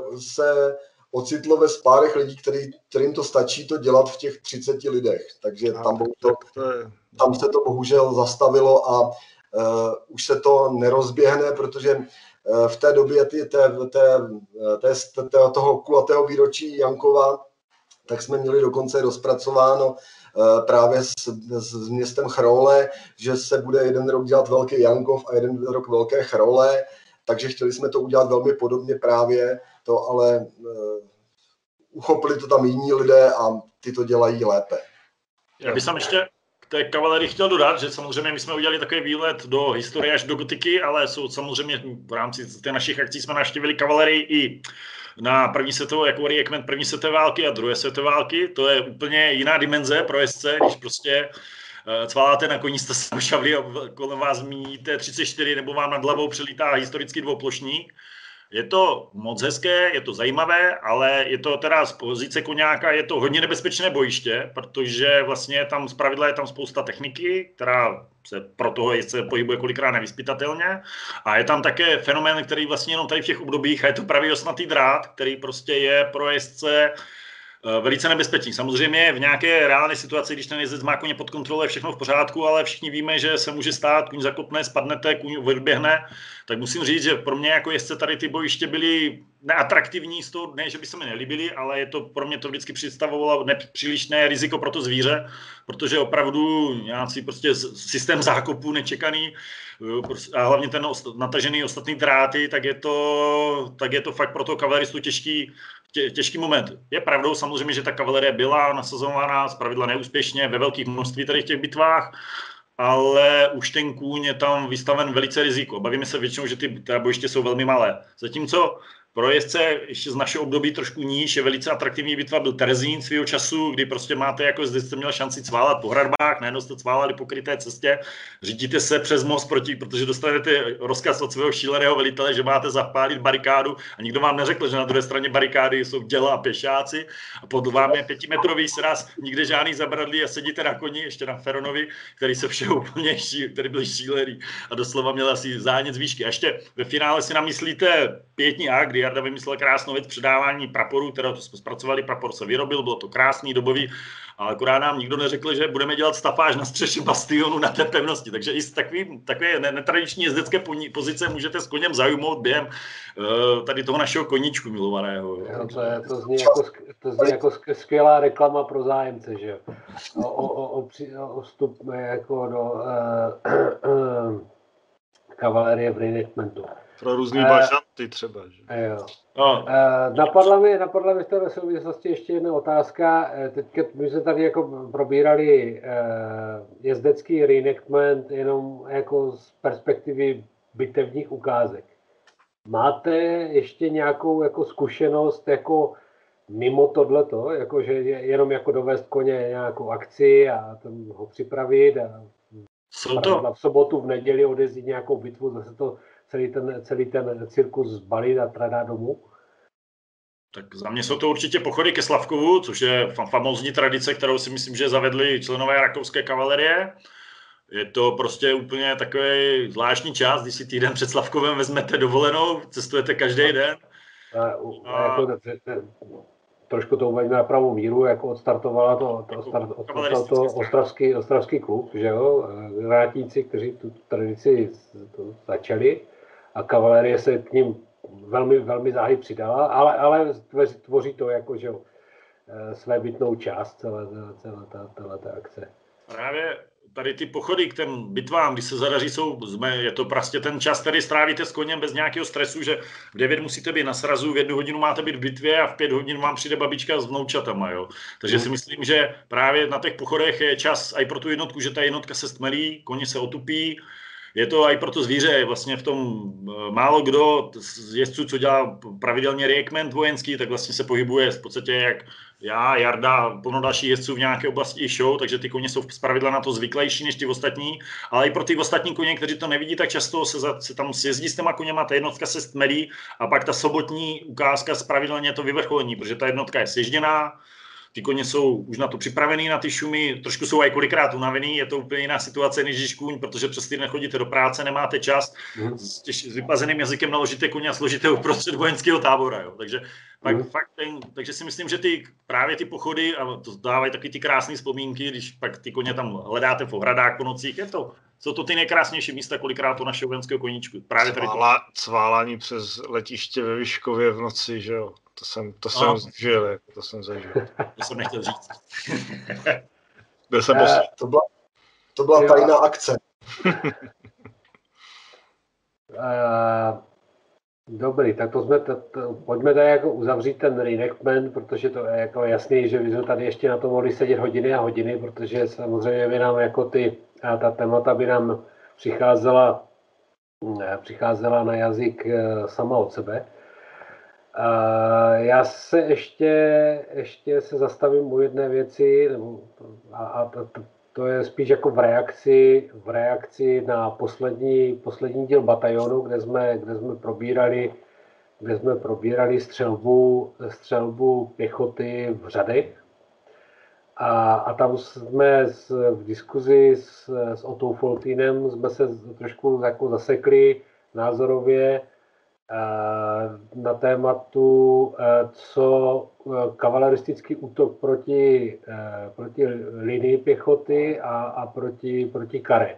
se ocitlo ve spárech lidí, který, kterým to stačí to dělat v těch třiceti lidech. Takže tam, to, tam se to bohužel zastavilo a uh, už se to nerozběhne, protože uh, v té době ty, té, té, té, té, toho kulatého výročí Jankova, tak jsme měli dokonce rozpracováno uh, právě s, s městem Chrole, že se bude jeden rok dělat velký Jankov a jeden rok velké Chrole, takže chtěli jsme to udělat velmi podobně právě, to ale uh, uchopili to tam jiní lidé a ty to dělají lépe. Já bych ještě k té kavalerii chtěl dodat, že samozřejmě my jsme udělali takový výlet do historie až do gotiky, ale jsou samozřejmě v rámci těch našich akcí jsme navštívili kavalerii i na první světovou, jako reenactment první světové války a druhé světové války. To je úplně jiná dimenze pro jezdce, když prostě cvaláte na koní, jste se šavli a kolem vás míjíte třicet čtyři nebo vám nad hlavou přelítá historicky dvouplošník. Je to moc hezké, je to zajímavé, ale je to teda z pozice koňáka, je to hodně nebezpečné bojiště, protože vlastně tam zpravidla je tam spousta techniky, která se pro toho jezdce pohybuje kolikrát nevyzpytatelně. A je tam také fenomén, který vlastně jenom tady v těch obdobích, a je to pravý osnatý drát, který prostě je pro jezdce velice nebezpečný. Samozřejmě v nějaké reálné situaci, když ten jezdec má koně pod kontrolou, je všechno v pořádku, ale všichni víme, že se může stát, kůň zakopne, spadnete, kůň odběhne. Tak musím říct, že pro mě jako jezdce tady ty bojiště byly neatraktivní, z toho, ne, že by se mi nelíbily, ale je to pro mě to vždycky představovalo nepřílišné riziko pro to zvíře, protože opravdu nějaký prostě systém zákopů nečekaný a hlavně ten natažený ostatní dráty, tak je to, tak je to fakt pro toho kavaleristu těžký, tě, těžký moment. Je pravdou samozřejmě, že ta kavalerie byla nasazována zpravidla neúspěšně ve velkých množství tady v těch bitvách, ale už ten kůň je tam vystaven velice riziku. Bavíme se většinou, že ty bojiště jsou velmi malé. Zatímco pro jezdce ještě z našeho období trošku níž je velice atraktivní bitva byl Terezín svýho času, kdy prostě máte jako zde jste měl šanci cválat po hradbách, najednou jste cválali po kryté cestě, řídíte se přes most proti, protože dostanete rozkaz od svého šíleného velitele, že máte zapálit barikádu a nikdo vám neřekl, že na druhé straně barikády jsou děla a pěšáci a pod vámi je pětimetrový sraz, nikde žádný zabradlí a sedíte na koni, ještě na Feronovi, který se všeho úplně šíl, který byl šílený a doslova měl asi zánět z výšky. A ještě ve finále si namyslíte pětní akt, kdy Jarda vymyslel krásnou věc předávání praporů, teda to jsme zpracovali, prapor se vyrobil, bylo to krásný, dobový, ale akorát nám nikdo neřekl, že budeme dělat stafáž na střeše bastionu na té pevnosti. Takže i z takový, takové netradiční jezdecké pozice můžete s koněm zajmout během uh, tady toho našeho koníčku milovaného. Jo, to, je, to, zní jako, to zní jako skvělá reklama pro zájemce, že jo? O, o, o, o, o vstup jako do uh, uh, kavalerie v reenactmentu. Pro různý bažanty třeba, že? Jo. No. Uh, napadla mi, napadla mi v této souvislosti ještě jedna otázka. Teďka my jsme tady jako probírali uh, jezdecký reenactment jenom jako z perspektivy bitevních ukázek. Máte ještě nějakou jako zkušenost jako mimo tohleto, jako že jenom jako dovést koně nějakou akci a tam ho připravit a Jsou to... v sobotu, v neděli odjezdit nějakou bitvu, zase to celý ten, celý ten cirkus zbalit a tradá domů? Tak za mě jsou to určitě pochody ke Slavkovu, což je famózní tradice, kterou si myslím, že zavedli členové rakouské kavalerie. Je to prostě úplně takový zvláštní čas, když si týden před Slavkovem vezmete dovolenou, cestujete každý den. A, a jako, trošku to uvedíme na pravou míru, jako odstartovala to, to, start, odstartoval to ostravský, ostravský klub, že jo, vrátníci, kteří tu tradici to začali a kavalerie se k ním velmi, velmi záhy přidala, ale, ale tvoří to jako, že jo, svébytnou část celé, celé, celé té akce. Právě tady ty pochody k těm bitvám, když se zadaří, jsou, je to prostě ten čas, který strávíte s koněm bez nějakého stresu, že v devět musíte být na srazu, v jednu hodinu máte být v bitvě a v pět hodin vám přijde babička s vnoučatama, jo. Takže si myslím, že právě na těch pochodech je čas i pro tu jednotku, že ta jednotka se stmelí, koně se otupí. Je to i pro to zvíře, vlastně v tom málo kdo z jezdců, co dělá pravidelně reenactment vojenský, tak vlastně se pohybuje v podstatě jak já, Jarda, plno dalších jezdců v nějaké oblasti i show, takže ty koně jsou zpravidla na to zvyklejší než ty ostatní, ale i pro ty ostatní koně, kteří to nevidí, tak často se, za, se tam sjezdí s těma koněma, ta jednotka se stmelí a pak ta sobotní ukázka zpravidlně to vyvrcholení, protože ta jednotka je sježděná, ty koně jsou už na to připravený, na ty šumy, trošku jsou i kolikrát unavený, je to úplně jiná situace než když kůň, protože přes týden chodíte do práce, nemáte čas, mm. s, těž, s vyplazeným jazykem naložíte koně a složíte uprostřed vojenského tábora. Jo. Takže, pak, mm. fakt ten, takže si myslím, že ty, právě ty pochody, a to dávají taky ty krásné vzpomínky, když pak ty koně tam hledáte v ohradách po nocích, je to. Jsou to ty nejkrásnější místa, kolikrát to našeho vojenského koníčku. Právě tady Cvála, to... Cválání přes letiště ve Vyškově v noci, že jo. To jsem, to jsem no. zažil, to jsem zažil. To jsem nechtěl říct. Byl jsem ne, to byla, to byla tajná akce. uh, dobrý, tak to jsme, to, to, pojďme tady jako uzavřít ten reenactment, protože to je jako jasný, že bychom tady ještě na to mohli sedět hodiny a hodiny, protože samozřejmě by nám jako ty, a ta témata by nám přicházela, přicházela na jazyk sama od sebe. Uh, já se ještě, ještě se zastavím u jedné věci, a, a to, to je spíš jako v reakci, v reakci na poslední, poslední díl Batalionu, kde jsme, kde jsme probírali, kde jsme probírali střelbu, střelbu pěchoty v řadech. A, a tam jsme z, v diskuzi s, s Otou Foltínem jsme se trošku jako zasekli názorově na tématu, co kavaleristický útok proti, proti linii pěchoty a, a proti, proti kare.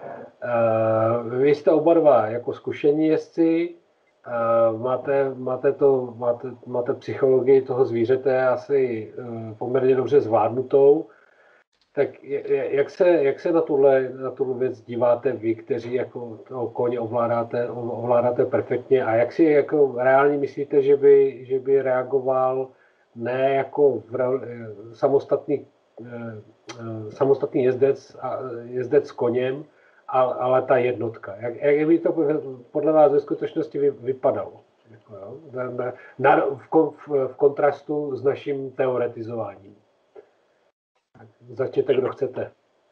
Vy jste oba dva jako zkušení jezdci, máte, máte, to, máte, máte psychologii toho zvířete asi poměrně dobře zvládnutou. Tak jak se, jak se na tuhle, na tuhle věc díváte vy, kteří jako toho koně ovládáte, ovládáte perfektně, a jak si jako reálně myslíte, že by, že by reagoval ne jako v, samostatný, samostatný jezdec, jezdec s koněm, ale ta jednotka. Jak, jak by to podle vás ve skutečnosti vypadalo? Jo? Na, na, v, v, v kontrastu s naším teoretizováním. Tak začněte, kdo chcete.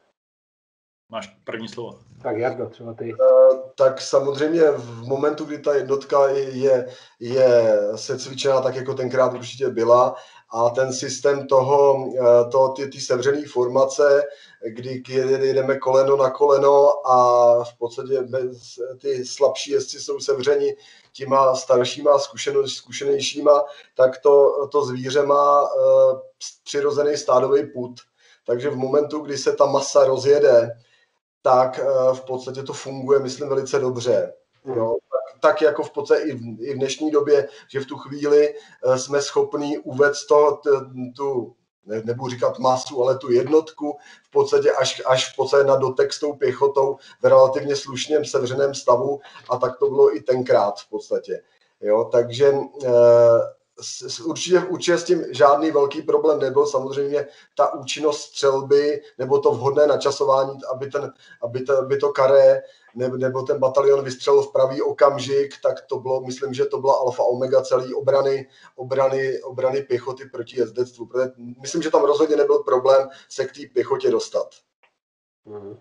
Máš první slovo. Tak Jardo, třeba ty. Tak samozřejmě v momentu, kdy ta jednotka je, je secvičená tak, jako tenkrát určitě byla, a ten systém toho, to, ty, ty sevřený formace, kdy jedeme koleno na koleno a v podstatě ty slabší jezdci jsou sevřeni těma staršíma, zkušenějšíma, tak to, to zvíře má uh, přirozený stádový pud. Takže v momentu, kdy se ta masa rozjede, tak v podstatě to funguje, myslím, velice dobře. Jo? Tak, tak jako v podstatě i v, i v dnešní době, že v tu chvíli jsme schopní uvést to, tu, ne, nebudu říkat masu, ale tu jednotku v podstatě až, až v podstatě na dotek s tou pěchotou v relativně slušném sevřeném stavu, a tak to bylo i tenkrát v podstatě. Jo? Takže Určitě, určitě s tím žádný velký problém nebyl. Samozřejmě ta účinnost střelby nebo to vhodné načasování, aby, ten, aby, to, aby to karé nebo, nebo ten batalion vystřelil v pravý okamžik, tak to bylo, myslím, že to byla alfa omega celý obrany, obrany, obrany pěchoty proti jezdectvu. Protože myslím, že tam rozhodně nebyl problém se k té pěchotě dostat. Mhm.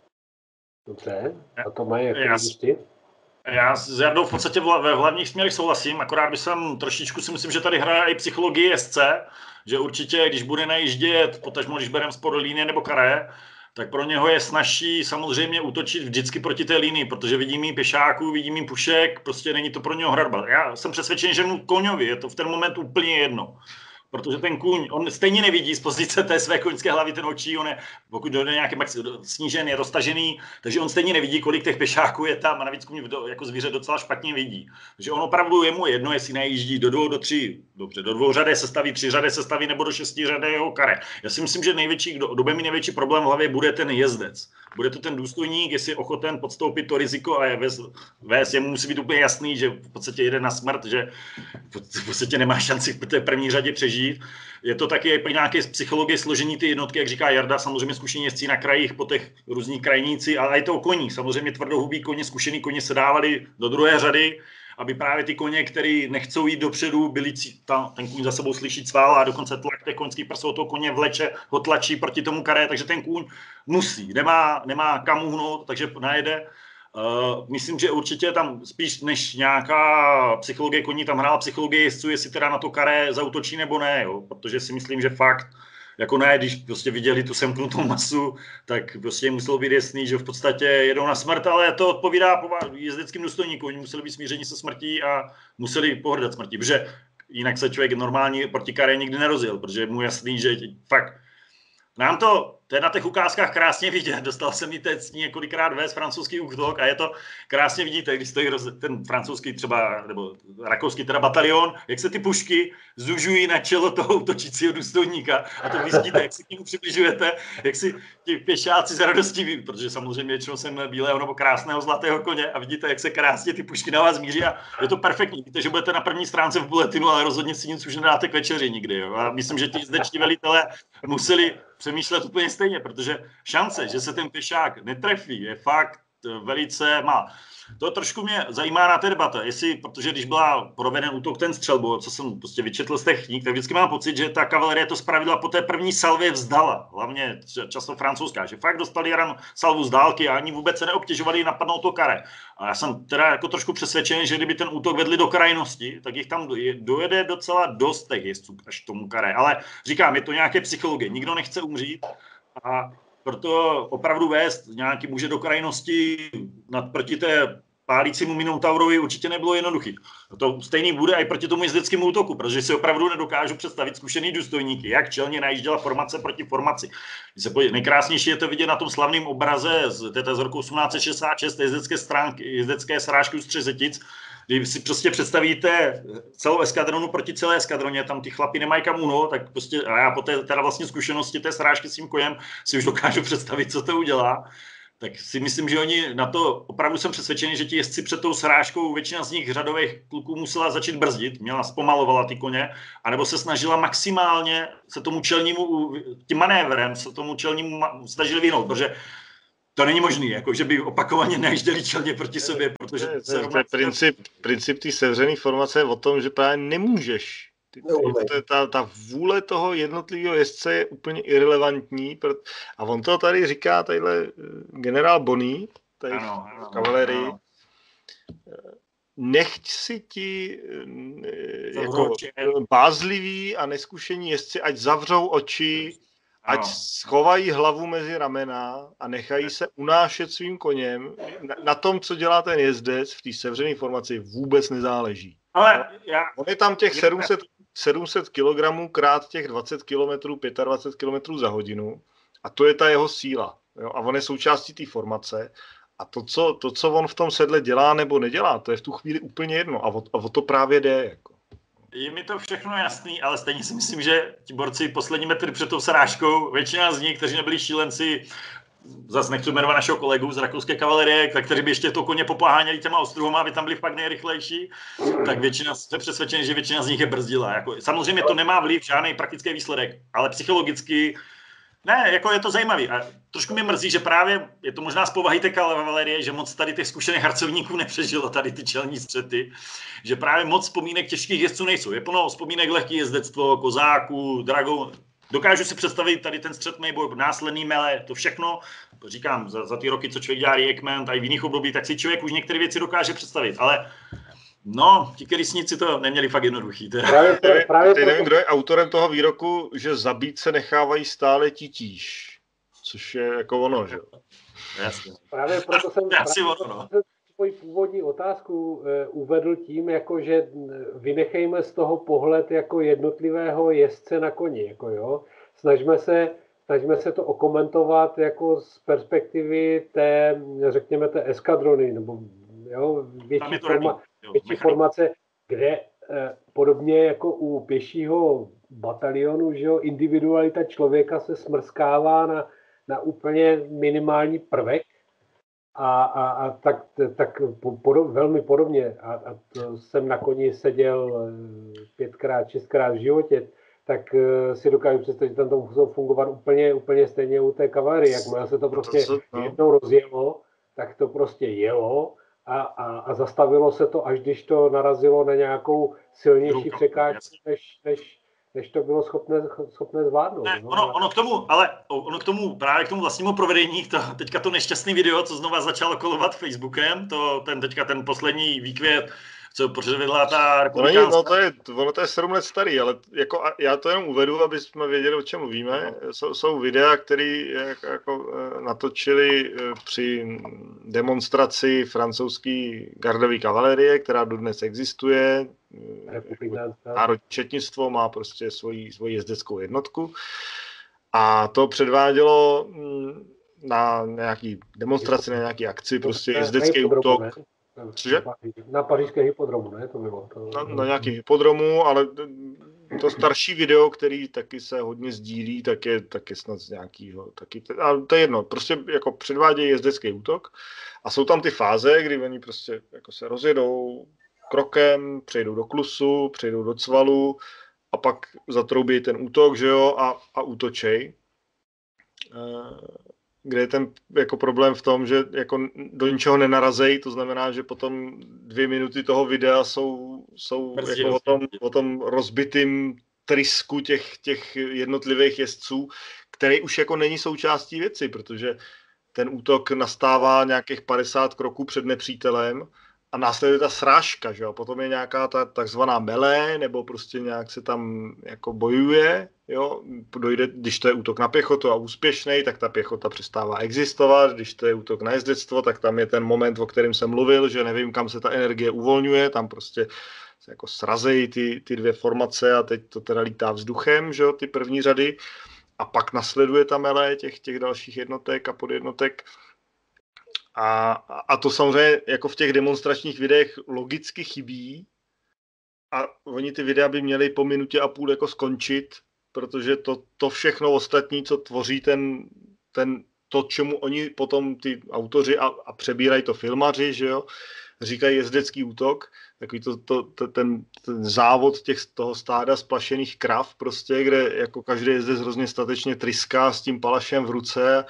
Dobře, a to mají jak yes. Já s Jardou v podstatě ve hlavních směrech souhlasím, akorát by jsem trošičku si myslím, že tady hraje i psychologie jezdce, že určitě, když bude najíždět, potažmo, když bereme spod linie nebo karé, tak pro něho je snazší samozřejmě útočit vždycky proti té linii, protože vidím jí pěšáků, vidím jí pušek, prostě není to pro něho hradba. Já jsem přesvědčen, že mu koňovi je to v ten moment úplně jedno. Protože ten kůň, on stejně nevidí z pozice té své koňské hlavy ten očí, on je, pokud dojde nějaký snížen, je roztažený, takže on stejně nevidí, kolik těch pěšáků je tam, a navíc kůň jako zvíře docela špatně vidí. Takže on opravdu je mu jedno, jestli najíždí do dvou, do tří, dobře, do dvou řady se staví, tři řady se staví, nebo do šesti řady jeho kare. Já si myslím, že největší, kdo, kdo bude mít největší problém v hlavě, bude ten jezdec. Bude to ten důstojník, jestli je ochoten podstoupit to riziko a je vést, vést, jemu musí být úplně jasný, že v podstatě jede na smrt, že v podstatě nemá šanci v té první řadě přežít. Je to taky nějaké z psychologie složení ty jednotky, jak říká Jarda, samozřejmě zkušení jezdci na krajích, po těch různých krajníci, ale i to o koní. Samozřejmě tvrdohubí koně, zkušený koně se dávali do druhé řady, aby právě ty koně, který nechcou jít dopředu, byli ta, ten kůň za sebou slyší cval a dokonce tlak těch koňských prsou toho koně vleče, ho tlačí proti tomu karé, takže ten kůň musí, nemá, nemá kam uhnout, takže najede. Uh, myslím, že určitě tam spíš než nějaká psychologie koní, tam hrála psychologie jezdců, jestli teda na to karé zaútočí nebo ne, jo? Protože si myslím, že fakt, jako ne, když prostě viděli tu semknutou masu, tak prostě muselo být jasný, že v podstatě jedou na smrt, ale to odpovídá jezdeckým důstojníkům, oni museli být smíření se smrtí a museli pohrdat smrtí, protože jinak se člověk normálně proti karé nikdy nerozjel, protože je mu jasný, že fakt nám to, to je na těch ukázkách krásně vidět. Dostal jsem mi teď několikrát vést francouzský útok a je to krásně vidíte, když stojí ten francouzský třeba, nebo rakouský teda batalion, jak se ty pušky zužují na čelo toho útočícího důstojníka a to vidíte, jak se k němu přibližujete, jak si ti pěšáci z radostí ví, protože samozřejmě většinou jsem bílého nebo krásného zlatého koně a vidíte, jak se krásně ty pušky na vás míří a je to perfektní. Víte, že budete na první stránce v bulletinu, ale rozhodně si nic už nedáte k večeři nikdy. Jo? A myslím, že ti zdeční velitelé museli přemýšlet úplně stejně, protože šance, že se ten pěšák netrefí, je fakt velice má. To trošku mě zajímá na té debata, jestli, protože když byla proveden útok ten střelbou, co jsem prostě vyčetl z těch knih, tak vždycky mám pocit, že ta kavalerie to zpravidla po té první salvě vzdala, hlavně často francouzská, že fakt dostali ran salvu z dálky a ani vůbec se neobtěžovali napadnout to karé. A já jsem teda jako trošku přesvědčen, že kdyby ten útok vedli do krajnosti, tak jich tam dojede docela dost těch jezdců až k tomu karé. Ale říkám, je to nějaké psychologie, nikdo nechce umřít a proto opravdu vést nějaký muže do krajnosti nad proti té pálícímu Minotaurovi určitě nebylo jednoduchý. To stejný bude i proti tomu jezdeckému útoku, protože si opravdu nedokážu představit zkušený důstojníky, jak čelně najížděla formace proti formaci. Nejkrásnější je to vidět na tom slavném obraze z, této z roku osmnáct set šedesát šest jezdecké, stránky, jezdecké srážky u Střezetic, kdy si prostě představíte celou eskadronu proti celé eskadroně, tam ty chlapi nemají kam uhnout, tak prostě, a já po té teda vlastně zkušenosti té srážky s tím kojem si už dokážu představit, co to udělá. Tak si myslím, že oni na to, opravdu jsem přesvědčený, že ti jezdci před tou srážkou, většina z nich řadových kluků musela začít brzdit, měla zpomalovala ty koně, anebo se snažila maximálně se tomu čelnímu, tím manévrem se tomu čelnímu snažili vyhnout, protože To není možný, jako že by opakovaně neježděli čelně proti sobě, protože to je, se to je princip, princip té sevřené formace je o tom, že právě nemůžeš. Ty, ty, ta, ta vůle toho jednotlivého jezdce je úplně irelevantní. A on to tady říká, tadyhle generál Bonny, tady ano, ano, v kavalerii. ano. Nechť si ti jako bázliví a neskušení jezdci, ať zavřou oči, ať ano. schovají hlavu mezi ramena a nechají se unášet svým koněm. Na, na tom, co dělá ten jezdec v té sevřené formaci, vůbec nezáleží. Ale já... On je tam těch sedm set kilogramů krát těch dvacet kilometrů, dvacet pět kilometrů za hodinu a to je ta jeho síla. Jo? A on je součástí té formace. A to co, to, co on v tom sedle dělá nebo nedělá, to je v tu chvíli úplně jedno. A o, a o to právě jde. Jako. Je mi to všechno jasný, ale stejně si myslím, že ti borci poslední metry před tou srážkou, většina z nich, kteří nebyli šílenci, zase nechci jmenovat našeho kolegu z rakouské kavalerie, kteří by ještě to koně popoháněli těma ostruhama, aby tam byli fakt nejrychlejší, tak většina, jsem přesvědčený, že většina z nich je brzdila. Jako, samozřejmě to nemá vliv, žádný praktický výsledek, ale psychologicky ne, jako je to zajímavý. A trošku mě mrzí, že právě je to možná z povahy té kavalerie, že moc tady těch zkušených harcovníků nepřežilo tady ty čelní střety, že právě moc vzpomínek těžkých jezdců nejsou. Je plno vzpomínek lehký jezdectvo, kozáků, dragou. Dokážu si představit tady ten střet Maybor, následný mele, to všechno. Říkám, za, za ty roky, co člověk dělá reekment a i v jiných období, tak si člověk už některé věci dokáže představit. Ale no, ti kerysníci to neměli fakt jednoduchý. Teda. Právě, právě, právě Teď nevím, kdo je autorem toho výroku, že zabít se nechávají stále titíž. Což je jako ono, že? Jasně. Právě proto jsem, Asi právě ono, no. svoji původní otázku uh, uvedl tím, jako, že vynechejme z toho pohled jako jednotlivého jezdce na koni. Jako, jo? Snažíme se, snažíme se to okomentovat jako z perspektivy té, řekněme, té eskadrony, nebo jo, větší, forma, větší formace, kde eh, podobně jako u pěšího batalionu, že jo, individualita člověka se smrskává na, na úplně minimální prvek a, a, a tak, tak podob, velmi podobně. A, a to jsem na koni seděl pětkrát, šestkrát v životě, tak uh, si dokážu představit, že tam to muselo fungovat úplně, úplně stejně u té kavalerie. Jakmile se to prostě jednou rozjelo, tak to prostě jelo. A, a, a zastavilo se to, až když to narazilo na nějakou silnější překážku, než, než, než to bylo schopné, schopné zvládnout. Ne, ono, ono k tomu, ale ono k tomu, právě k tomu vlastnímu provedení, to, teďka to nešťastný video, co znova začalo kolovat Facebookem, to, ten teďka ten poslední výkvět, co předvedla ta republikánská... No to je, ono to je sedm let starý, ale jako já to jenom uvedu, aby jsme věděli, o čem mluvíme. Jsou, jsou videa, které jako natočili při demonstraci francouzské gardové kavalerie, která dodnes existuje. Národní četnictvo má prostě svoji, svoji jezdeckou jednotku. A to předvádělo na nějaký demonstraci, na nějaký akci, prostě jezdecký útok. Cože? Na pařížské hypodromu, ne? To bylo to... Na, na nějaký hypodromu, ale to starší video, který taky se hodně sdílí, tak je, tak je snad z nějakýho, taky, ale to je jedno, prostě jako předvádějí jezdecký útok a jsou tam ty fáze, kdy oni prostě jako se rozjedou krokem, přejdou do klusu, přejdou do cvalu a pak zatroubí ten útok, že jo, a, a útočej. Kde je ten jako problém v tom, že jako do ničeho nenarazejí, to znamená, že potom dvě minuty toho videa jsou, jsou jako o tom, o tom rozbitým trysku těch, těch jednotlivých jezdců, který už jako není součástí věci, protože ten útok nastává nějakých padesát kroků před nepřítelem a následuje ta srážka, že jo? Potom je nějaká ta takzvaná melee, nebo prostě nějak se tam jako bojuje, jo? Dojde, když to je útok na pěchotu a úspěšný, tak ta pěchota přestává existovat, když to je útok na jezdectvo, tak tam je ten moment, o kterém jsem mluvil, že nevím, kam se ta energie uvolňuje, tam prostě se jako srazejí ty, ty dvě formace a teď to teda lítá vzduchem, že jo? Ty první řady a pak nasleduje ta melee těch, těch dalších jednotek a podjednotek. A, a to samozřejmě jako v těch demonstračních videích logicky chybí a oni ty videa by měli po minutě a půl jako skončit, protože to, to všechno ostatní, co tvoří ten, ten, to, čemu oni potom ty autoři a, a přebírají to filmaři, že jo, říkají jezdecký útok, takový to, to, to, ten, ten závod těch, toho stáda splašených krav prostě, kde jako každý jezdec hrozně statečně tryská s tím palašem v ruce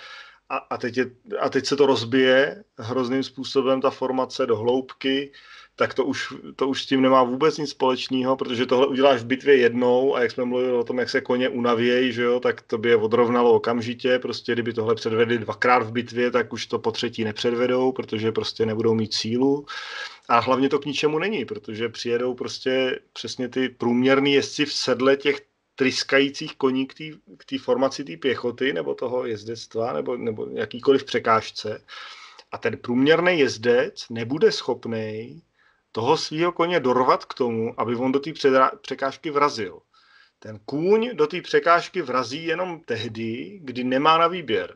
a, a, teď je, a teď se to rozbije hrozným způsobem, ta formace do hloubky, tak to už, to už s tím nemá vůbec nic společného, protože tohle uděláš v bitvě jednou a jak jsme mluvili o tom, jak se koně unavějí, že jo, tak to by je odrovnalo okamžitě, prostě kdyby tohle předvedli dvakrát v bitvě, tak už to po třetí nepředvedou, protože prostě nebudou mít sílu. A hlavně to k ničemu není, protože přijedou prostě přesně ty průměrný jezdci v sedle těch tryskajících koní k té formaci té pěchoty nebo toho jezdectva nebo, nebo jakýkoliv překážce. A ten průměrný jezdec nebude schopný toho svého koně dorvat k tomu, aby on do té překážky vrazil. Ten kůň do té překážky vrazí jenom tehdy, kdy nemá na výběr.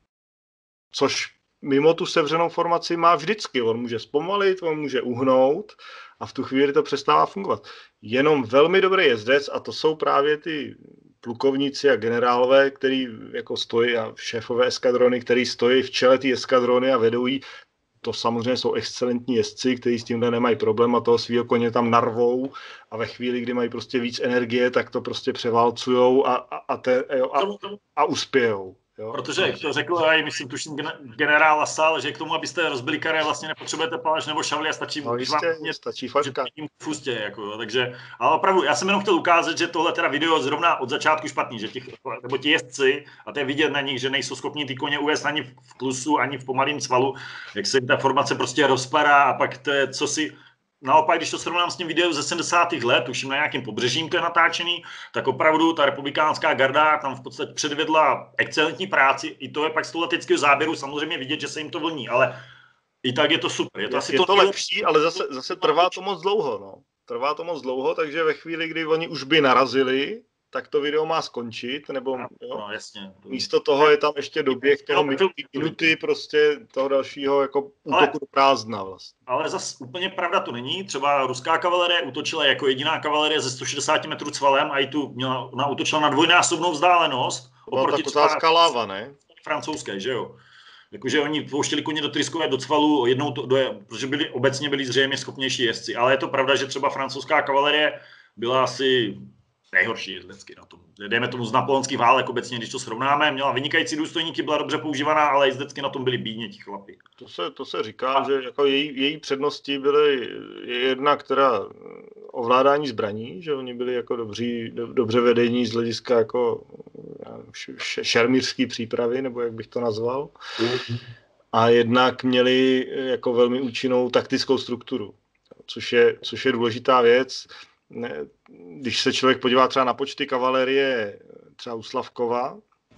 Což mimo tu sevřenou formaci má vždycky. On může zpomalit, on může uhnout a v tu chvíli to přestává fungovat. Jenom velmi dobrý jezdec, a to jsou právě ty plukovníci a generálové, který jako stojí, a šéfové eskadrony, který stojí v čele té eskadrony a vedou jí. To samozřejmě jsou excelentní jezdci, kteří s tímhle nemají problém a toho svýho koně tam narvou a ve chvíli, kdy mají prostě víc energie, tak to prostě převálcujou a, a, a, te, jo, a, a uspějou. Jo? Protože to řekl i, myslím, tuším generál Lassalle, že k tomu, abyste rozbili karé, vlastně nepotřebujete paláž nebo šavli a stačí, no, jistě, vám mě, stačí flaška. V fustě, jako, jo, takže, ale opravdu, já jsem jenom chtěl ukázat, že tohle teda video zrovna od začátku špatný, že těch, nebo ti jezdci, a to je vidět na nich, že nejsou schopni ty koně uvést ani v klusu, ani v pomalém svalu, jak se jim ta formace prostě rozpadá a pak to je, co si. Naopak, když to srovnám s tím videem ze sedmdesátých let, tuším na nějakým pobřežím to je natáčený, tak opravdu ta republikánská garda tam v podstatě předvedla excelentní práci. I to je pak z toho leteckého záběru samozřejmě vidět, že se jim to vlní, ale i tak je to super. Je to, je, asi je to, to lepší, ale zase, zase trvá to moc dlouho. No. Trvá to moc dlouho, takže ve chvíli, kdy oni už by narazili, tak to video má skončit, nebo no, jo? No, jasně. Místo toho je tam ještě doběh toho minuty, minuty prostě toho dalšího jako útoku do prázdna vlastně. Ale zase úplně pravda to není. Třeba ruská kavalerie útočila jako jediná kavalerie ze sto šedesát metrů cvalem a i tu měla, ona útočila na dvojnásobnou vzdálenost. Oproti třeba láva, ne? Francouzské, že jo? Jakože oni pouštěli koně do tryskové do cvalu, jednou to, do, protože byli, obecně byli zřejmě schopnější jezdci. Ale je to pravda, že třeba francouzská kavalerie byla asi nejhorší jezdecky na tom. Dejme tomu z napoleonských válek obecně, když to srovnáme, měla vynikající důstojníky, byla dobře používaná, ale jezdecky na tom byli bídně ti chlapi. To se, to se říká, a... že jako její, její přednosti byly jedna, která ovládání zbraní, že oni byli jako dobří, do, dobře vedení z hlediska jako šermířský přípravy, nebo jak bych to nazval. Mm-hmm. A jednak měli jako velmi účinnou taktickou strukturu, což je, což je důležitá věc. Ne, když se člověk podívá třeba na počty kavalerie třeba u Slavkova,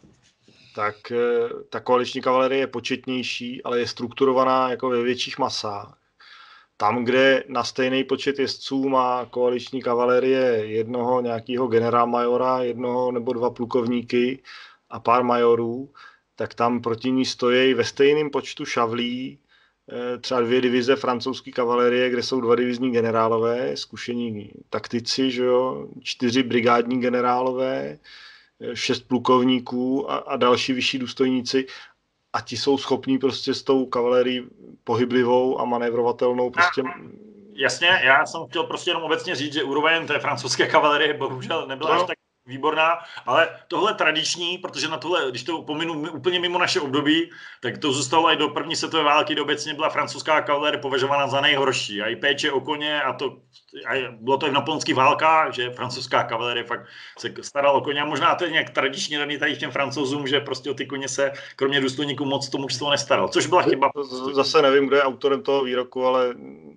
tak ta koaliční kavalerie je početnější, ale je strukturovaná jako ve větších masách. Tam, kde na stejný počet jezdců má koaliční kavalerie jednoho nějakého generálmajora, jednoho nebo dva plukovníky a pár majorů, tak tam proti ní stojí ve stejném počtu šavlí třeba dvě divize francouzské kavalerie, kde jsou dva divizní generálové, zkušení taktici, že jo, čtyři brigádní generálové, šest plukovníků a, a další vyšší důstojníci. A ti jsou schopní prostě s tou kavalerií pohyblivou a manévrovatelnou prostě. Jasně, já jsem chtěl prostě jenom obecně říct, že úroveň té francouzské kavalerie bohužel nebyla no. až tak výborná, ale tohle tradiční, protože na tohle, když to pominu úplně mimo naše období, tak to zůstalo i do první světové války, kdy obecně byla francouzská kavalerie považována za nejhorší. A i péče o koně, a to a bylo to i v napoleonských válkách, že francouzská kavalerie fakt se starala o koně. A možná to je nějak tradičně daný tady těm Francouzům, že prostě o ty koně se kromě důstojníků moc to mužstvo nestaral, což byla chyba. Zase nevím, kdo je autorem toho výroku, ale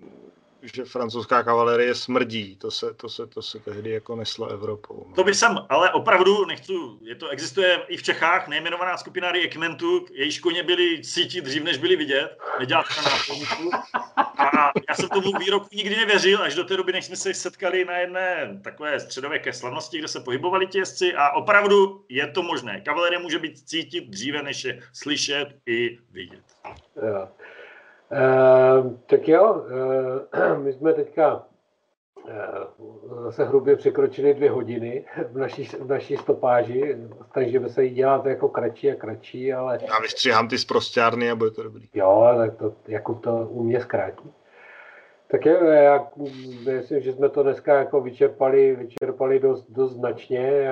že francouzská kavalerie smrdí, to se, to se, to se tehdy jako neslo Evropou. To by jsem, ale opravdu nechci, je to, existuje i v Čechách nejmenovaná skupina regimentů, jejíž koně byli cítit dřív, než byli vidět, nedělat na náplňku. A já jsem tomu výroku nikdy nevěřil, až do té doby, než jsme se setkali na jedné takové středověké slavnosti, kde se pohybovali ti jezdci a opravdu je to možné. Kavalerie může být cítit dříve, než je slyšet i vidět. Jo. Uh, tak jo, uh, my jsme teďka uh, zase hrubě překročili dvě hodiny v naší, v naší stopáži, snažíme se jí dělat jako kratší a kratší, ale... Já vystříhám ty z prostěrny a bude to dobrý. Jo, tak to Jakub to u mě zkrátí. Tak je, já myslím, že jsme to dneska jako vyčerpali, vyčerpali dost, dost značně.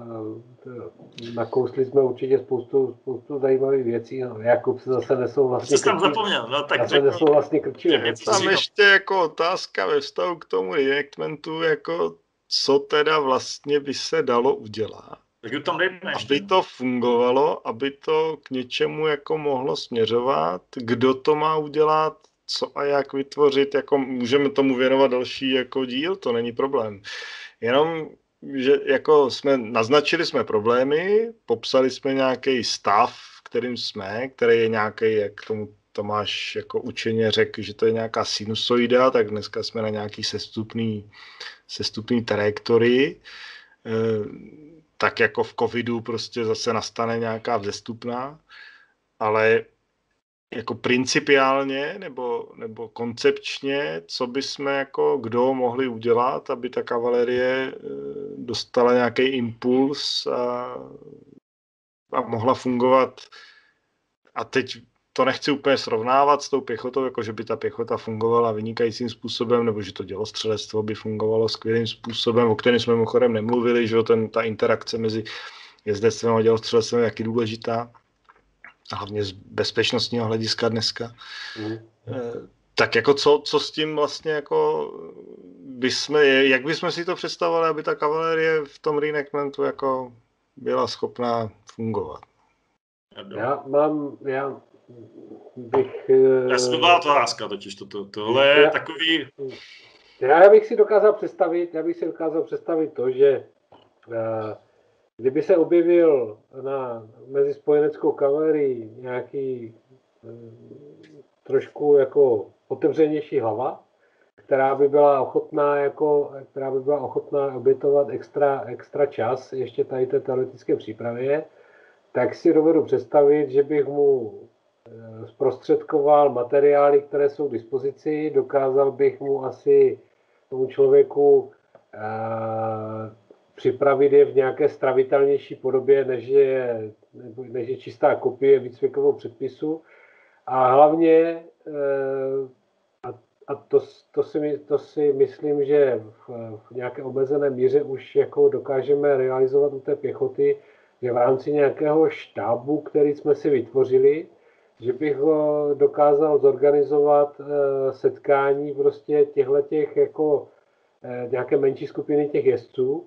Nakousli jsme určitě spoustu, spoustu zajímavých věcí. No, Jakub se zase nesouhlasně Co jsi tam zapomněl? No, tak zase nesouhlasně krčil. Tam ještě jako otázka ve vztahu k tomu reenactmentu, jako co teda vlastně by se dalo udělat. Tak tam dejme ještě. Aby to fungovalo, aby to k něčemu jako mohlo směřovat, kdo to má udělat, co a jak vytvořit, jako můžeme tomu věnovat další jako díl, to není problém. Jenom, že jako jsme naznačili jsme problémy, popsali jsme nějaký stav, kterým jsme, který je nějaký, jak tomu Tomáš jako učeně řekl, že to je nějaká sinusoida, tak dneska jsme na nějaký sestupný, sestupný trajektorii. Tak jako v covidu prostě zase nastane nějaká vzestupná, ale jako principiálně nebo, nebo koncepčně, co bychom jako kdo mohli udělat, aby ta kavalerie dostala nějaký impuls a, a mohla fungovat. A teď to nechci úplně srovnávat s tou pěchotou, jako že by ta pěchota fungovala vynikajícím způsobem, nebo že to dělostřelectvo by fungovalo skvělým způsobem, o kterém jsme mimochodem nemluvili, že ten, ta interakce mezi jezdectvem a dělostřelectvem je taky důležitá, a hlavně z bezpečnostního hlediska dneska. Mm. E, tak jako co, co s tím vlastně jako bysme, jak bychom si to představovali, aby ta kavalerie v tom reenactmentu jako byla schopná fungovat? Já mám, já bych... Já jsem byla otázka totiž toto. Tohle je já, takový... Já bych si dokázal představit, já bych si dokázal představit to, že kdyby se objevil na, mezi spojeneckou kavalerií nějaký trošku jako otevřenější hlava, která by byla ochotná jako, která by byla ochotná obětovat extra, extra čas ještě tady té teoretické přípravě, tak si dovedu představit, že bych mu zprostředkoval materiály, které jsou k dispozici, dokázal bych mu asi tomu člověku eh, připravit je v nějaké stravitelnější podobě, než je, než je čistá kopie výcvikového předpisu. A hlavně, eh, a, a to, to, si, to si myslím, že v, v nějaké omezené míře už jako dokážeme realizovat u té pěchoty, že v rámci nějakého štábu, který jsme si vytvořili, že bych ho dokázal zorganizovat e, setkání prostě těchhletěch jako e, nějaké menší skupiny těch jezdců,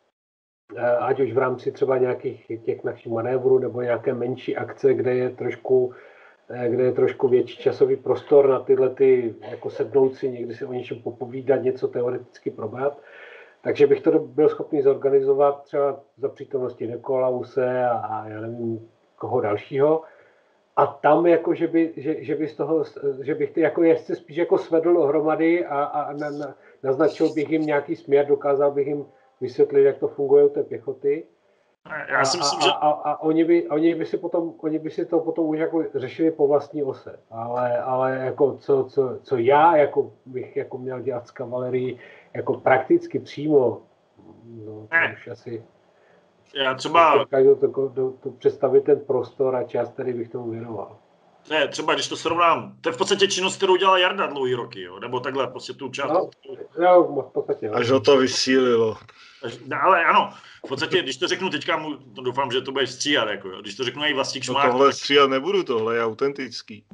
e, ať už v rámci třeba nějakých těch našich manévrů nebo nějaké menší akce, kde je trošku, e, kde je trošku větší časový prostor na tyhle ty, jako sednout si, někdy si o něčem popovídat, něco teoreticky probrat. Takže bych to byl schopný zorganizovat třeba za přítomnosti Nikolause a, a já nevím koho dalšího. A tam jako, že, by, že, že, by z toho, že bych ty jako jezdce spíš jako svedl dohromady a, a na, na, naznačil bych jim nějaký směr, dokázal bych jim vysvětlit, jak to funguje u té pěchoty. Já si myslím, a, že... a, a, a oni, by, oni, by si potom, oni by si to potom už jako řešili po vlastní ose. Ale, ale jako co, co, co já jako bych jako měl dělat s kavalerií, jako prakticky přímo, no to už asi... Já třeba... Dokážu to, to, to představit ten prostor a čas, který bych tomu věnoval. Ne, třeba když to srovnám, to je v podstatě činnost, kterou dělala Jarda dlouhý roky, jo? Nebo takhle, prostě tu část. No, no v podstatě. Až ho to vysílilo. Až, no, ale ano, v podstatě, když to řeknu teďka, mu, to doufám, že to budeš stříhat, jako, jo? Když to řeknu i Vlastík Šmák... No tohle stříhat nebudu, tohle je autentický.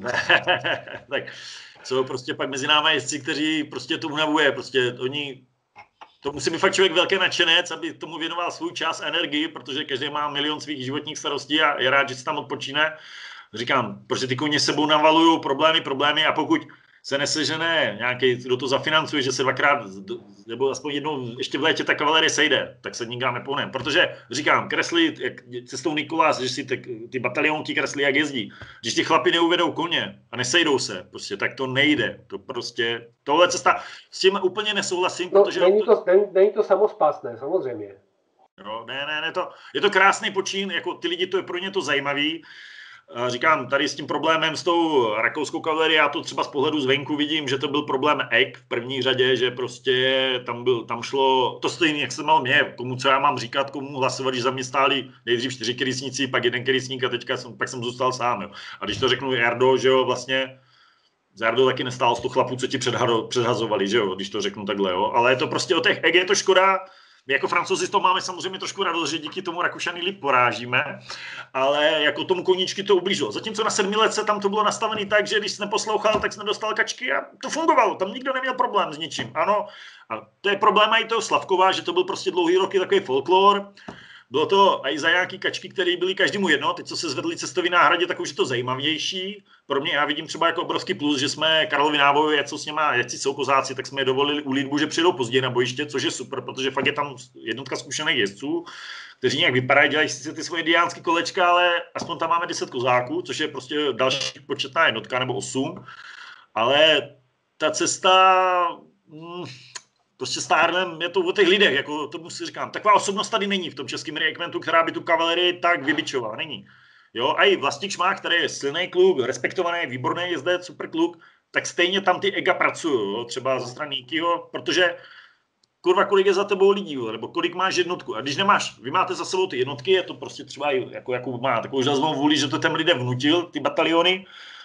Tak jsou prostě pak mezi námi jezdci, kteří prostě to unavuje, prostě oni... To musí být fakt člověk velký nadšenec, aby tomu věnoval svůj čas a energii, protože každý má milion svých životních starostí a je rád, že se tam odpočíne. Říkám, protože ty koně sebou navalují problémy, problémy a pokud se nesežene nějaký, kdo to zafinancuje, že se dvakrát, nebo aspoň jednou ještě v létě ta kavalerie sejde, tak se nikam nepohne. Protože říkám, kreslí jak cestou Nikolás, že si ty, ty batalionky kreslí, jak jezdí. Když ti chlapi neuvedou koně a nesejdou se, prostě, tak to nejde. To prostě, tohle cesta, s tím úplně nesouhlasím, no, protože... Není to, není, není to samospásné, samozřejmě. Jo, ne, ne, ne, to, je to krásný počín, jako ty lidi, to je pro ně to zajímavý. Říkám, tady s tím problémem s tou rakouskou kavalerií, já to třeba z pohledu zvenku vidím, že to byl problém Ek v první řadě, že prostě tam, byl, tam šlo to stejný, jak jsem mal mě, komu co já mám říkat, komu hlasovat, když za mě stáli nejdřív čtyři kerysníci, pak jeden kerysník a teďka jsem, pak jsem zůstal sám. Jo. A když to řeknu Jardo, že jo, vlastně za Jardou taky nestálo sto chlapů, co ti předhado, předhazovali, že jo, když to řeknu takhle, jo. Ale je to prostě o těch eg je to škoda. My jako Francouzi to máme samozřejmě trošku radost, že díky tomu Rakušany líp porážíme, ale jako tomu koníčky to ublížilo. Zatímco na sedmiletce tam to bylo nastavené tak, že když jsi neposlouchal, tak jsi nedostal kačky a to fungovalo. Tam nikdo neměl problém s ničím. Ano, a to je problém i toho Slavkova, že to byl prostě dlouhý roky takový folklor. Bylo to i za nějaký kačky, které byly každému jedno. Teď, co se zvedli cestovní náhradě, tak už je to zajímavější. Pro mě já vidím třeba jako obrovský plus, že jsme Karlovi Náboju, jak jsou s něma, jak jsou kozáci, tak jsme je dovolili u lídbu, že přijdou později na bojiště, což je super, protože fakt je tam jednotka zkušených jezdců, kteří nějak vypadají, dělají si ty svoje indiánské kolečka, ale aspoň tam máme deset kozáků, což je prostě další početná jednotka nebo osm. Ale ta cesta... Mm, prostě stárnem je to o těch lidech, jako tomu si říkám. Taková osobnost tady není v tom českém regimentu, která by tu kavalerii tak vybičovala. Není. Jo, a i Vlastík Šmák, který je silný kluk, respektovaný, výborný jezdec, super kluk, tak stejně tam ty ega pracují, třeba ze strany Nikyho, protože kurva, kolik je za tebou lidí, nebo kolik máš jednotku. A když nemáš, vy máte za sebou ty jednotky, je to prostě třeba jako, jako má takovou železnou vůli, že to těm lidem vnutil, ty bataliony,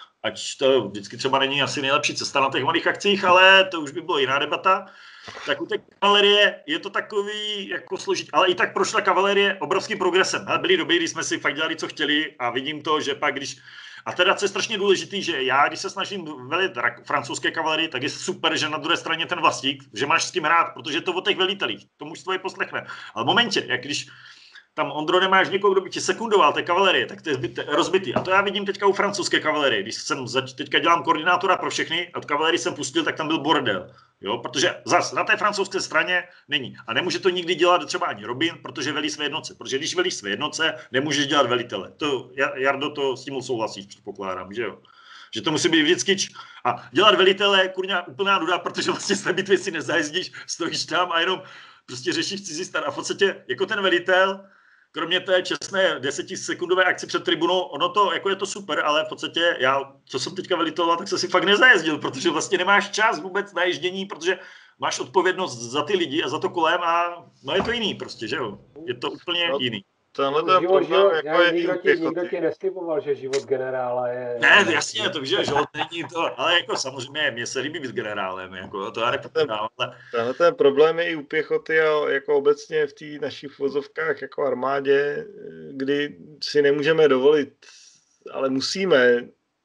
ať to vždycky třeba není asi nejlepší cesta na těch malých akcích, ale to už by byla jiná debata. Tak u té kavalerie je to takový jako složitý, ale i tak prošla kavalerie obrovským progresem. Ale byly doby, kdy jsme si fakt dělali, co chtěli a vidím to, že pak když... A teda, co je strašně důležitý, že já, když se snažím velit francouzské kavalerii, tak je super, že na druhé straně ten Vlastík, že máš s tím rád, protože je to o těch velitelích, to mužstvo je poslechne. Ale v momentě, jak když tam Ondro nemáš někoho, kdo by ti sekundoval té kavalerie, tak to je rozbitý. A to já vidím teďka u francouzské kavalerie. Když jsem zač- teďka dělám koordinátora pro všechny, a od kavalerii jsem pustil, tak tam byl bordel. Jo? Protože zas na té francouzské straně není. A nemůže to nikdy dělat třeba ani Robin, protože velí své jednotce. Protože když velíš své jednotce, nemůžeš dělat velitele. To, Jardo, to s tím souhlasíš, předpokládám, že jo? Že to musí být vždycky č... a dělat velitele kurňa úplná nuda, protože vlastně z té bitvy si nezajezdíš, stojíš tam a jenom prostě řešíš cizí stan. A v podstatě jako ten velitel, kromě té čestné desetisekundové akci před tribunou, ono to, jako je to super, ale v podstatě já, co jsem teďka velitoval, tak se si fakt nezajezdil, protože vlastně nemáš čas vůbec na ježdění, protože máš odpovědnost za ty lidi a za to kolem a no je to jiný prostě, že jo? Je to úplně no, jiný. Tenhle ten život, problém, život, jako je nikdo, ti, nikdo ti nesliboval, že život generála je... Ne, jasně, to víš, že život není to, ale jako samozřejmě, mně se líbí být generálem, jako to já nepotřebám, ale... Tenhle ten problém je i u pěchoty a jako obecně v té našich vozovkách jako armádě, kdy si nemůžeme dovolit, ale musíme,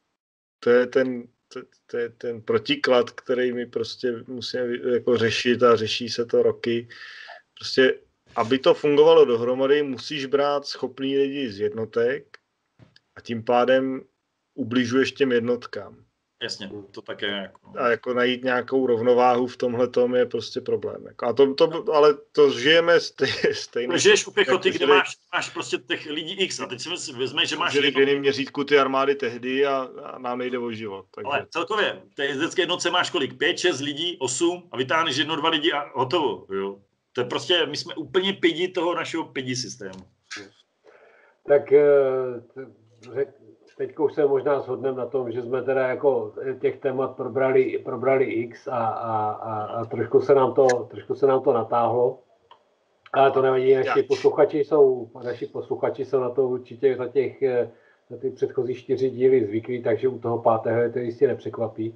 to je ten, to, to je ten protiklad, který my prostě musíme jako řešit a řeší se to roky, prostě aby to fungovalo dohromady, musíš brát schopný lidi z jednotek a tím pádem ubližuješ těm jednotkám. Jasně, to také jako... A jako najít nějakou rovnováhu v tomhletom je prostě problém. Jako a to, to, ale to žijeme stej, stejně. Žiješ u pěchoty, kde máš, máš prostě těch lidí X a teď si vezmeš, že máš... Žili v jiném měřítku ty armády tehdy a, a nám nejde o život. Takže... Ale celkově, v té jezdecké jednotce máš kolik? Pět, šest lidí, osm a vytáhneš jedno, dva lidi a hotovo, jo. To je prostě, my jsme úplně pidi toho našeho pidi systému. Tak teď už se možná shodneme na tom, že jsme teda jako těch témat probrali, probrali X a, a, a, a trošku, se nám to, trošku se nám to natáhlo. Ale to nevadí, naši posluchači jsou, naši posluchači jsou na to určitě za těch za ty předchozí čtyři díly zvyklí, takže u toho pátého je to jistě nepřekvapí.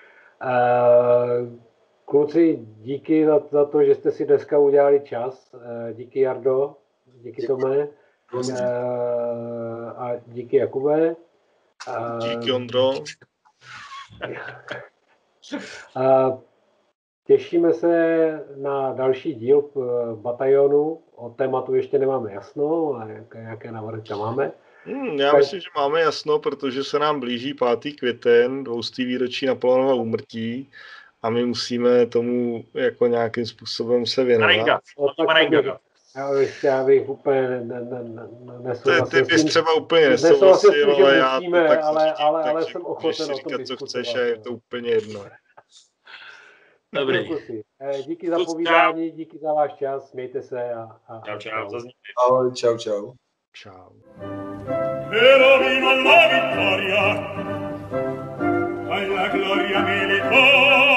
Kluci, díky za, za to, že jste si dneska udělali čas. Díky Jardo, díky Tome a díky Jakube. Díky Ondro. A těšíme se na další díl Batalionu. O tématu ještě nemáme jasno, a jaké, jaké návrhy tam máme. Hmm, já myslím, že máme jasno, protože se nám blíží pátý květen, dvoustý výročí Napoleonova úmrtí. A my musíme tomu jako nějakým způsobem se věnovat. Já bych, já bych úplně ne, ne, ne, nesouhlasil. Ty bys třeba úplně nesouhlasil, ale já musíme, to tak ale, říkám, ale, tak ale si jsem ochoten o tom říkat, co chceš a je to úplně jedno. Dobrý. Díky za povídání, díky za váš čas, mějte se a... a čau, čau. Ahoj, čau, čau. Čau. Ero vino alla vittoria, alla gloria militare.